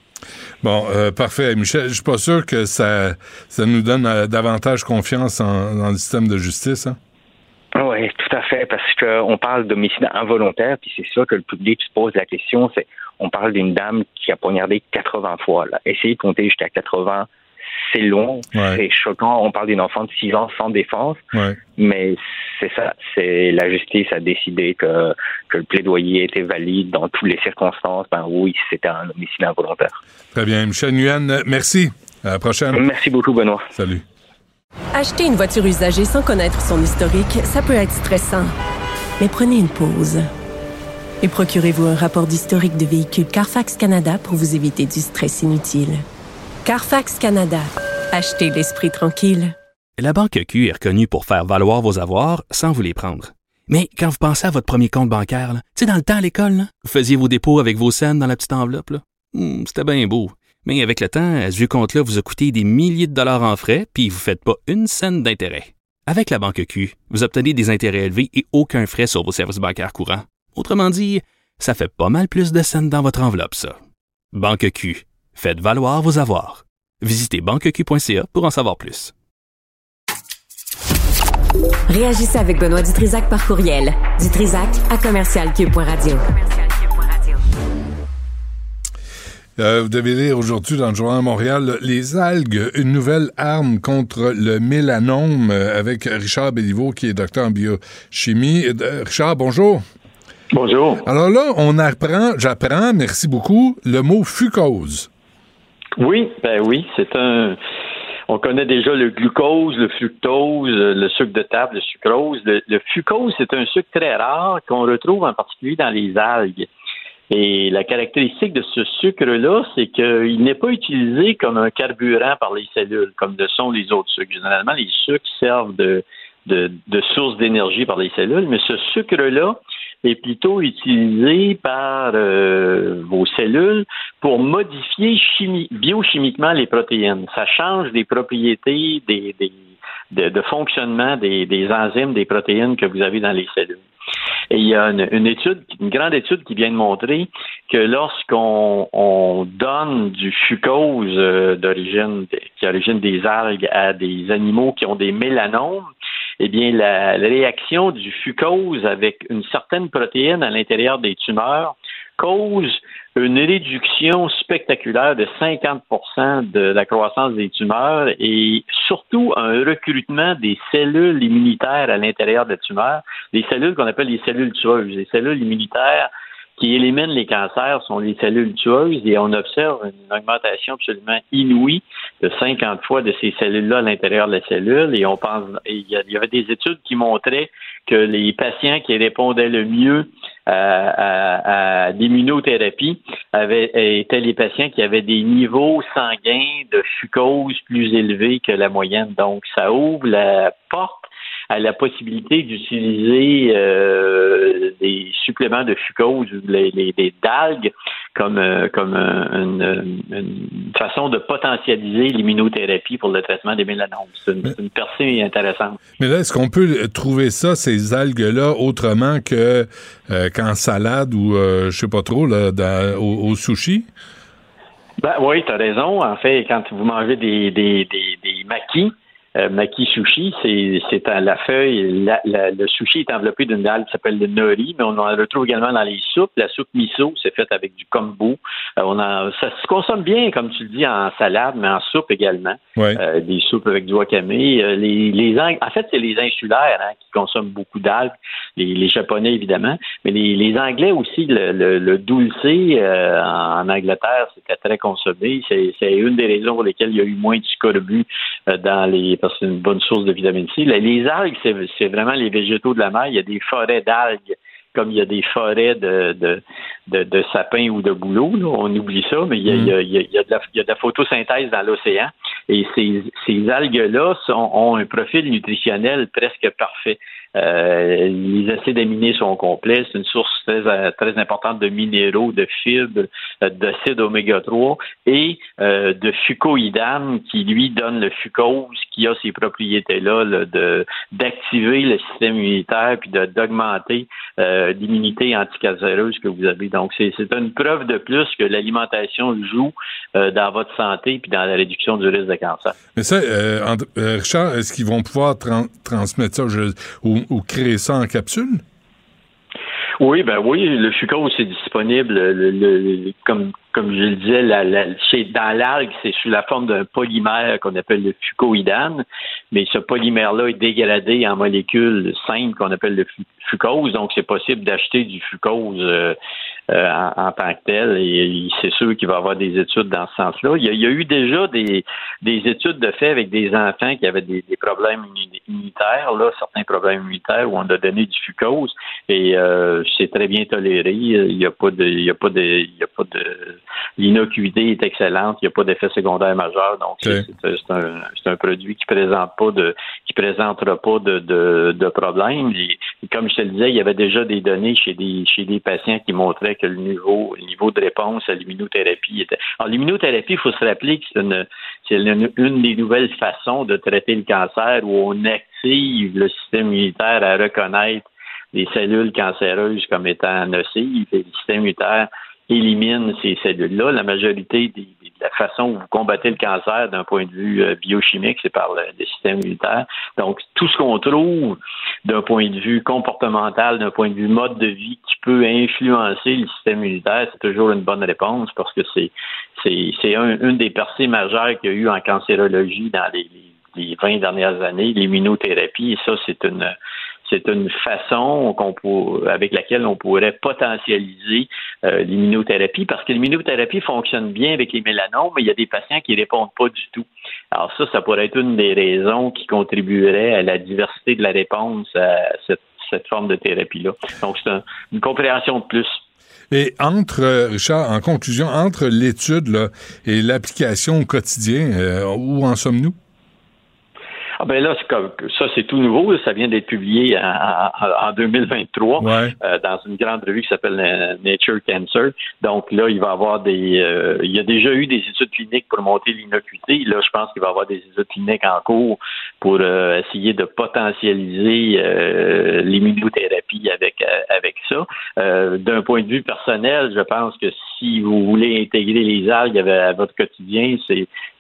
Bon, euh, parfait. Michel, je suis pas sûr que ça, ça nous donne euh, davantage confiance en, dans le système de justice, hein? Oui, tout à fait, parce qu'on parle d'homicide involontaire, puis c'est sûr que le public se pose la question, c'est on parle d'une dame qui a poignardé quatre-vingts fois. Là. Essayer de compter jusqu'à quatre-vingts, c'est long, ouais. C'est choquant. On parle d'une enfant de six ans sans défense, ouais. Mais c'est ça, c'est la justice a décidé que, que le plaidoyer était valide dans toutes les circonstances. Ben oui, c'était un homicide involontaire. Très bien. Michel Nguyen, merci. À la prochaine. Merci beaucoup, Benoît. Salut. Acheter une voiture usagée sans connaître son historique, ça peut être stressant. Mais prenez une pause. Et procurez-vous un rapport d'historique de véhicule Carfax Canada pour vous éviter du stress inutile. Carfax Canada. Achetez l'esprit tranquille. La Banque Q est reconnue pour faire valoir vos avoirs sans vous les prendre. Mais quand vous pensez à votre premier compte bancaire, tu sais, dans le temps à l'école, là, vous faisiez vos dépôts avec vos scènes dans la petite enveloppe. Là. Hum, c'était bien beau. Mais avec le temps, ce vieux compte-là vous a coûté des milliers de dollars en frais, puis vous ne faites pas une scène d'intérêt. Avec la Banque Q, vous obtenez des intérêts élevés et aucun frais sur vos services bancaires courants. Autrement dit, ça fait pas mal plus de scènes dans votre enveloppe, ça. Banque Q. Faites valoir vos avoirs. Visitez banque q point c a pour en savoir plus. Réagissez avec Benoît Dutrisac par courriel. Dutrisac à commercial q point radio. Euh, vous devez lire aujourd'hui dans le Journal de Montréal les algues, une nouvelle arme contre le mélanome euh, avec Richard Béliveau qui est docteur en biochimie. Euh, Richard, bonjour. Bonjour. Alors là, on apprend, j'apprends, merci beaucoup, le mot fucose. Oui, ben oui, c'est un... On connaît déjà le glucose, le fructose, le sucre de table, le sucrose. Le, le fucose, c'est un sucre très rare qu'on retrouve en particulier dans les algues. Et la caractéristique de ce sucre-là, c'est qu'il n'est pas utilisé comme un carburant par les cellules, comme le sont les autres sucres. Généralement, les sucres servent de, de, de source d'énergie par les cellules, mais ce sucre-là est plutôt utilisé par euh, vos cellules pour modifier chimie, biochimiquement les protéines. Ça change les propriétés des, des, de, de fonctionnement des, des enzymes, des protéines que vous avez dans les cellules. Et il y a une, une étude, une grande étude qui vient de montrer que lorsqu'on on donne du fucose euh, d'origine, qui est origine des algues à des animaux qui ont des mélanomes, eh bien, la, la réaction du fucose avec une certaine protéine à l'intérieur des tumeurs cause une réduction spectaculaire de cinquante pour cent de la croissance des tumeurs et surtout un recrutement des cellules immunitaires à l'intérieur des tumeurs, des cellules qu'on appelle les cellules tueuses, les cellules immunitaires qui éliminent les cancers sont les cellules tueuses et on observe une augmentation absolument inouïe de cinquante fois de ces cellules-là à l'intérieur de la cellule et on pense, il y avait des études qui montraient que les patients qui répondaient le mieux à, à, à l'immunothérapie avaient, étaient les patients qui avaient des niveaux sanguins de fucose plus élevés que la moyenne. Donc, ça ouvre la porte à la possibilité d'utiliser euh, des suppléments de fucose ou les, les, des d'algues comme, euh, comme euh, une, une façon de potentialiser l'immunothérapie pour le traitement des mélanomes. C'est une, c'est une percée intéressante. Mais là, est-ce qu'on peut trouver ça, ces algues-là, autrement que euh, qu'en salade ou, euh, je sais pas trop, là, dans, au, au sushi? Ben oui, tu as raison. En fait, quand vous mangez des, des, des, des makis, Euh, maki sushi, c'est, c'est à la feuille. La, la, le sushi est enveloppé d'une algue qui s'appelle le nori, mais on en retrouve également dans les soupes. La soupe miso, c'est faite avec du kombu. Euh, on en, ça se consomme bien, comme tu le dis, en salade, mais en soupe également. Ouais. Euh, des soupes avec du wakame. Euh, les, les algues, en fait, c'est les insulaires hein, qui consomment beaucoup d'algues. Les, les Japonais, évidemment. Mais les, les Anglais aussi, le, le, le dulce euh, en Angleterre, c'était très consommé. C'est, c'est une des raisons pour lesquelles il y a eu moins de scorbut euh, dans les... parce que c'est une bonne source de vitamine C. Les algues, c'est, c'est vraiment les végétaux de la mer. Il y a des forêts d'algues, comme il y a des forêts de, de, de, de sapins ou de bouleaux. Là. On oublie ça, mais il y a, mmh. il y a, il y a, de, la, il y a de la photosynthèse dans l'océan. Et ces, ces algues-là sont, ont un profil nutritionnel presque parfait. Euh, les acides aminés sont complets. C'est une source très, très importante de minéraux, de fibres, d'acides oméga trois et euh, de fucoïdane qui, lui, donne le fucose qui a ces propriétés-là là, de, d'activer le système immunitaire puis de, d'augmenter euh, l'immunité anticancéreuse que vous avez. Donc, c'est, c'est une preuve de plus que l'alimentation joue euh, dans votre santé puis dans la réduction du risque de cancer. Mais ça, euh, Richard, est-ce qu'ils vont pouvoir tra- transmettre ça je, ou, ou créer ça en capsule? Oui, ben oui, le fucose, c'est disponible, le, le, le, comme comme je le disais, la, la, chez, dans l'algue, c'est sous la forme d'un polymère qu'on appelle le fucoïdane, mais ce polymère-là est dégradé en molécules simples qu'on appelle le fucose, donc c'est possible d'acheter du fucose euh, euh, en, en tant que tel, et c'est sûr qu'il va y avoir des études dans ce sens-là. Il y a, il y a eu déjà des, des études de fait avec des enfants qui avaient des, des problèmes immunitaires, là, certains problèmes immunitaires où on a donné du fucose, et euh, c'est très bien toléré. Il n'y a pas de, il y a pas de, il y a pas de l'innocuité est excellente, il n'y a pas d'effet secondaire majeur, donc okay. c'est, c'est, c'est, un, c'est un produit qui présente pas de, qui présentera pas de, de, de problème. Et, et comme je te le disais, il y avait déjà des données chez des, chez des patients qui montraient que le niveau, le niveau de réponse à l'immunothérapie était. Alors l'immunothérapie, il faut se rappeler que c'est une, c'est une, une des nouvelles façons de traiter le cancer où on active le système immunitaire à reconnaître les cellules cancéreuses comme étant nocives et le système immunitaire élimine ces cellules-là. La majorité des, de la façon où vous combattez le cancer d'un point de vue euh, biochimique, c'est par le, le système immunitaire. Donc, tout ce qu'on trouve d'un point de vue comportemental, d'un point de vue mode de vie qui peut influencer le système immunitaire, c'est toujours une bonne réponse parce que c'est c'est, c'est un, une des percées majeures qu'il y a eu en cancérologie dans les, les vingt dernières années, l'immunothérapie. Et ça, c'est une C'est une façon qu'on peut, avec laquelle on pourrait potentialiser euh, l'immunothérapie, parce que l'immunothérapie fonctionne bien avec les mélanomes, mais il y a des patients qui ne répondent pas du tout. Alors ça, ça pourrait être une des raisons qui contribuerait à la diversité de la réponse à cette, cette forme de thérapie-là. Donc, c'est un, une compréhension de plus. Et entre, Richard, en conclusion, entre l'étude là, et l'application au quotidien, euh, où en sommes-nous? Ah ben là, c'est comme, ça c'est tout nouveau, ça vient d'être publié en, en, en deux mille vingt-trois ouais. euh, dans une grande revue qui s'appelle Nature Cancer. Donc là, il va y avoir des, euh, il y a déjà eu des études cliniques pour monter l'innocuité. Là, je pense qu'il va y avoir des études cliniques en cours pour euh, essayer de potentialiser euh, l'immunothérapie avec euh, avec ça. Euh, d'un point de vue personnel, je pense que si vous voulez intégrer les algues à, à votre quotidien, c'est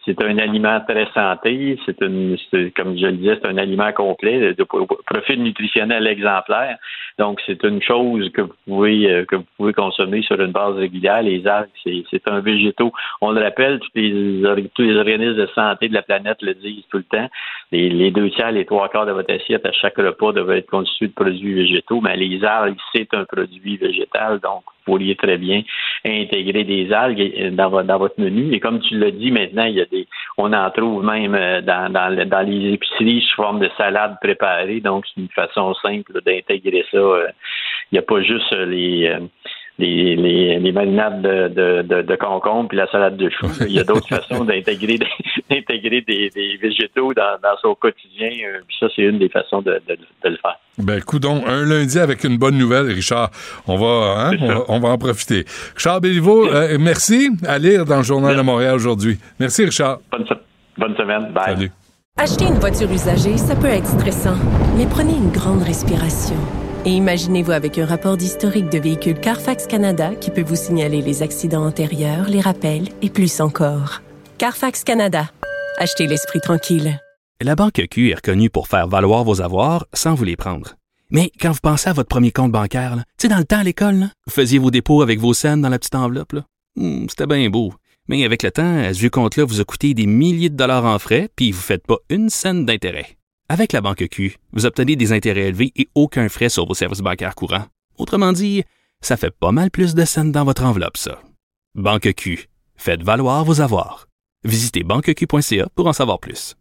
c'est un aliment très santé. C'est une, c'est, comme je le disais, c'est un aliment complet, de profil nutritionnel exemplaire. Donc, c'est une chose que vous pouvez euh, que vous pouvez consommer sur une base régulière. Les algues, c'est, c'est un végétaux. On le rappelle, tous les, tous les organismes de santé de la planète le disent tout le temps. Les, les deux tiers, les trois quarts de votre assiette à chaque repas doivent être constitués de produits végétaux. Mais les algues, c'est un produit végétal. Donc, vous pourriez très bien intégrer des algues dans votre, dans votre menu. Et comme tu l'as dit, maintenant, il y a des, on en trouve même dans, dans, dans les épiceries sous forme de salade préparée. Donc, c'est une façon simple d'intégrer ça. Il n'y a pas juste les, les, les, les marinades de, de, de, de concombre puis la salade de choux. Il y a d'autres façons d'intégrer, d'intégrer des, des végétaux dans, dans son quotidien. Puis ça, c'est une des façons de, de, de le faire. Ben, coudonc, un lundi avec une bonne nouvelle, Richard. On va, hein, on, va on va en profiter. Richard Béliveau, euh, merci. À lire dans le Journal de Montréal aujourd'hui. Merci, Richard. Bonne, bonne semaine. Bye. Salut. Acheter une voiture usagée, ça peut être stressant, mais prenez une grande respiration. Et imaginez-vous avec un rapport d'historique de véhicule Carfax Canada qui peut vous signaler les accidents antérieurs, les rappels et plus encore. Carfax Canada. Achetez l'esprit tranquille. La Banque Q est reconnue pour faire valoir vos avoirs sans vous les prendre. Mais quand vous pensez à votre premier compte bancaire, tu sais, dans le temps à l'école, là, vous faisiez vos dépôts avec vos scènes dans la petite enveloppe. Là. Hum, c'était bien beau. Mais avec le temps, à ce vieux compte-là vous a coûté des milliers de dollars en frais, puis vous ne faites pas une scène d'intérêt. Avec la Banque Q, vous obtenez des intérêts élevés et aucun frais sur vos services bancaires courants. Autrement dit, ça fait pas mal plus de scènes dans votre enveloppe, ça. Banque Q. Faites valoir vos avoirs. Visitez banque q point c a pour en savoir plus.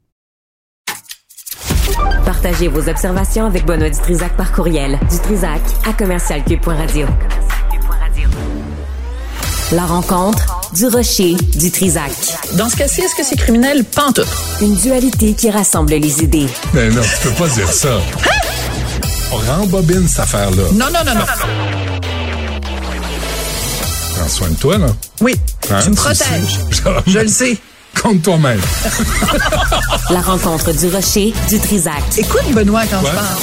Partagez vos observations avec Benoît Dutrisac par courriel. Dutrisac à commercial cube point radio. La rencontre du Rocher du Trisac. Dans ce cas-ci, est-ce que c'est criminel? Pantoute. Une dualité qui rassemble les idées. Mais non, tu peux pas dire ça. Hein? On rembobine cette affaire-là. Non, non, non, non. Prends soin de toi, là. Oui, hein? Tu me protèges. Je le sais. Compte toi-même. La rencontre du Rocher du Trisac. Écoute, Benoît, quand ouais. je parle.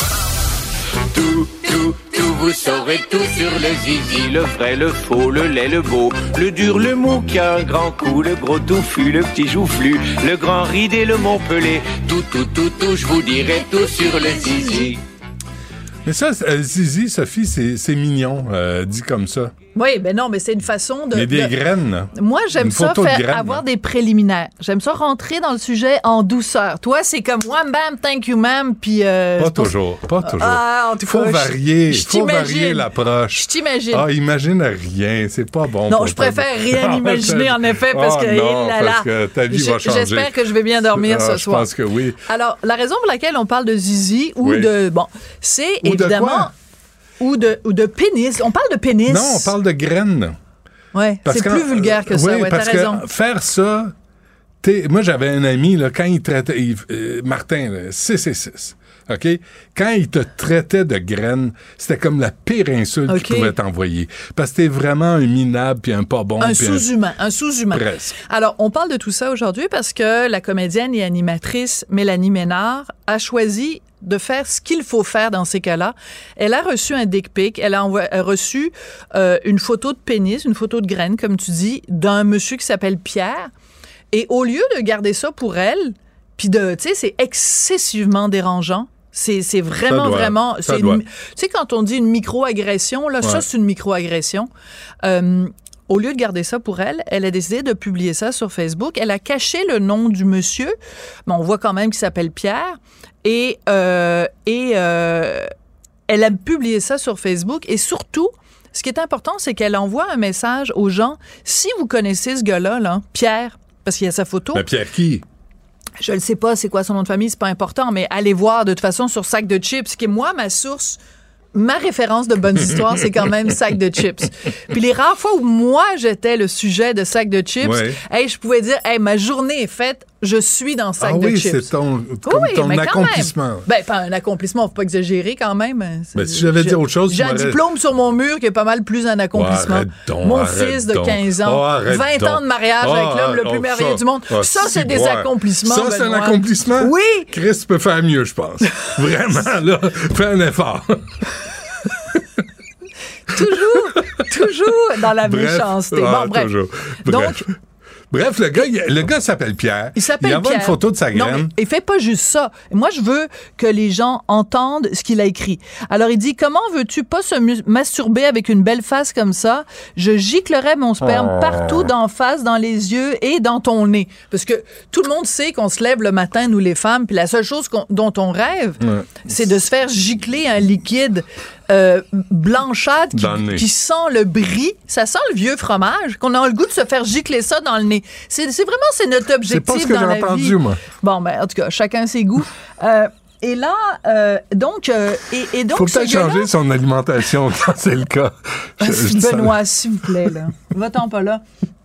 Tout, tout, tout, vous saurez tout sur le zizi, le vrai, le faux, le laid, le beau, le dur, le mou qui a un grand coup, le gros touffu, le petit joufflu, le grand ride et le montpelé. Tout, tout, tout, tout, je vous dirai tout sur le zizi. Mais ça, euh, zizi, Sophie, c'est, c'est mignon, euh, dit comme ça. Oui, ben non, mais c'est une façon de... Mais des de... graines, là. Moi, j'aime une ça, faire graines, avoir là. Des préliminaires. J'aime ça rentrer dans le sujet en douceur. Toi, c'est comme wham, bam, thank you, ma'am, puis... Euh, pas toujours, pas toujours. Ah, en tout faut cas, varier, je, je faut varier l'approche. Je t'imagine. Ah, imagine rien, c'est pas bon. Non, je préfère rien imaginer, en effet, parce oh, que... Non, là, là, parce que ta vie je, va changer. J'espère que je vais bien dormir ah, ce je soir. Je pense que oui. Alors, la raison pour laquelle on parle de zizi ou oui. de... Bon, c'est ou évidemment... De quoi? Ou de, ou de pénis. On parle de pénis. Non, on parle de graines. Oui, c'est plus vulgaire que ça. Oui, ouais, parce t'as raison. Que faire ça... Moi, j'avais un ami, là, quand il traitait... Il, euh, Martin, six et six. OK? Quand il te traitait de graines, c'était comme la pire insulte okay. qu'il pouvait t'envoyer. Parce que t'es vraiment un minable puis un pas bon. Un sous-humain. Un, un sous-humain. Presque. Alors, on parle de tout ça aujourd'hui parce que la comédienne et animatrice Mélanie Ménard a choisi de faire ce qu'il faut faire dans ces cas-là. Elle a reçu un dick pic, elle a, envo- a reçu euh, une photo de pénis, une photo de graine, comme tu dis, d'un monsieur qui s'appelle Pierre. Et au lieu de garder ça pour elle, puis de, tu sais, c'est excessivement dérangeant. C'est, c'est vraiment, doit, vraiment... Tu sais, quand on dit une micro-agression, là, ouais. ça, c'est une micro-agression. Euh, Au lieu de garder ça pour elle, elle a décidé de publier ça sur Facebook. Elle a caché le nom du monsieur, mais on voit quand même qu'il s'appelle Pierre. Et, euh, et euh, elle a publié ça sur Facebook. Et surtout, ce qui est important, c'est qu'elle envoie un message aux gens. Si vous connaissez ce gars-là, là, Pierre, parce qu'il y a sa photo... Mais Pierre qui? Je ne sais pas c'est quoi son nom de famille, c'est pas important, mais allez voir de toute façon sur Sac de Chips, qui est moi, ma source... Ma référence de bonnes histoires, c'est quand même Sac de Chips. Puis les rares fois où moi, j'étais le sujet de Sac de Chips, ouais. hey, je pouvais dire, hey, ma journée est faite, je suis dans Sac ah de oui, Chips. C'est ton, comme oui, ton accomplissement. Ben, pas un accomplissement, faut pas exagérer quand même. Ben, si j'avais dit autre chose, j'ai un diplôme sur mon mur qui est pas mal plus un accomplissement. Oh, donc, mon fils de quinze ans, oh, vingt donc. ans de mariage oh, avec l'homme le plus oh, merveilleux ça, du monde. oh, ça, si c'est des boire. accomplissements. Ça, c'est Benoît. un accomplissement? Oui. Chris peut faire mieux, je pense. Vraiment, là, fais un effort. Toujours, toujours dans la bref, méchanceté. Ah, bon, bref. Toujours. Donc, bref. Bref, le gars, il, le gars s'appelle Pierre. Il s'appelle Il envoie Pierre. une photo de sa Non, graine. mais il fait pas juste ça. Moi, je veux que les gens entendent ce qu'il a écrit. Alors, il dit, comment veux-tu pas se mu- masturber avec une belle face comme ça? Je giclerais mon sperme Oh. partout d'en face, dans les yeux et dans ton nez. Parce que tout le monde sait qu'on se lève le matin, nous les femmes, puis la seule chose qu'on- dont on rêve, Ouais. c'est de se faire gicler un liquide euh, blanchâtre Dans le qui, nez. qui sent le brie. Ça sent le vieux fromage, qu'on a le goût de se faire gicler ça dans le nez. C'est c'est vraiment, c'est notre objectif C'est pas ce que dans j'ai la entendu, vie. moi. Bon, ben, en tout cas, chacun ses goûts. Euh, et là, euh, donc, euh, et, et donc, Faut ce peut-être gars-là- changer son alimentation quand c'est le cas. Je- je dis ça. Benoît, s'il vous plaît, là. Va-t'en pas là.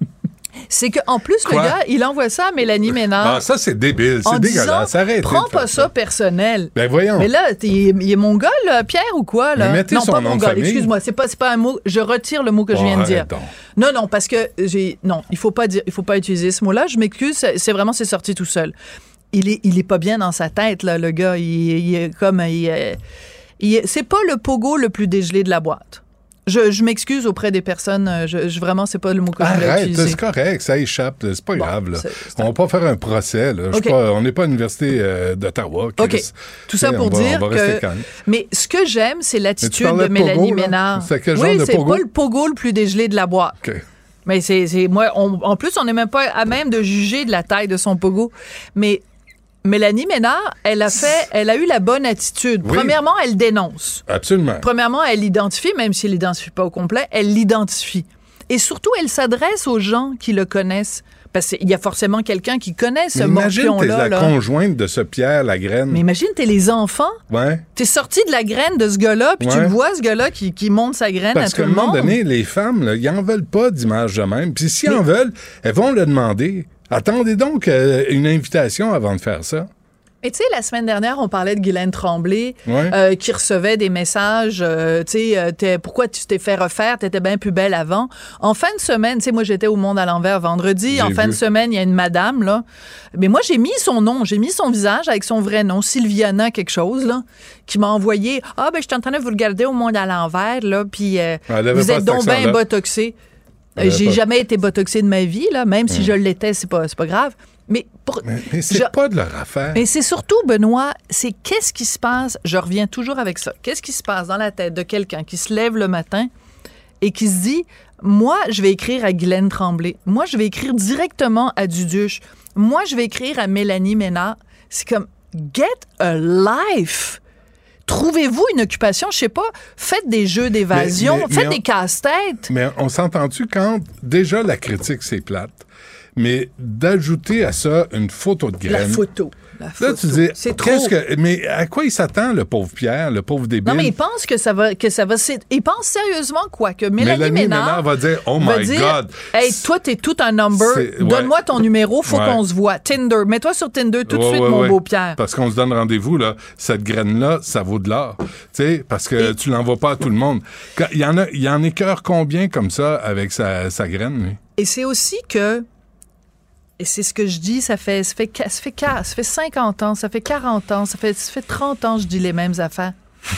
C'est qu'en plus, Quoi? le gars, il envoie ça à Mélanie Ménard. Ah, ça, c'est débile. en C'est dégueulasse. disant, Arrêtez. prends de faire pas ça personnel. Ben voyons. Mais là, t'es- il est mongol, là, Pierre, ou quoi, là? Mais mettez non, son pas nom de mongol, famille. excuse-moi, c'est pas, c'est pas un mot. Je retire le mot que je viens de Oh, dire. arrête donc. Non, non, parce que j'ai. Non, il faut pas dire, il faut pas utiliser ce mot-là. Je m'excuse, c'est c'est vraiment, c'est sorti tout seul. Il est, il est pas bien dans sa tête, là, le gars. Il, il est comme. Il, est- il est- c'est pas le pogo le plus dégelé de la boîte. Je, je m'excuse auprès des personnes. euh, Je, je- vraiment, c'est pas le mot que je voulais Arrête, utiliser. c'est correct, ça échappe. C'est pas grave. Là. c'est- On va pas faire un procès. Là. Je suis OK. pas- on n'est pas à l'Université euh, d'Ottawa. OK. Chris. Tout ça Et pour on va- dire on va rester que. calme. Mais ce que j'aime, c'est Mais tu l'attitude parlais de de Mélanie pogo, là? Ménard. C'est quel oui, genre de c'est pogo? pas le pogo le plus dégelé de la boîte. OK. Mais c'est, c'est moi, on- en plus, on n'est même pas à même de juger de la taille de son pogo. Mais Mélanie Ménard, elle a fait, elle a eu la bonne attitude. Oui. Premièrement, elle dénonce. Absolument. Premièrement, elle l'identifie, même si elle l'identifie pas au complet, elle l'identifie. Et surtout, elle s'adresse aux gens qui le connaissent. Parce qu'il y a forcément quelqu'un qui connaît ce Mais imagine, t'es morpion-là. la là. conjointe de ce Pierre Lagraine. Mais imagine, t'es les enfants. Ouais. T'es sorti de la graine de ce gars-là, puis tu Ouais. le vois, ce gars-là, qui, qui monte sa graine Parce à qu'à tout un le moment monde. donné, les femmes, là, ils en veulent pas d'image de même. Puis s'ils en veulent, elles vont le demander. Attendez donc euh, une invitation avant de faire ça. Et tu sais, la semaine dernière, on parlait de Guylaine Tremblay, Ouais. euh, qui recevait des messages, euh, tu sais, euh, t'es- pourquoi tu t'es fait refaire, t'étais bien plus belle avant. En fin de semaine, tu sais, moi, j'étais au Monde à l'envers vendredi. J'ai En fin vu. de semaine, il y a une madame, là. Mais moi, j'ai mis son nom, j'ai mis son visage avec son vrai nom, Sylviana quelque chose, là, qui m'a envoyé, « Ah, ben, je suis en train de vous regarder au Monde à l'envers, là, puis euh, Elle avait vous pas êtes cet donc bien accent-là. botoxé. Elle Euh, avait J'ai pas- jamais été botoxé de ma vie, là, même si Mm. je l'étais, c'est pas, c'est pas grave. Mais, pour, Mais, mais c'est je- pas de leur affaire. mais c'est surtout, Benoît, c'est qu'est-ce qui se passe, je reviens toujours avec ça, qu'est-ce qui se passe dans la tête de quelqu'un qui se lève le matin et qui se dit, moi, je vais écrire à Guylaine Tremblay, moi, je vais écrire directement à Duduche, moi, je vais écrire à Mélanie Ménard. C'est comme, get a life! Trouvez-vous une occupation, je sais pas, faites des jeux d'évasion, Mais- mais- faites mais des on- casse-têtes. Mais on s'entend-tu quand déjà la critique, c'est plate, mais d'ajouter à ça une photo de La graine. photo. La Là, photo. tu dis, c'est trop. qu'est-ce que. Mais à quoi il s'attend, le pauvre Pierre, le pauvre débile? Non, mais il pense que ça va, que ça va, c'est- il pense sérieusement quoi? Que Mélanie, Mélanie Ménard, Ménard va dire, oh va my dire, God. Hey, toi, t'es tout un number. C'est- ouais. Donne-moi ton numéro, faut Ouais. qu'on se voit. Tinder. Mets-toi sur Tinder tout de Ouais, suite, ouais, mon ouais. beau Pierre. Parce qu'on se donne rendez-vous, là. Cette graine-là, ça vaut de l'or. Tu sais, parce que tu l'envoies pas à tout le monde. Quand- Il y en a, il y en écœure combien comme ça avec sa, sa graine, lui? Et c'est aussi que, et c'est ce que je dis, ça fait, ça fait, ça fait, ça fait cinquante ans, ça fait quarante ans, ça fait, ça fait trente ans, je dis les mêmes affaires.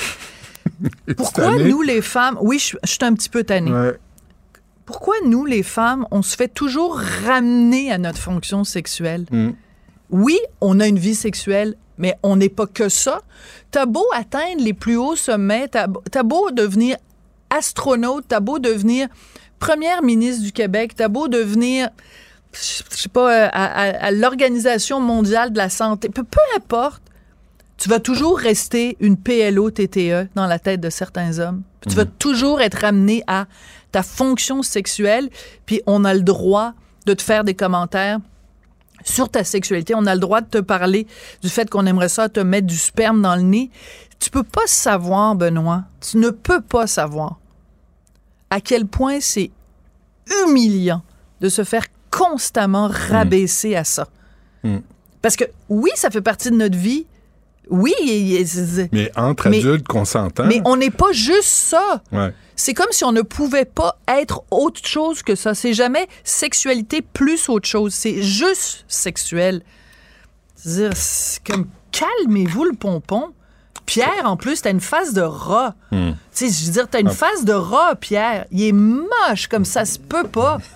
Pourquoi tanné? nous, les femmes, oui, je, je suis un petit peu tannée. Pourquoi nous, les femmes, on se fait toujours ramener à notre fonction sexuelle? Mm. Oui, on a une vie sexuelle, mais on n'est pas que ça. T'as beau atteindre les plus hauts sommets, t'as, t'as beau devenir astronaute, t'as beau devenir première ministre du Québec, t'as beau devenir, je sais pas, à, à- à l'Organisation mondiale de la santé, peu, peu importe, tu vas toujours rester une P L O T T E dans la tête de certains hommes. Puis tu vas toujours être ramené à ta fonction sexuelle, puis on a le droit de te faire des commentaires sur ta sexualité. On a le droit de te parler du fait qu'on aimerait ça te mettre du sperme dans le nez. Tu peux pas savoir, Benoît, tu ne peux pas savoir à quel point c'est humiliant de se faire constamment rabaisser à ça. Mm. Parce que oui, ça fait partie de notre vie. Oui, et- et- c'est- Mais entre Mais- adultes consentants. mais on n'est pas juste ça. Ouais. C'est comme si on ne pouvait pas être autre chose que ça. C'est jamais sexualité plus autre chose. C'est juste sexuel. C'est-à-dire, c'est comme, calmez-vous le pompon. Pierre, en plus, t'as une face de rat. Hmm. Tu sais, je veux dire, t'as une Ah. face de rat, Pierre. Il est moche comme ça se peut pas.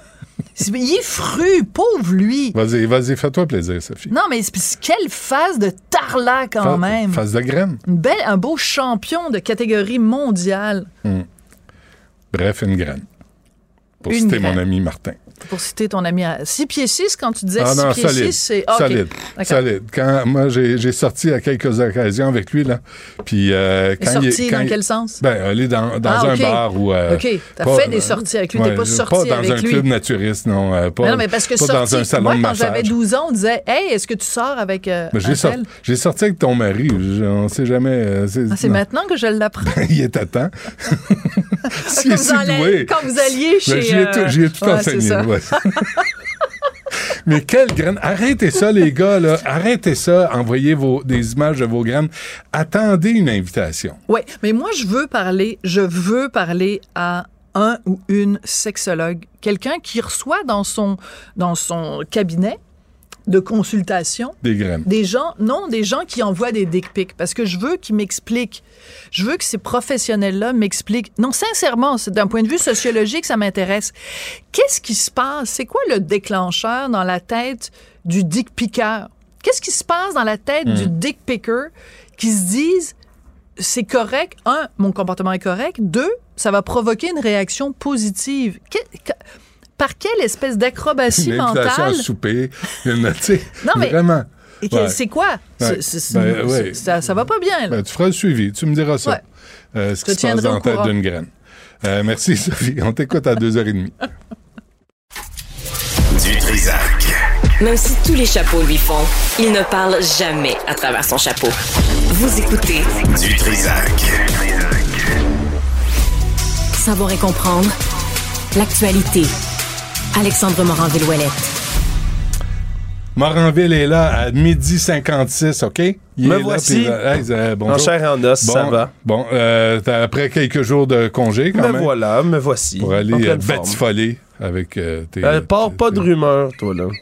Il est fru, pauvre lui. Vas-y, vas-y, fais-toi plaisir, Sophie. Non, mais c'est, quelle phase de tarlat quand Fa- même. Phase de graine. Une belle, un beau champion de catégorie mondiale. Hum. Bref, une graine. Pour Une citer graine. mon ami Martin. Pour citer ton ami à six pieds six, quand tu disais Ah six non, pieds solide. six, c'est... Ah, OK. Solide. D'accord. Solide. Quand, moi, j'ai, j'ai sorti à quelques occasions avec lui, là. Puis, euh, Et quand sorti il, quand dans il- quel sens? Ben, aller dans, dans Ah, un OK. bar ou... euh, OK. T'as pas- fait des sorties avec lui, t'es ouais, pas sorti Pas avec dans un lui. club naturiste, non. euh, pas Mais non, mais parce que pas sorti, dans un salon moi, de quand massage. j'avais douze ans, on disait « Hey, est-ce que tu sors avec euh, Ben, j'ai, un sor- tel? j'ai sorti avec ton mari. Je- on sait jamais... euh, c'est, Ah, c'est non. maintenant que je l'apprends. Il est à temps. S'il Quand est vous si allez- doué. quand vous alliez chez, Ben, j'y ai tout, euh, j'y ai tout ouais, enseigné. c'est ça. Ouais. Mais quelle graine! Arrêtez ça, les gars, là. Arrêtez ça. Envoyez vos, des images de vos graines. Attendez une invitation. Oui, mais moi, je veux parler, je veux parler à un ou une sexologue, quelqu'un qui reçoit dans son, dans son cabinet de consultation Des graines. des gens, non, des gens qui envoient des dick pics, parce que je veux qu'ils m'expliquent, je veux que ces professionnels-là m'expliquent, non, sincèrement, c'est d'un point de vue sociologique, ça m'intéresse. Qu'est-ce qui se passe? C'est quoi le déclencheur dans la tête du dick piqueur? Qu'est-ce qui se passe dans la tête Mm. du dick picker qui se disent c'est correct, un, mon comportement est correct, deux, ça va provoquer une réaction positive. Que- que- par quelle espèce d'acrobatie Une invitation mentale? à souper. Une, tu sais, Non, mais- vraiment. Et que- Ouais. c'est quoi? Ouais. C'est- c'est- Ben, c'est- ouais. ça, ça va pas bien, là. Ben, tu feras le suivi. Tu me diras ça. Ouais. Euh, ce Je qui te se passe tiendrai dans au la tête courant. d'une graine. Euh, merci, Sophie. On t'écoute à deux heures trente. Du Trisac. Même si tous les chapeaux lui font, il ne parle jamais à travers son chapeau. Vous écoutez Du Trisac. Savoir et comprendre l'actualité. Alexandre Morin-Villouellette. Moranville est là à midi cinquante-six, OK? Il Me est là, voici. puis, euh, hey, euh, bonjour. En chair et en os, Bon, ça va. Bon, euh, t'as- après quelques jours de congé, quand Me même. voilà, me voici. Pour En aller pleine euh, forme. batifoler avec euh, tes... Euh, pas, pas de rumeur, toi, là.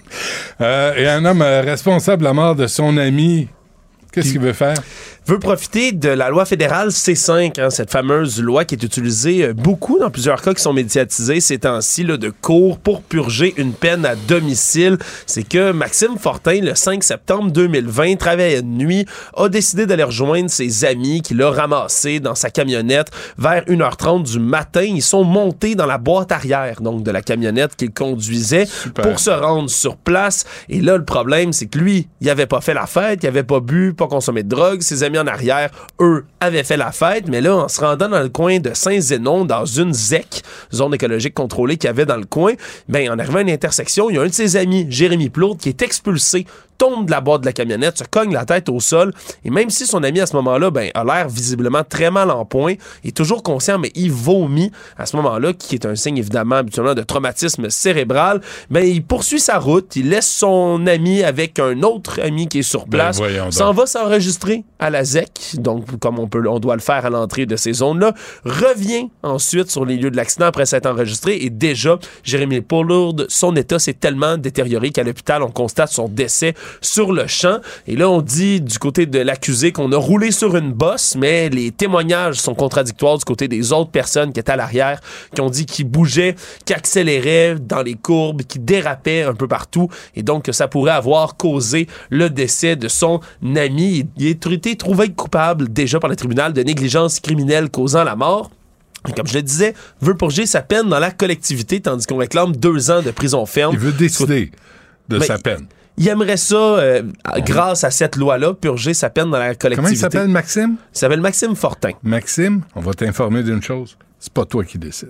Euh, et un homme euh, responsable de la mort de son ami, qu'est-ce qu'il veut faire? Veut profiter de la loi fédérale C cinq, hein, cette fameuse loi qui est utilisée euh, beaucoup dans plusieurs cas qui sont médiatisés ces temps-ci, là, de cours pour purger une peine à domicile. C'est que Maxime Fortin, le cinq septembre deux mille vingt, travaillait de nuit, a décidé d'aller rejoindre ses amis qu'il a ramassés dans sa camionnette vers une heure trente du matin. Ils sont montés dans la boîte arrière, donc de la camionnette qu'il conduisait pour se rendre sur place. Et là, le problème, c'est que lui, il avait pas fait la fête, il avait pas bu, pas consommé de drogue. Ses amis en arrière, eux, avaient fait la fête, mais là, en se rendant dans le coin de Saint-Zénon, dans une Z E C, zone écologique contrôlée qu'il y avait dans le coin, ben, en arrivant à une intersection, il y a un de ses amis, Jérémy Plourde, qui est expulsé, tombe de la boîte de la camionnette, se cogne la tête au sol, et même si son ami à ce moment-là, ben, a l'air visiblement très mal en point, il est toujours conscient, mais il vomit à ce moment-là, qui est un signe évidemment habituellement de traumatisme cérébral, ben, il poursuit sa route, il laisse son ami avec un autre ami qui est sur place, Ben, voyons s'en donc. va s'enregistrer à la Z E C, donc comme on peut, on doit le faire à l'entrée de ces zones-là, revient ensuite sur les lieux de l'accident après s'être enregistré, et déjà, Jérémy Plourde, son état s'est tellement détérioré qu'à l'hôpital, on constate son décès sur le champ. Et là, on dit du côté de l'accusé qu'on a roulé sur une bosse, mais les témoignages sont contradictoires du côté des autres personnes qui étaient à l'arrière, qui ont dit qu'il bougeait, qu'il accélérait dans les courbes, qu'il dérapait un peu partout, et donc que ça pourrait avoir causé le décès de son ami. Il a été trouvé coupable déjà par le tribunal de négligence criminelle causant la mort. Et comme je le disais, veut purger sa peine dans la collectivité, tandis qu'on réclame deux ans de prison ferme. Il veut décider de Mais sa peine. Il aimerait ça, euh, grâce à cette loi-là, purger sa peine dans la collectivité. Comment il s'appelle, Maxime? Il s'appelle Maxime Fortin. Maxime, on va t'informer d'une chose. C'est pas toi qui décides.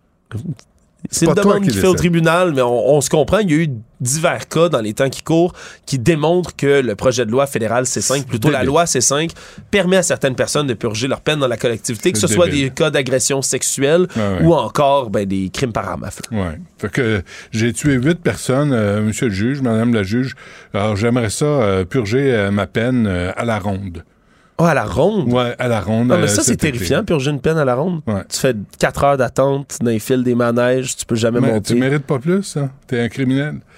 C'est une pas toi demande qui qu'il fait au décide. tribunal, mais on, on se comprend. Il y a eu divers cas dans les temps qui courent qui démontrent que le projet de loi fédéral C cinq, plutôt la débile. loi C cinq, permet à certaines personnes de purger leur peine dans la collectivité, que ce C'est soit débile. des cas d'agression sexuelle Ouais, ouais. ou encore ben, des crimes par arme à feu. Ouais. Fait que j'ai tué huit personnes, euh, monsieur le juge, madame la juge. Alors, j'aimerais ça euh, purger euh, ma peine euh, à la ronde. Oh, à la ronde? Ouais, à la ronde. Non, mais euh, ça, c'est cet été. terrifiant, purger une peine à la ronde. Ouais. Tu fais quatre heures d'attente dans les fils des manèges, tu peux jamais Mais monter. tu mérites pas plus, ça. T'es un criminel.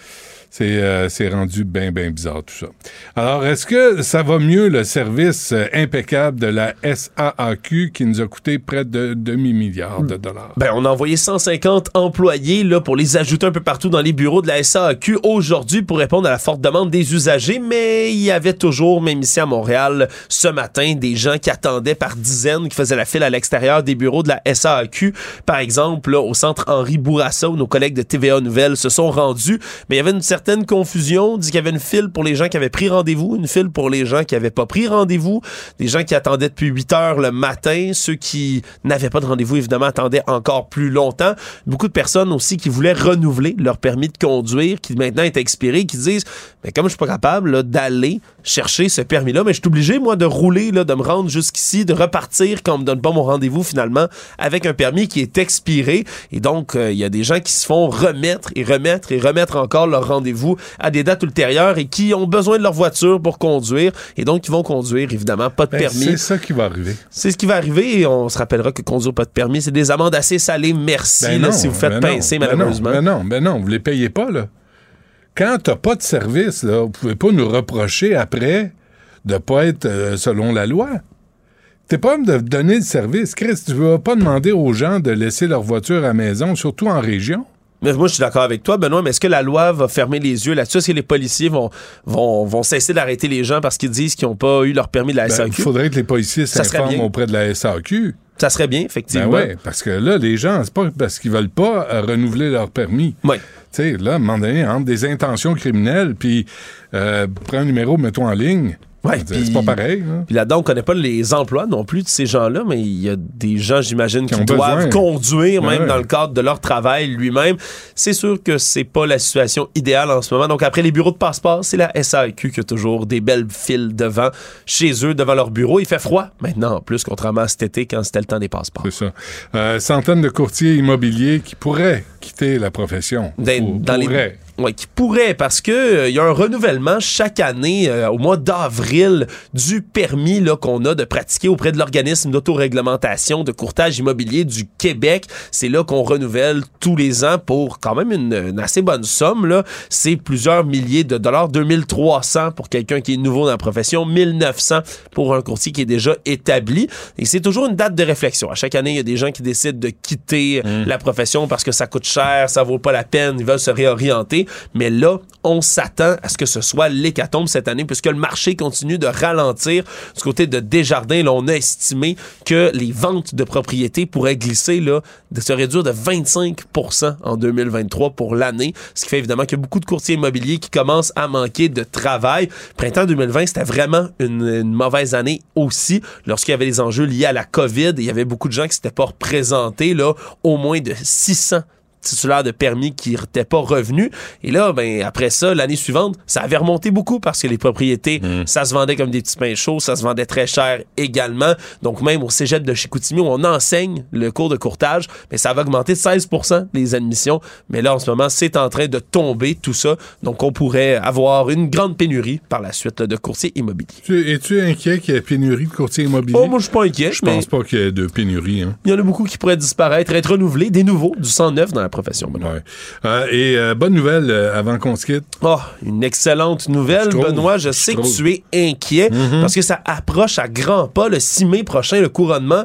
C'est, euh, c'est rendu bien, bien bizarre tout ça. Alors, est-ce que ça va mieux, le service euh, impeccable de la S A A Q qui nous a coûté près de demi-milliard de dollars? Ben, on a envoyé cent cinquante employés là, pour les ajouter un peu partout dans les bureaux de la S A A Q aujourd'hui pour répondre à la forte demande des usagers, mais il y avait toujours, même ici à Montréal, ce matin, des gens qui attendaient par dizaines, qui faisaient la file à l'extérieur des bureaux de la S A A Q. Par exemple, là, au centre Henri Bourassa, où nos collègues de T V A Nouvelles se sont rendus, mais il y avait une certaine certaine confusion. On dit qu'il y avait une file pour les gens qui avaient pris rendez-vous, une file pour les gens qui n'avaient pas pris rendez-vous, des gens qui attendaient depuis huit heures le matin, ceux qui n'avaient pas de rendez-vous, évidemment, attendaient encore plus longtemps. Beaucoup de personnes aussi qui voulaient renouveler leur permis de conduire, qui maintenant est expiré, qui disent, mais comme je suis pas capable là, d'aller chercher ce permis-là, mais je suis obligé, moi, de rouler, là, de me rendre jusqu'ici, de repartir quand on me donne pas mon rendez-vous, finalement, avec un permis qui est expiré. Et donc, il euh, y a des gens qui se font remettre et remettre et remettre encore leur rendez-vous à des dates ultérieures et qui ont besoin de leur voiture pour conduire et donc qui vont conduire, évidemment, pas de ben, permis. C'est ça qui va arriver. C'est ce qui va arriver et on se rappellera que conduire pas de permis, c'est des amendes assez salées, merci, ben là, non, si vous faites ben pincer, non, malheureusement. Ben non, ben non, vous les payez pas, là. Quand t'as pas de service, là, vous pouvez pas nous reprocher après de pas être euh, selon la loi. T'es pas même de donner le service. Chris, tu vas pas demander aux gens de laisser leur voiture à la maison, surtout en région. Mais moi, je suis d'accord avec toi, Benoît, mais est-ce que la loi va fermer les yeux là-dessus? Est-ce que les policiers vont, vont, vont cesser d'arrêter les gens parce qu'ils disent qu'ils n'ont pas eu leur permis de la S A Q? Il ben, faudrait que les policiers s'informent auprès de la S A Q. Ça serait bien, effectivement. Ben oui, parce que là, les gens, c'est pas parce qu'ils veulent pas euh, renouveler leur permis. Oui. Tu sais, là, à un moment donné, entre des intentions criminelles, puis euh, prends un numéro, mets-toi en ligne. Ouais, pis, c'est pas pareil. Hein? Puis là-dedans, on connaît pas les emplois non plus de ces gens-là, mais il y a des gens, j'imagine, qui, qui doivent besoin. conduire, même ouais. dans le cadre de leur travail lui-même. C'est sûr que c'est pas la situation idéale en ce moment. Donc, après les bureaux de passeport, c'est la S A A Q qui a toujours des belles files devant, chez eux, devant leur bureau. Il fait froid maintenant, en plus, contrairement à cet été, quand c'était le temps des passeports. C'est ça. Euh, centaines de courtiers immobiliers qui pourraient quitter la profession. Pour, dans pourraient. les... Oui, qui pourrait, parce que il euh, y a un renouvellement chaque année, euh, au mois d'avril, du permis là, qu'on a de pratiquer auprès de l'organisme d'autoréglementation de courtage immobilier du Québec. C'est là qu'on renouvelle tous les ans pour quand même une, une assez bonne somme. Là. C'est plusieurs milliers de dollars, deux mille trois cents pour quelqu'un qui est nouveau dans la profession, mille neuf cents pour un courtier qui est déjà établi. Et c'est toujours une date de réflexion. À chaque année, il y a des gens qui décident de quitter mmh. la profession parce que ça coûte cher, ça vaut pas la peine, ils veulent se réorienter. Mais là, on s'attend à ce que ce soit l'hécatombe cette année puisque le marché continue de ralentir. Du côté de Desjardins, là, on a estimé que les ventes de propriétés pourraient glisser, là, de se réduire de vingt-cinq pour cent en deux mille vingt-trois pour l'année. Ce qui fait évidemment qu'il y a beaucoup de courtiers immobiliers qui commencent à manquer de travail. Printemps deux mille vingt, c'était vraiment une, une mauvaise année aussi lorsqu'il y avait des enjeux liés à la COVID. Il y avait beaucoup de gens qui s'étaient pas représentés, là, au moins de six cents titulaires de permis qui n'étaient pas revenus. Et là, ben après ça, l'année suivante, ça avait remonté beaucoup parce que les propriétés, mmh. ça se vendait comme des petits pains chauds, ça se vendait très cher également. Donc même au cégep de Chicoutimi, où on enseigne le cours de courtage, mais ça va augmenter de seize pour cent les admissions. Mais là, en ce moment, c'est en train de tomber tout ça. Donc on pourrait avoir une grande pénurie par la suite là, de courtiers immobiliers. Tu, es-tu inquiet qu'il y ait pénurie de courtiers immobiliers? Oh, moi, je suis pas inquiet. Je pense pas qu'il y ait de pénurie. Hein. Il y en a beaucoup qui pourraient disparaître, être renouvelés, des nouveaux, du sang neuf dans la profession. Benoît. Ouais. Euh, et euh, bonne nouvelle euh, avant qu'on se quitte. Oh, une excellente nouvelle, je Benoît. Je, je sais trouve. que tu es inquiet mm-hmm. parce que ça approche à grands pas le six mai prochain, le couronnement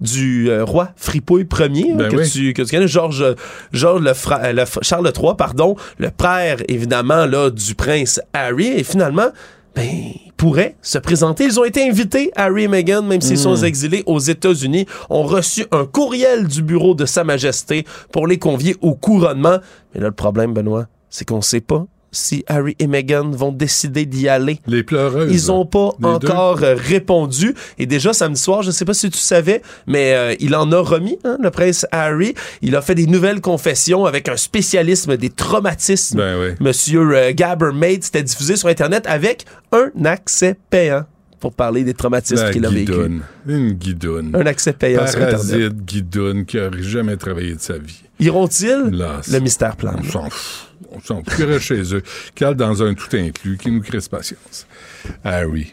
du euh, roi Fripouille Ier, ben que, oui. tu, que tu connais, Georges, Georges le fra- le, Charles trois, pardon, le père, évidemment, là, du prince Harry. Et finalement, ben, pourraient se présenter. Ils ont été invités, Harry et Meghan, même s'ils mmh. sont exilés aux États-Unis, ont reçu un courriel du bureau de Sa Majesté pour les convier au couronnement. Mais là, le problème, Benoît, c'est qu'on sait pas si Harry et Meghan vont décider d'y aller. Les pleureuses. Ils ont pas encore deux. répondu. Et déjà, samedi soir, je sais pas si tu savais, mais euh, il en a remis, hein, le prince Harry. Il a fait des nouvelles confessions avec un spécialisme des traumatismes. Ben oui. Monsieur euh, Gabermaid, c'était diffusé sur Internet avec un accès payant pour parler des traumatismes La qu'il a vécu. Une guidoune. Un accès payant Parasite, sur Internet. guidoune qui n'aurait jamais travaillé de sa vie. Iront-ils? Là, le mystère plane. On s'en fout. On s'en fout. Qui reste chez eux. Cale dans un tout inclus. Qui nous crisse patience. Ah oui.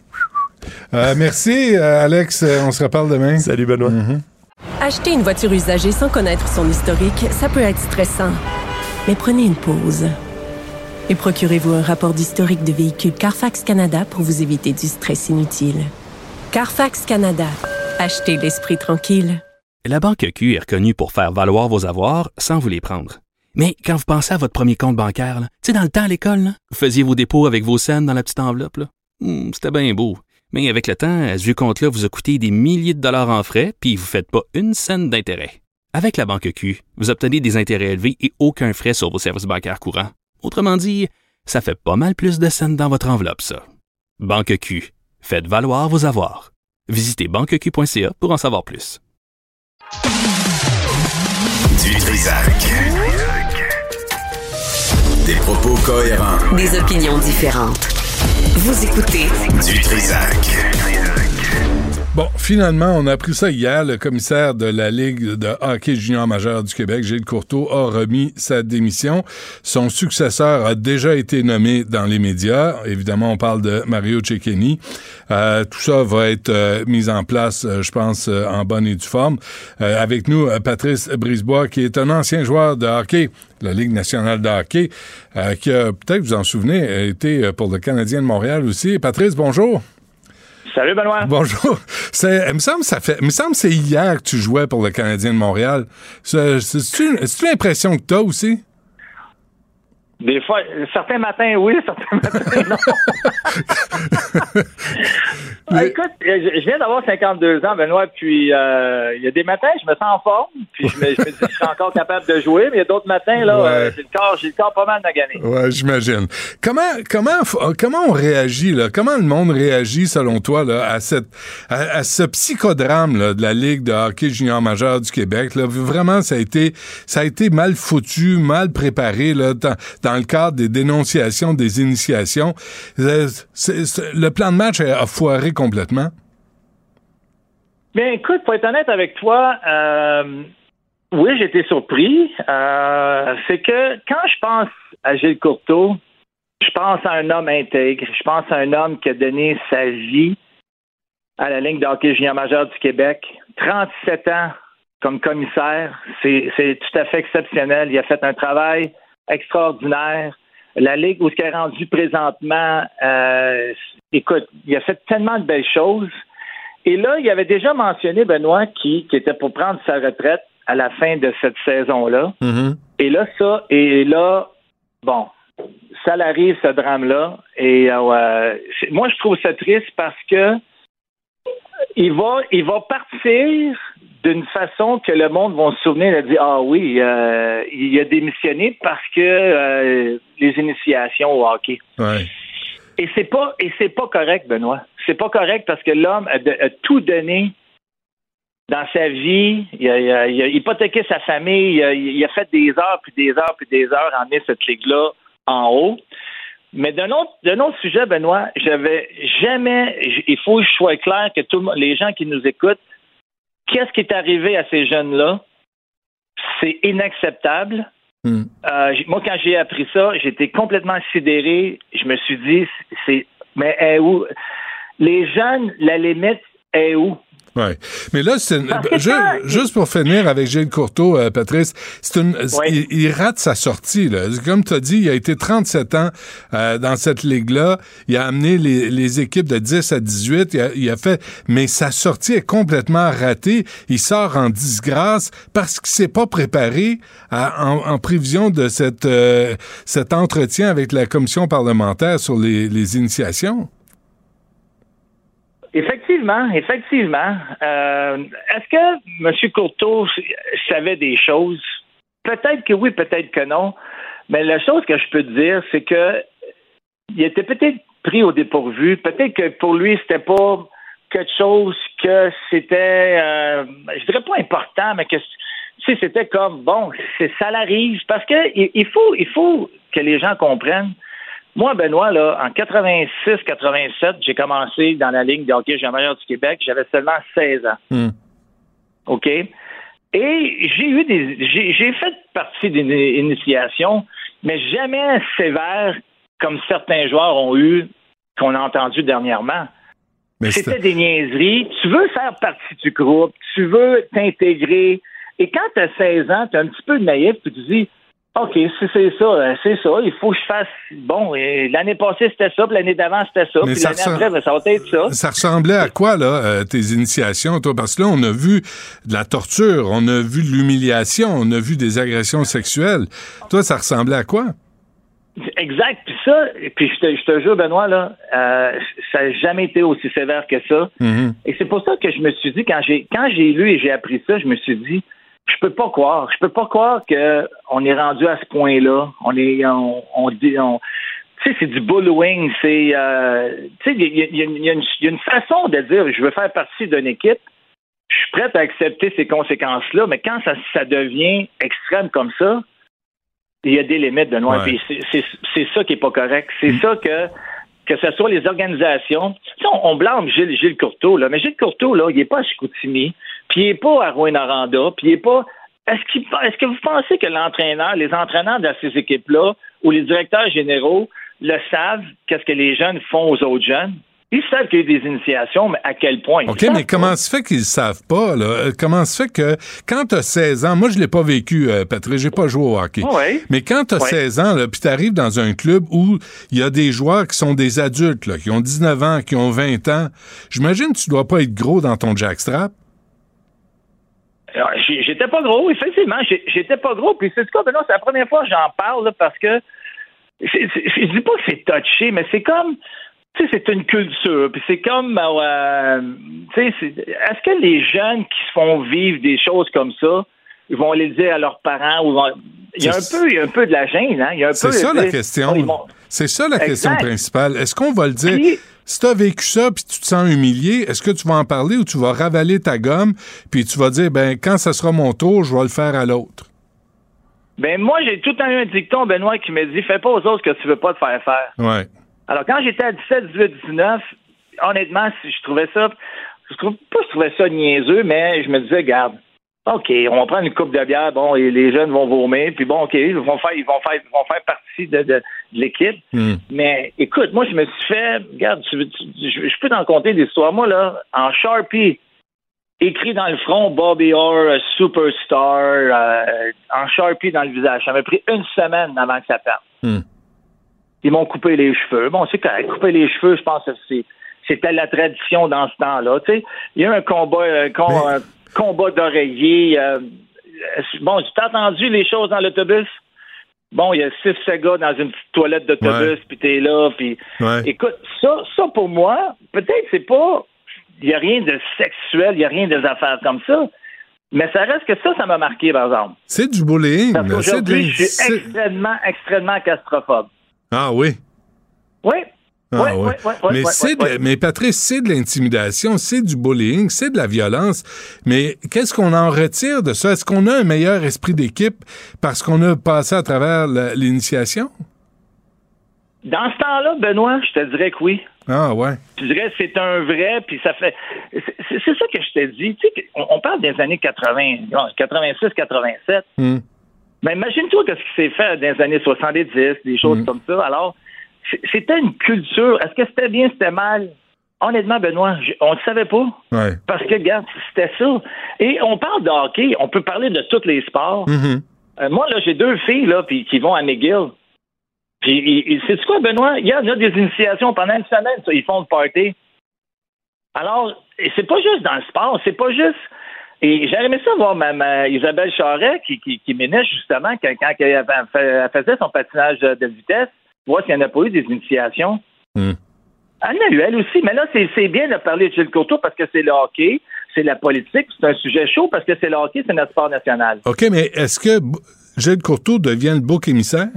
Euh, merci, euh, Alex. On se reparle demain. Salut, Benoît. Mm-hmm. Acheter une voiture usagée sans connaître son historique, ça peut être stressant. Mais prenez une pause. Et procurez-vous un rapport d'historique de véhicule Carfax Canada pour vous éviter du stress inutile. Carfax Canada. Achetez l'esprit tranquille. La Banque Q est reconnue pour faire valoir vos avoirs sans vous les prendre. Mais quand vous pensez à votre premier compte bancaire, tu sais, dans le temps à l'école, là, vous faisiez vos dépôts avec vos scènes dans la petite enveloppe. Là. Hum, c'était bien beau. Mais avec le temps, ce vieux compte-là vous a coûté des milliers de dollars en frais, puis vous ne faites pas une scène d'intérêt. Avec la Banque Q, vous obtenez des intérêts élevés et aucun frais sur vos services bancaires courants. Autrement dit, ça fait pas mal plus de scènes dans votre enveloppe, ça. Banque Q. Faites valoir vos avoirs. Visitez banque q point c a pour en savoir plus. Du Trisac. Des propos cohérents. Des opinions différentes. Vous écoutez Du Trisac. Bon, finalement, on a appris ça hier. Le commissaire de la Ligue de hockey junior majeur du Québec, Gilles Courteau, a remis sa démission. Son successeur a déjà été nommé dans les médias. Évidemment, on parle de Mario Cecchini. Euh, tout ça va être euh, mis en place, euh, je pense, euh, en bonne et due forme. Euh, avec nous, euh, Patrice Brisebois, qui est un ancien joueur de hockey de la Ligue nationale de hockey, euh, qui a, peut-être vous en souvenez, a été pour le Canadien de Montréal aussi. Patrice, bonjour. Salut Benoît. Bonjour. C'est, il me semble ça fait, il me semble que c'est hier que tu jouais pour le Canadien de Montréal. C'est, c'est, c'est-tu, c'est-tu l'impression que t'as aussi? Des fois, certains matins, oui, certains matins, non. Mais... Écoute, je viens d'avoir cinquante-deux ans, Benoît, puis euh, il y a des matins, je me sens en forme, puis je me, je me dis que je serai encore capable de jouer, mais il y a d'autres matins, là, ouais. euh, j'ai le corps, j'ai le corps pas mal magané. Ouais, j'imagine. Comment, comment, comment on réagit, là? Comment le monde réagit, selon toi, là, à cette, à, à ce psychodrame, là, de la Ligue de hockey junior majeur du Québec, là? Vraiment, ça a été, ça a été mal foutu, mal préparé, là, dans, dans le cadre des dénonciations, des initiations. C'est, c'est, c'est, le plan de match a foiré complètement. Bien, écoute, pour être honnête avec toi, euh, oui, j'ai été surpris. Euh, c'est que quand je pense à Gilles Courteau, je pense à un homme intègre. Je pense à un homme qui a donné sa vie à la Ligue de hockey junior majeur du Québec. trente-sept ans comme commissaire, c'est, c'est tout à fait exceptionnel. Il a fait un travail extraordinaire. La Ligue où ce qu'elle est rendue présentement, euh, écoute, il a fait tellement de belles choses. Et là, il avait déjà mentionné, Benoît, qui, qui était pour prendre sa retraite à la fin de cette saison-là. Mm-hmm. Et là, ça, et là, bon, ça arrive, ce drame-là. Et euh, moi, je trouve ça triste parce que il va, il va partir d'une façon que le monde va se souvenir de dire ah oui, euh, il a démissionné parce que euh, les initiations au hockey. Ouais. Et c'est pas et c'est pas correct, Benoît. C'est pas correct parce que l'homme a, de, a tout donné dans sa vie. Il a, il a, il a hypothéqué sa famille. Il a, il a fait des heures puis des heures puis des heures à emmener cette ligue-là en haut. Mais d'un autre, d'un autre sujet, Benoît, j'avais jamais. Il faut que je sois clair que tout, les gens qui nous écoutent, qu'est-ce qui est arrivé à ces jeunes-là? C'est inacceptable. Mm. Euh, moi, quand j'ai appris ça, j'étais complètement sidéré. Je me suis dit, c'est, mais est où? Les jeunes, la limite est où? Oui. Mais là, c'est une, ju- juste pour finir avec Gilles Courteau, euh, Patrice, c'est une, oui. il, il rate sa sortie, là. Comme tu as dit, il a été trente-sept ans euh, dans cette ligue-là. Il a amené les, les équipes de dix à dix-huit. Il a, il a fait, mais sa sortie est complètement ratée. Il sort en disgrâce parce qu'il s'est pas préparé à, en, en prévision de cette, euh, cet entretien avec la commission parlementaire sur les, les initiations. Effectivement, effectivement. Euh, est-ce que M. Courteau savait des choses? Peut-être que oui, peut-être que non. Mais la chose que je peux te dire, c'est que il était peut-être pris au dépourvu. Peut-être que pour lui, c'était pas quelque chose que c'était, euh, je dirais pas important, mais que tu sais, c'était comme bon, c'est, ça l'arrive. Parce que il, il faut, il faut que les gens comprennent. Moi, Benoît, là, en quatre-vingt-six quatre-vingt-sept, j'ai commencé dans la Ligue de hockey junior majeur du Québec. J'avais seulement seize ans. Mm. OK? Et j'ai eu des. J'ai, j'ai fait partie d'une initiation, mais jamais sévère comme certains joueurs ont eu, qu'on a entendu dernièrement. Mais C'était c'est... des niaiseries. Tu veux faire partie du groupe, tu veux t'intégrer. Et quand tu as seize ans, tu as un petit peu de naïf, puis tu dis OK, c'est, c'est ça, c'est ça. Il faut que je fasse... Bon, l'année passée, c'était ça, puis l'année d'avant, c'était ça, Mais puis ça l'année ressemble... après, ça va être ça. Ça ressemblait à quoi, là, euh, tes initiations, toi? Parce que là, on a vu de la torture, on a vu de l'humiliation, on a vu des agressions sexuelles. Toi, ça ressemblait à quoi? Exact. Puis ça, puis je te, je te jure, Benoît, là, euh, ça n'a jamais été aussi sévère que ça. Mm-hmm. Et c'est pour ça que je me suis dit, quand j'ai quand j'ai lu et j'ai appris ça, je me suis dit, je peux pas croire. Je peux pas croire qu'on est rendu à ce point-là. On est, on, on dit, on, tu sais, c'est du bullying. C'est, euh, tu sais, il y, y, y, y a une façon de dire, je veux faire partie d'une équipe. Je suis prête à accepter ces conséquences-là, mais quand ça, ça devient extrême comme ça, il y a des limites, Benoît. Ouais. Puis c'est, c'est, c'est ça qui est pas correct. C'est mm. ça que que ce soit les organisations. Tu sais, on, on blâme Gilles, Gilles Courteau, là, mais Gilles Courteau, là, il est pas à Chicoutimi, puis il est pas à Rouyn-Noranda, puis il est pas... Est-ce, qu'il, est-ce que vous pensez que l'entraîneur, les entraîneurs de ces équipes-là, ou les directeurs généraux, le savent, qu'est-ce que les jeunes font aux autres jeunes? Ils savent qu'il y a des initiations, mais à quel point? OK, mais comment se fait qu'ils ne savent pas, là? Comment se fait que quand tu as seize ans, moi, je l'ai pas vécu, euh, Patrick, j'ai pas joué au hockey. Oui. Mais quand tu as oui. seize ans, là, puis tu arrives dans un club où il y a des joueurs qui sont des adultes, là, qui ont dix-neuf ans, qui ont vingt ans, j'imagine que tu dois pas être gros dans ton jackstrap. Alors, j'étais pas gros, effectivement, j'étais pas gros. Puis c'est quoi, Benoît, c'est la première fois que j'en parle, là, parce que c'est, c'est, je dis pas que c'est touché, mais c'est comme... Tu sais, c'est une culture, puis c'est comme, euh, tu sais, c'est, est-ce que les jeunes qui se font vivre des choses comme ça, ils vont les dire à leurs parents, ou vont, il y a un peu, il y a un peu de la gêne, hein, il y a un c'est peu. Ça, de, la question. Vont... C'est ça la exact. question principale. Est-ce qu'on va le dire, puis, si tu as vécu ça, puis tu te sens humilié, est-ce que tu vas en parler ou tu vas ravaler ta gomme, puis tu vas dire, ben quand ça sera mon tour, je vais le faire à l'autre? Ben moi, j'ai tout le temps eu un dicton, Benoît, qui me dit, fais pas aux autres ce que tu veux pas te faire faire. Ouais. Alors, quand j'étais à dix-sept, dix-huit, dix-neuf, honnêtement, je trouvais ça, je trouve pas je trouvais ça niaiseux, mais je me disais, regarde, OK, on va prendre une coupe de bière, bon, et les jeunes vont vomir, puis bon, OK, ils vont faire, ils vont faire, ils vont faire partie de, de, de l'équipe. Mm. Mais écoute, moi, je me suis fait, regarde, tu, tu, je, je peux t'en conter des histoires. Moi, là, en Sharpie, écrit dans le front, Bobby Orr, superstar, euh, en Sharpie dans le visage. Ça m'a pris une semaine avant que ça parte. Mm. Ils m'ont coupé les cheveux. Bon, c'est correct. Couper les cheveux, je pense que c'est, c'était la tradition dans ce temps-là. Tu sais, il y a eu un combat, un, com, Mais... un combat d'oreiller. Euh, bon, tu as entendu les choses dans l'autobus? Bon, il y a six Sega dans une petite toilette d'autobus, ouais. Puis t'es là, puis... Ouais. Écoute, ça, ça pour moi, peut-être c'est pas... Il n'y a rien de sexuel, il n'y a rien des affaires comme ça. Mais ça reste que ça, ça m'a marqué, par exemple. C'est du bullying. Parce qu'aujourd'hui, c'est je suis c'est... extrêmement, extrêmement castrophobe. Ah oui? Oui. Ah, oui, ouais. oui, oui, oui, mais, oui, c'est oui, de, oui. mais Patrice, c'est de l'intimidation, c'est du bullying, c'est de la violence. Mais qu'est-ce qu'on en retire de ça? Est-ce qu'on a un meilleur esprit d'équipe parce qu'on a passé à travers la, l'initiation? Dans ce temps-là, Benoît, je te dirais que oui. Ah ouais. Je dirais que c'est un vrai, puis ça fait... C'est, c'est, c'est ça que je te dis. Tu sais, on, on parle des années quatre-vingts, quatre-vingt-six quatre-vingt-sept. Mm. Mais imagine-toi ce qui s'est fait dans les années soixante-dix, des choses mm. comme ça. Alors, c'était une culture. Est-ce que c'était bien, c'était mal? Honnêtement, Benoît, on ne le savait pas. Ouais. Parce que, regarde, c'était ça. Et on parle de hockey, on peut parler de tous les sports. Mm-hmm. Euh, moi, là, j'ai deux filles là, puis qui vont à McGill. Puis, c'est quoi, Benoît? Il y a, il y a des initiations pendant une semaine, ça, ils font le party. Alors, c'est pas juste dans le sport, c'est pas juste... Et j'aurais aimé ça voir ma, ma Isabelle Charret, qui, qui, qui m'énerve justement quand, quand elle, elle faisait son patinage de vitesse, voir s'il n'y en a pas eu des initiations. Mm. Elle en a eu, elle aussi. Mais là, c'est, c'est bien de parler de Gilles Courteau parce que c'est le hockey, c'est la politique, c'est un sujet chaud parce que c'est le hockey, c'est notre sport national. OK, mais est-ce que Gilles Courteau devient le bouc émissaire?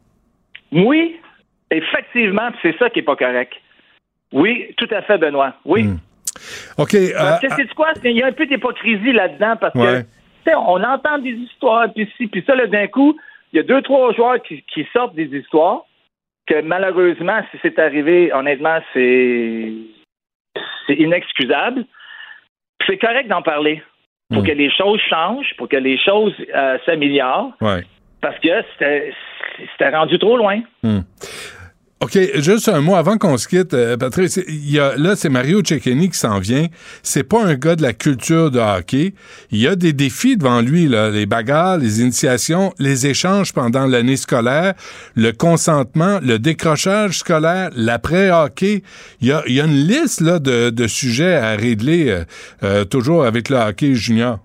Oui, effectivement, c'est ça qui n'est pas correct. Oui, tout à fait, Benoît. Oui. Mm. OK. Parce que euh, c'est quoi? Il y a un peu d'hypocrisie là-dedans parce ouais. que, tu sais, on entend des histoires, puis ci, puis ça, là, d'un coup, il y a deux, trois joueurs qui, qui sortent des histoires que, malheureusement, si c'est arrivé, honnêtement, c'est, c'est inexcusable. Puis c'est correct d'en parler pour mm. que les choses changent, pour que les choses euh, s'améliorent. Ouais. Parce que c'était, c'était rendu trop loin. Mm. OK, juste un mot avant qu'on se quitte, euh, Patrice. Il y a, là, c'est Mario Cecchini qui s'en vient. C'est pas un gars de la culture de hockey. Il y a des défis devant lui, là, les bagarres, les initiations, les échanges pendant l'année scolaire, le consentement, le décrochage scolaire, l'après-hockey. Il y a, il y a une liste là, de, de sujets à régler, euh, euh, toujours avec le hockey junior.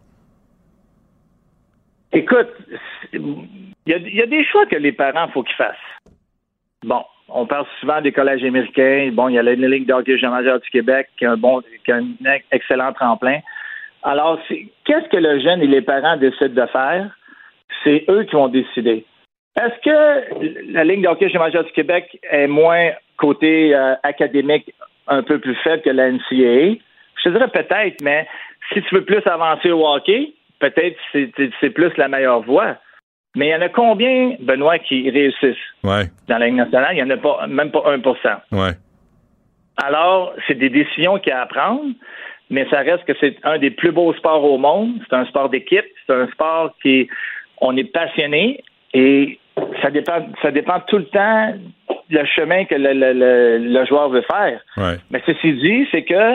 Écoute, il y a, il y a des choix que les parents, faut qu'ils fassent. Bon. On parle souvent des collèges américains. Bon, il y a la Ligue de hockey junior majeur du Québec qui a un bon, qui a un excellent tremplin. Alors, c'est, qu'est-ce que le jeune et les parents décident de faire? C'est eux qui vont décider. Est-ce que la Ligue de hockey junior majeur du Québec est moins côté euh, académique un peu plus faible que la N C A A? Je te dirais peut-être, mais si tu veux plus avancer au hockey, peut-être c'est, c'est plus la meilleure voie. Mais il y en a combien, Benoît, qui réussissent ouais. dans la Ligue nationale? Il n'y en a pas, même pas un pour cent. Ouais. Alors, c'est des décisions qu'il y a à prendre, mais ça reste que c'est un des plus beaux sports au monde. C'est un sport d'équipe. C'est un sport qui, on est passionné et ça dépend, ça dépend tout le temps le chemin que le, le, le, le joueur veut faire. Ouais. Mais ceci dit, c'est que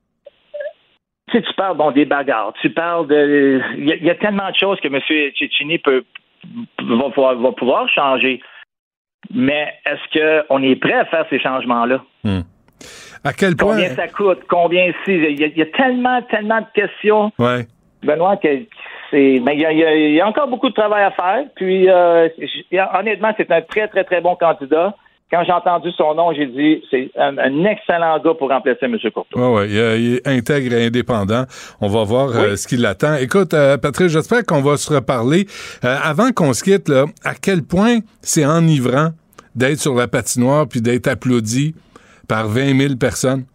tu sais, tu parles bon, des bagarres, tu parles de... Il y, y a tellement de choses que M. Cecchini peut Va pouvoir, va pouvoir changer. Mais est-ce qu'on est prêt à faire ces changements-là? Hmm. À quel point... Combien ça coûte? Combien si? Il y a, il y a tellement, tellement de questions, ouais. Benoît, que c'est... Mais il y, a, il y a encore beaucoup de travail à faire. Puis, euh, honnêtement, c'est un très, très, très bon candidat. Quand j'ai entendu son nom, j'ai dit c'est un, un excellent gars pour remplacer M. Courteau. Oui, oui, il, il est intègre et indépendant. On va voir oui. euh, ce qui l'attend. Écoute, euh, Patrice, j'espère qu'on va se reparler. Euh, avant qu'on se quitte, là, à quel point c'est enivrant d'être sur la patinoire puis d'être applaudi par vingt mille personnes?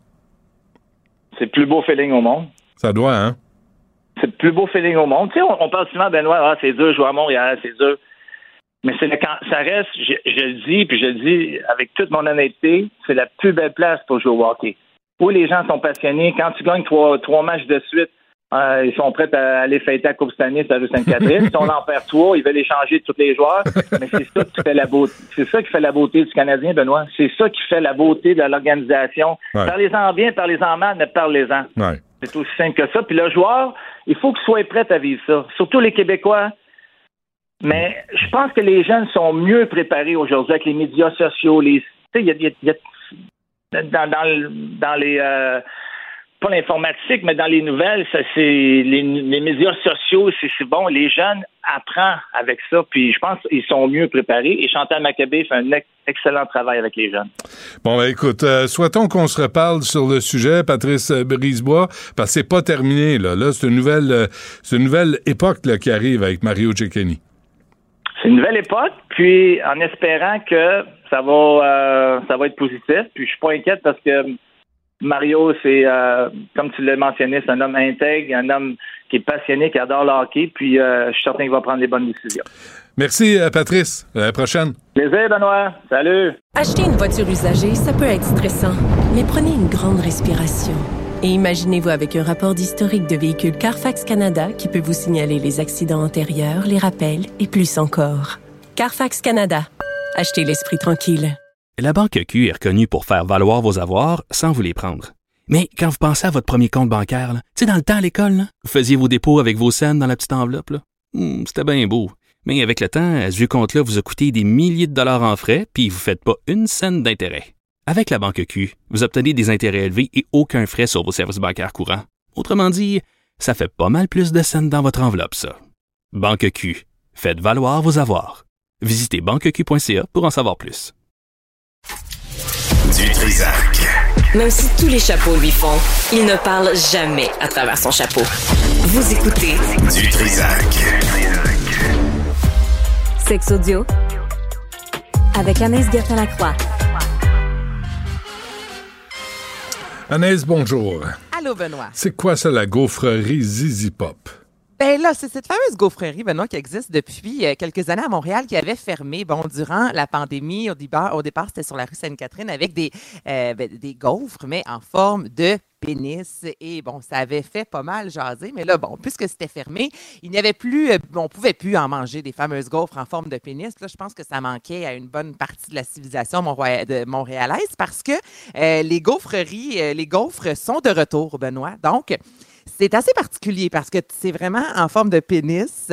C'est le plus beau feeling au monde. Ça doit, hein? C'est le plus beau feeling au monde. Tu sais, on, on parle souvent, Benoît, ah, c'est dur jouer à Montréal, c'est dur. Mais c'est le, quand ça reste, je, je le dis, puis je le dis avec toute mon honnêteté, c'est la plus belle place pour jouer au hockey. Où les gens sont passionnés. Quand tu gagnes trois, trois matchs de suite, euh, ils sont prêts à aller fêter à Coupe Stanley sur la rue Sainte-Catherine. Si on en perd trois, ils veulent échanger de tous les joueurs. Mais c'est ça qui fait la beauté. C'est ça qui fait la beauté du Canadien, Benoît. C'est ça qui fait la beauté de l'organisation. Ouais. Parlez-en bien, parlez-en mal, mais parlez-en. Ouais. C'est aussi simple que ça. Puis le joueur, il faut qu'il soit prêt à vivre ça. Surtout les Québécois. Mais je pense que les jeunes sont mieux préparés aujourd'hui avec les médias sociaux. Les, tu sais, il y a, y a dans, dans, dans les euh, pas l'informatique, mais dans les nouvelles, ça, c'est les, les médias sociaux, c'est, c'est bon. Les jeunes apprennent avec ça, puis je pense qu'ils sont mieux préparés. Et Chantal Maccabé fait un ex- excellent travail avec les jeunes. Bon, ben écoute, euh, souhaitons qu'on se reparle sur le sujet, Patrice Brisebois, parce que c'est pas terminé là. Là, c'est une nouvelle, euh, c'est une nouvelle époque là, qui arrive avec Mario Cecchini. C'est une nouvelle époque, puis en espérant que ça va euh, ça va être positif. Puis je suis pas inquiète parce que Mario, c'est euh, comme tu l'as mentionné, c'est un homme intègre, un homme qui est passionné, qui adore le hockey, puis euh, je suis certain qu'il va prendre les bonnes décisions. Merci, Patrice. À la prochaine. Plaisir, Benoît. Salut. Acheter une voiture usagée, ça peut être stressant, mais prenez une grande respiration. Et imaginez-vous avec un rapport d'historique de véhicule Carfax Canada qui peut vous signaler les accidents antérieurs, les rappels et plus encore. Carfax Canada. Achetez l'esprit tranquille. La Banque Q est reconnue pour faire valoir vos avoirs sans vous les prendre. Mais quand vous pensez à votre premier compte bancaire, tu sais, dans le temps à l'école, là, vous faisiez vos dépôts avec vos scènes dans la petite enveloppe. Là. Hum, c'était bien beau. Mais avec le temps, ce vieux compte-là vous a coûté des milliers de dollars en frais puis vous ne faites pas une scène d'intérêt. Avec la Banque Q, vous obtenez des intérêts élevés et aucun frais sur vos services bancaires courants. Autrement dit, ça fait pas mal plus de scènes dans votre enveloppe, ça. Banque Q. Faites valoir vos avoirs. Visitez banque q point c a pour en savoir plus. Du Trisac. Même si tous les chapeaux lui font, il ne parle jamais à travers son chapeau. Vous écoutez Du Trisac. Sexe audio avec Anaïs Gertin-Lacroix. Anaïs, bonjour. Allô, Benoît. C'est quoi ça, la gaufrerie Zizi Pop? Ben là, c'est cette fameuse gaufrerie, Benoît, qui existe depuis euh, quelques années à Montréal, qui avait fermé, bon, durant la pandémie. Au départ, au départ c'était sur la rue Sainte-Catherine avec des, euh, ben, des gaufres, mais en forme de pénis. Et bon, ça avait fait pas mal jaser, mais là, bon, puisque c'était fermé, il n'y avait plus, euh, on pouvait plus en manger des fameuses gaufres en forme de pénis. Là, je pense que ça manquait à une bonne partie de la civilisation monroy- de montréalaise parce que euh, les gaufreries, euh, les gaufres sont de retour, Benoît. Donc, c'est assez particulier parce que c'est vraiment en forme de pénis,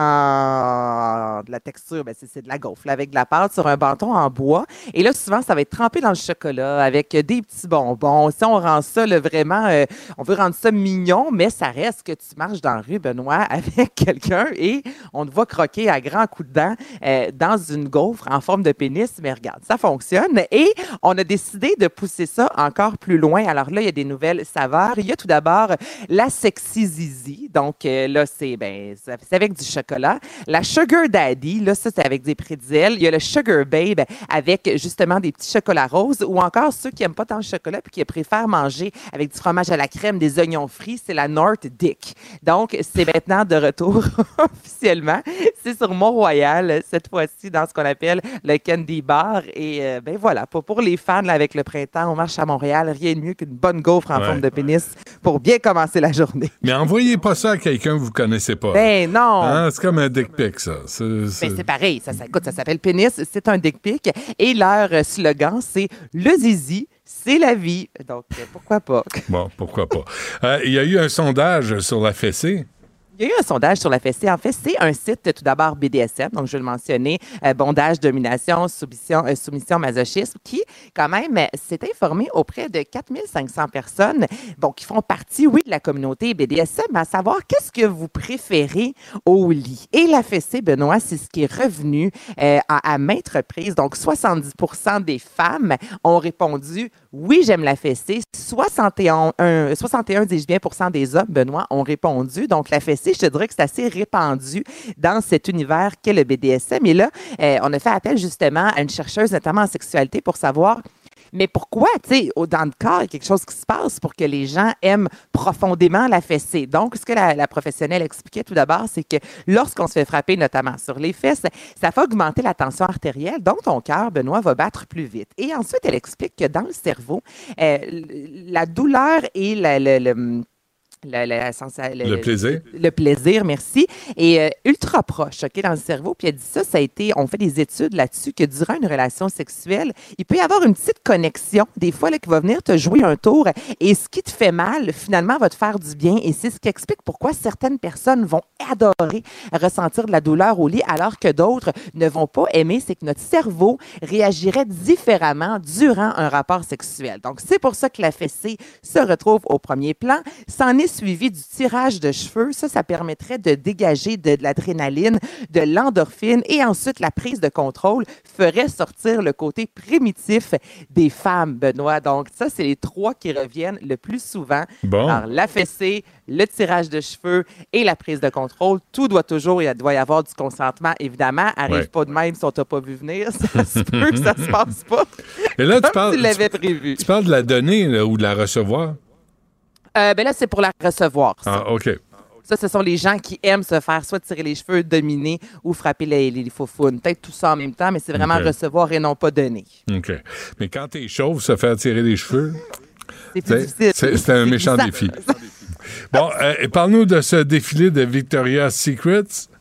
en de la texture, ben c'est, c'est de la gaufre, là, avec de la pâte sur un bâton en bois. Et là, souvent, ça va être trempé dans le chocolat avec des petits bonbons. Si on rend ça là, vraiment, euh, on veut rendre ça mignon, mais ça reste que tu marches dans la rue, Benoît, avec quelqu'un et on te voit croquer à grands coups de dents euh, dans une gaufre en forme de pénis. Mais regarde, ça fonctionne. Et on a décidé de pousser ça encore plus loin. Alors là, il y a des nouvelles saveurs. Il y a tout d'abord la Sexy Zizi. Donc euh, là, c'est, ben, c'est avec du chocolat. La Sugar Daddy, là, ça, c'est avec des pretzels. Il y a le Sugar Babe avec justement des petits chocolats roses ou encore ceux qui n'aiment pas tant le chocolat puis qui préfèrent manger avec du fromage à la crème, des oignons frits, c'est la North Dick. Donc, c'est maintenant de retour officiellement. C'est sur Mont-Royal, cette fois-ci, dans ce qu'on appelle le Candy Bar. Et euh, ben voilà, pour, pour les fans là, avec le printemps, on marche à Montréal, rien de mieux qu'une bonne gaufre en ouais. forme de pénis pour bien commencer la journée. Mais envoyez pas ça à quelqu'un que vous connaissez pas. Ben non! Hein? C'est comme un dick pic, ça. C'est, c'est... Ben, c'est pareil. Ça, ça, écoute, ça s'appelle pénis, c'est un dick pic. Et leur slogan, c'est « Le zizi, c'est la vie ». Donc, pourquoi pas? Bon, pourquoi pas. Euh, il y a eu un sondage sur la fessée. Il y a eu un sondage sur la fessée. En fait, c'est un site, tout d'abord B D S M, donc je vais le mentionner, euh, bondage, domination, soumission, euh, soumission, masochisme, qui, quand même, euh, s'est informé auprès de quatre mille cinq cents personnes, bon, qui font partie, oui, de la communauté B D S M, à savoir qu'est-ce que vous préférez au lit. Et la fessée, Benoît, c'est ce qui est revenu euh, à, à maintes reprises. Donc, soixante-dix pour cent des femmes ont répondu « Oui, j'aime la fessée ». soixante et un, soixante et un, dis-je bien, pour cent des hommes, Benoît, ont répondu. Donc, la fessée, je te dirais que c'est assez répandu dans cet univers qu'est le B D S M. Et là, euh, on a fait appel justement à une chercheuse, notamment en sexualité, pour savoir, mais pourquoi, tu sais, dans le corps, il y a quelque chose qui se passe pour que les gens aiment profondément la fessée. Donc, ce que la, la professionnelle expliquait tout d'abord, c'est que lorsqu'on se fait frapper, notamment sur les fesses, ça fait augmenter la tension artérielle, donc ton cœur, Benoît, va battre plus vite. Et ensuite, elle explique que dans le cerveau, euh, la douleur et la, le, le Le, le, le, le plaisir. Le, le plaisir, merci. Et euh, ultra proche, OK, dans le cerveau. Puis elle dit ça, ça a été, on fait des études là-dessus, que durant une relation sexuelle, il peut y avoir une petite connexion, des fois, là, qui va venir te jouer un tour. Et ce qui te fait mal, finalement, va te faire du bien. Et c'est ce qui explique pourquoi certaines personnes vont adorer ressentir de la douleur au lit, alors que d'autres ne vont pas aimer. C'est que notre cerveau réagirait différemment durant un rapport sexuel. Donc, c'est pour ça que la fessée se retrouve au premier plan. C'en est suivi du tirage de cheveux. Ça, ça permettrait de dégager de, de l'adrénaline, de l'endorphine et ensuite la prise de contrôle ferait sortir le côté primitif des femmes, Benoît. Donc, ça, c'est les trois qui reviennent le plus souvent. Bon. Alors, la fessée, le tirage de cheveux et la prise de contrôle. Tout doit toujours, il doit y avoir du consentement, évidemment. Arrive ouais. pas de même si on t'a pas vu venir. Ça se peut que ça se passe pas. Et là, tu Comme parles, tu l'avais tu, prévu. Tu parles de la donner là, ou de la recevoir? Euh, ben là, c'est pour la recevoir. Ça. Ah, OK. Ça, ce sont les gens qui aiment se faire soit tirer les cheveux, dominer ou frapper les, les, les faufounes. Peut-être tout ça en même temps, mais c'est vraiment okay. recevoir et non pas donner. OK. Mais quand t'es chauve, se faire tirer les cheveux, c'est plus difficile. C'est, c'est un méchant ça. défi. Bon, euh, parle-nous de ce défilé de Victoria's Secrets.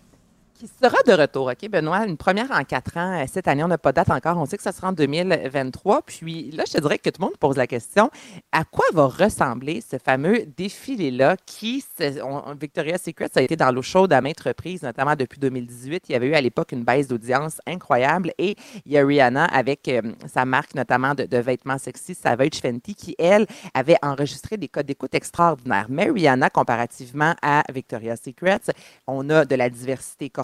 Qui sera de retour, OK, Benoît? Une première en quatre ans. Cette année, on n'a pas de date encore. On sait que ça sera en deux mille vingt-trois. Puis là, je te dirais que tout le monde pose la question, à quoi va ressembler ce fameux défilé-là qui, on, Victoria's Secret, ça a été dans l'eau chaude à maintes reprises, notamment depuis deux mille dix-huit. Il y avait eu à l'époque une baisse d'audience incroyable. Et il y a Rihanna avec euh, sa marque, notamment de, de vêtements sexy, Savage Fenty, qui, elle, avait enregistré des codes d'écoute extraordinaires. Mais Rihanna, comparativement à Victoria's Secret, on a de la diversité corporelle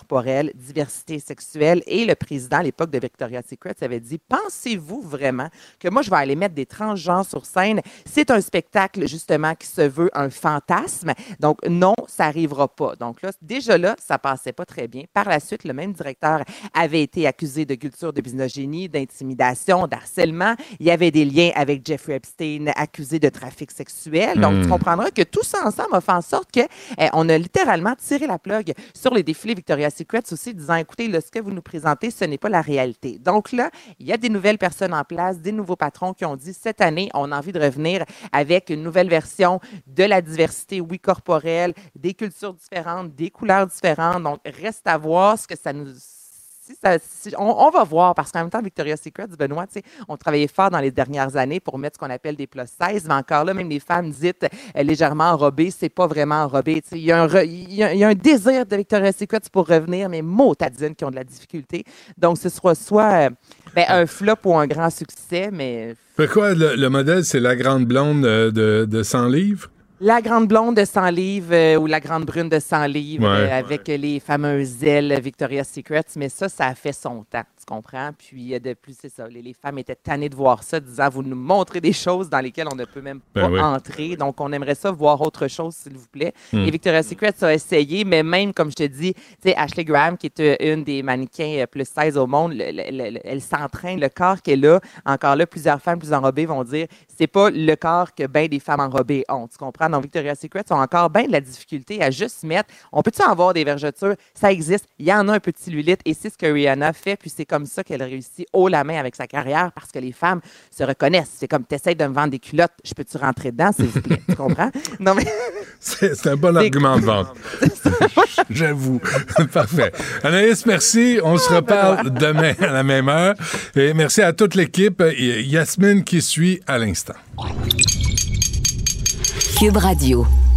corporelle, diversité sexuelle. Et le président, à l'époque de Victoria's Secret, avait dit, pensez-vous vraiment que moi, je vais aller mettre des transgenres sur scène? C'est un spectacle, justement, qui se veut un fantasme. Donc, non, ça n'arrivera pas. Donc là, déjà là, ça passait pas très bien. Par la suite, le même directeur avait été accusé de culture de misogynie, d'intimidation, d'harcèlement. Il y avait des liens avec Jeffrey Epstein, accusé de trafic sexuel. Donc, mm. tu comprendras que tout ça ensemble a fait en sorte que eh, on a littéralement tiré la plug sur les défilés Victoria's Secret aussi, disant, écoutez, là, ce que vous nous présentez, ce n'est pas la réalité. Donc là, il y a des nouvelles personnes en place, des nouveaux patrons qui ont dit, cette année, on a envie de revenir avec une nouvelle version de la diversité, oui, corporelle, des cultures différentes, des couleurs différentes. Donc, reste à voir ce que ça nous... Si ça, si, on, on va voir, parce qu'en même temps, Victoria's Secret, Benoît, tu sais, on travaillait fort dans les dernières années pour mettre ce qu'on appelle des plus size, mais encore là, même les femmes dites euh, légèrement enrobées, c'est pas vraiment enrobé. Il y, re, il, y a, il y a un désir de Victoria's Secret pour revenir, mais mots tadines qui ont de la difficulté. Donc, ce sera soit euh, ben, un flop ou un grand succès, mais... Fait quoi, le, le modèle, c'est la grande blonde de, de, de cent livres? La grande blonde de cent livres euh, ou la grande brune de cent livres ouais. euh, avec ouais. les fameuses ailes Victoria's Secret, mais ça, ça a fait son temps, tu comprends? Puis euh, de plus, c'est ça, les, les femmes étaient tannées de voir ça, disant, vous nous montrez des choses dans lesquelles on ne peut même ben pas oui. entrer, donc on aimerait ça voir autre chose, s'il vous plaît. Hmm. Et Victoria's Secret a essayé, mais même, comme je te dis, tu sais, Ashley Graham, qui est euh, une des mannequins euh, plus seize au monde, le, le, le, elle s'entraîne, le corps qu'elle a, encore là, plusieurs femmes plus enrobées vont dire, c'est pas le corps que bien des femmes enrobées ont, tu comprends? Donc, Victoria's Secret ont encore bien de la difficulté à juste mettre, on peut-tu avoir des vergetures? Ça existe, il y en a un peu de cellulite et c'est ce que Rihanna fait, puis c'est comme ça qu'elle réussit haut la main avec sa carrière parce que les femmes se reconnaissent. C'est comme, t'essayes de me vendre des culottes, je peux-tu rentrer dedans, s'il vous plaît? Tu comprends? Non, mais... C'est, c'est un bon c'est... argument de vente. J'avoue. Parfait. Anaïs, merci. On se reparle demain à la même heure. Et merci à toute l'équipe. Yasmine qui suit à l'instant. Cube Radio.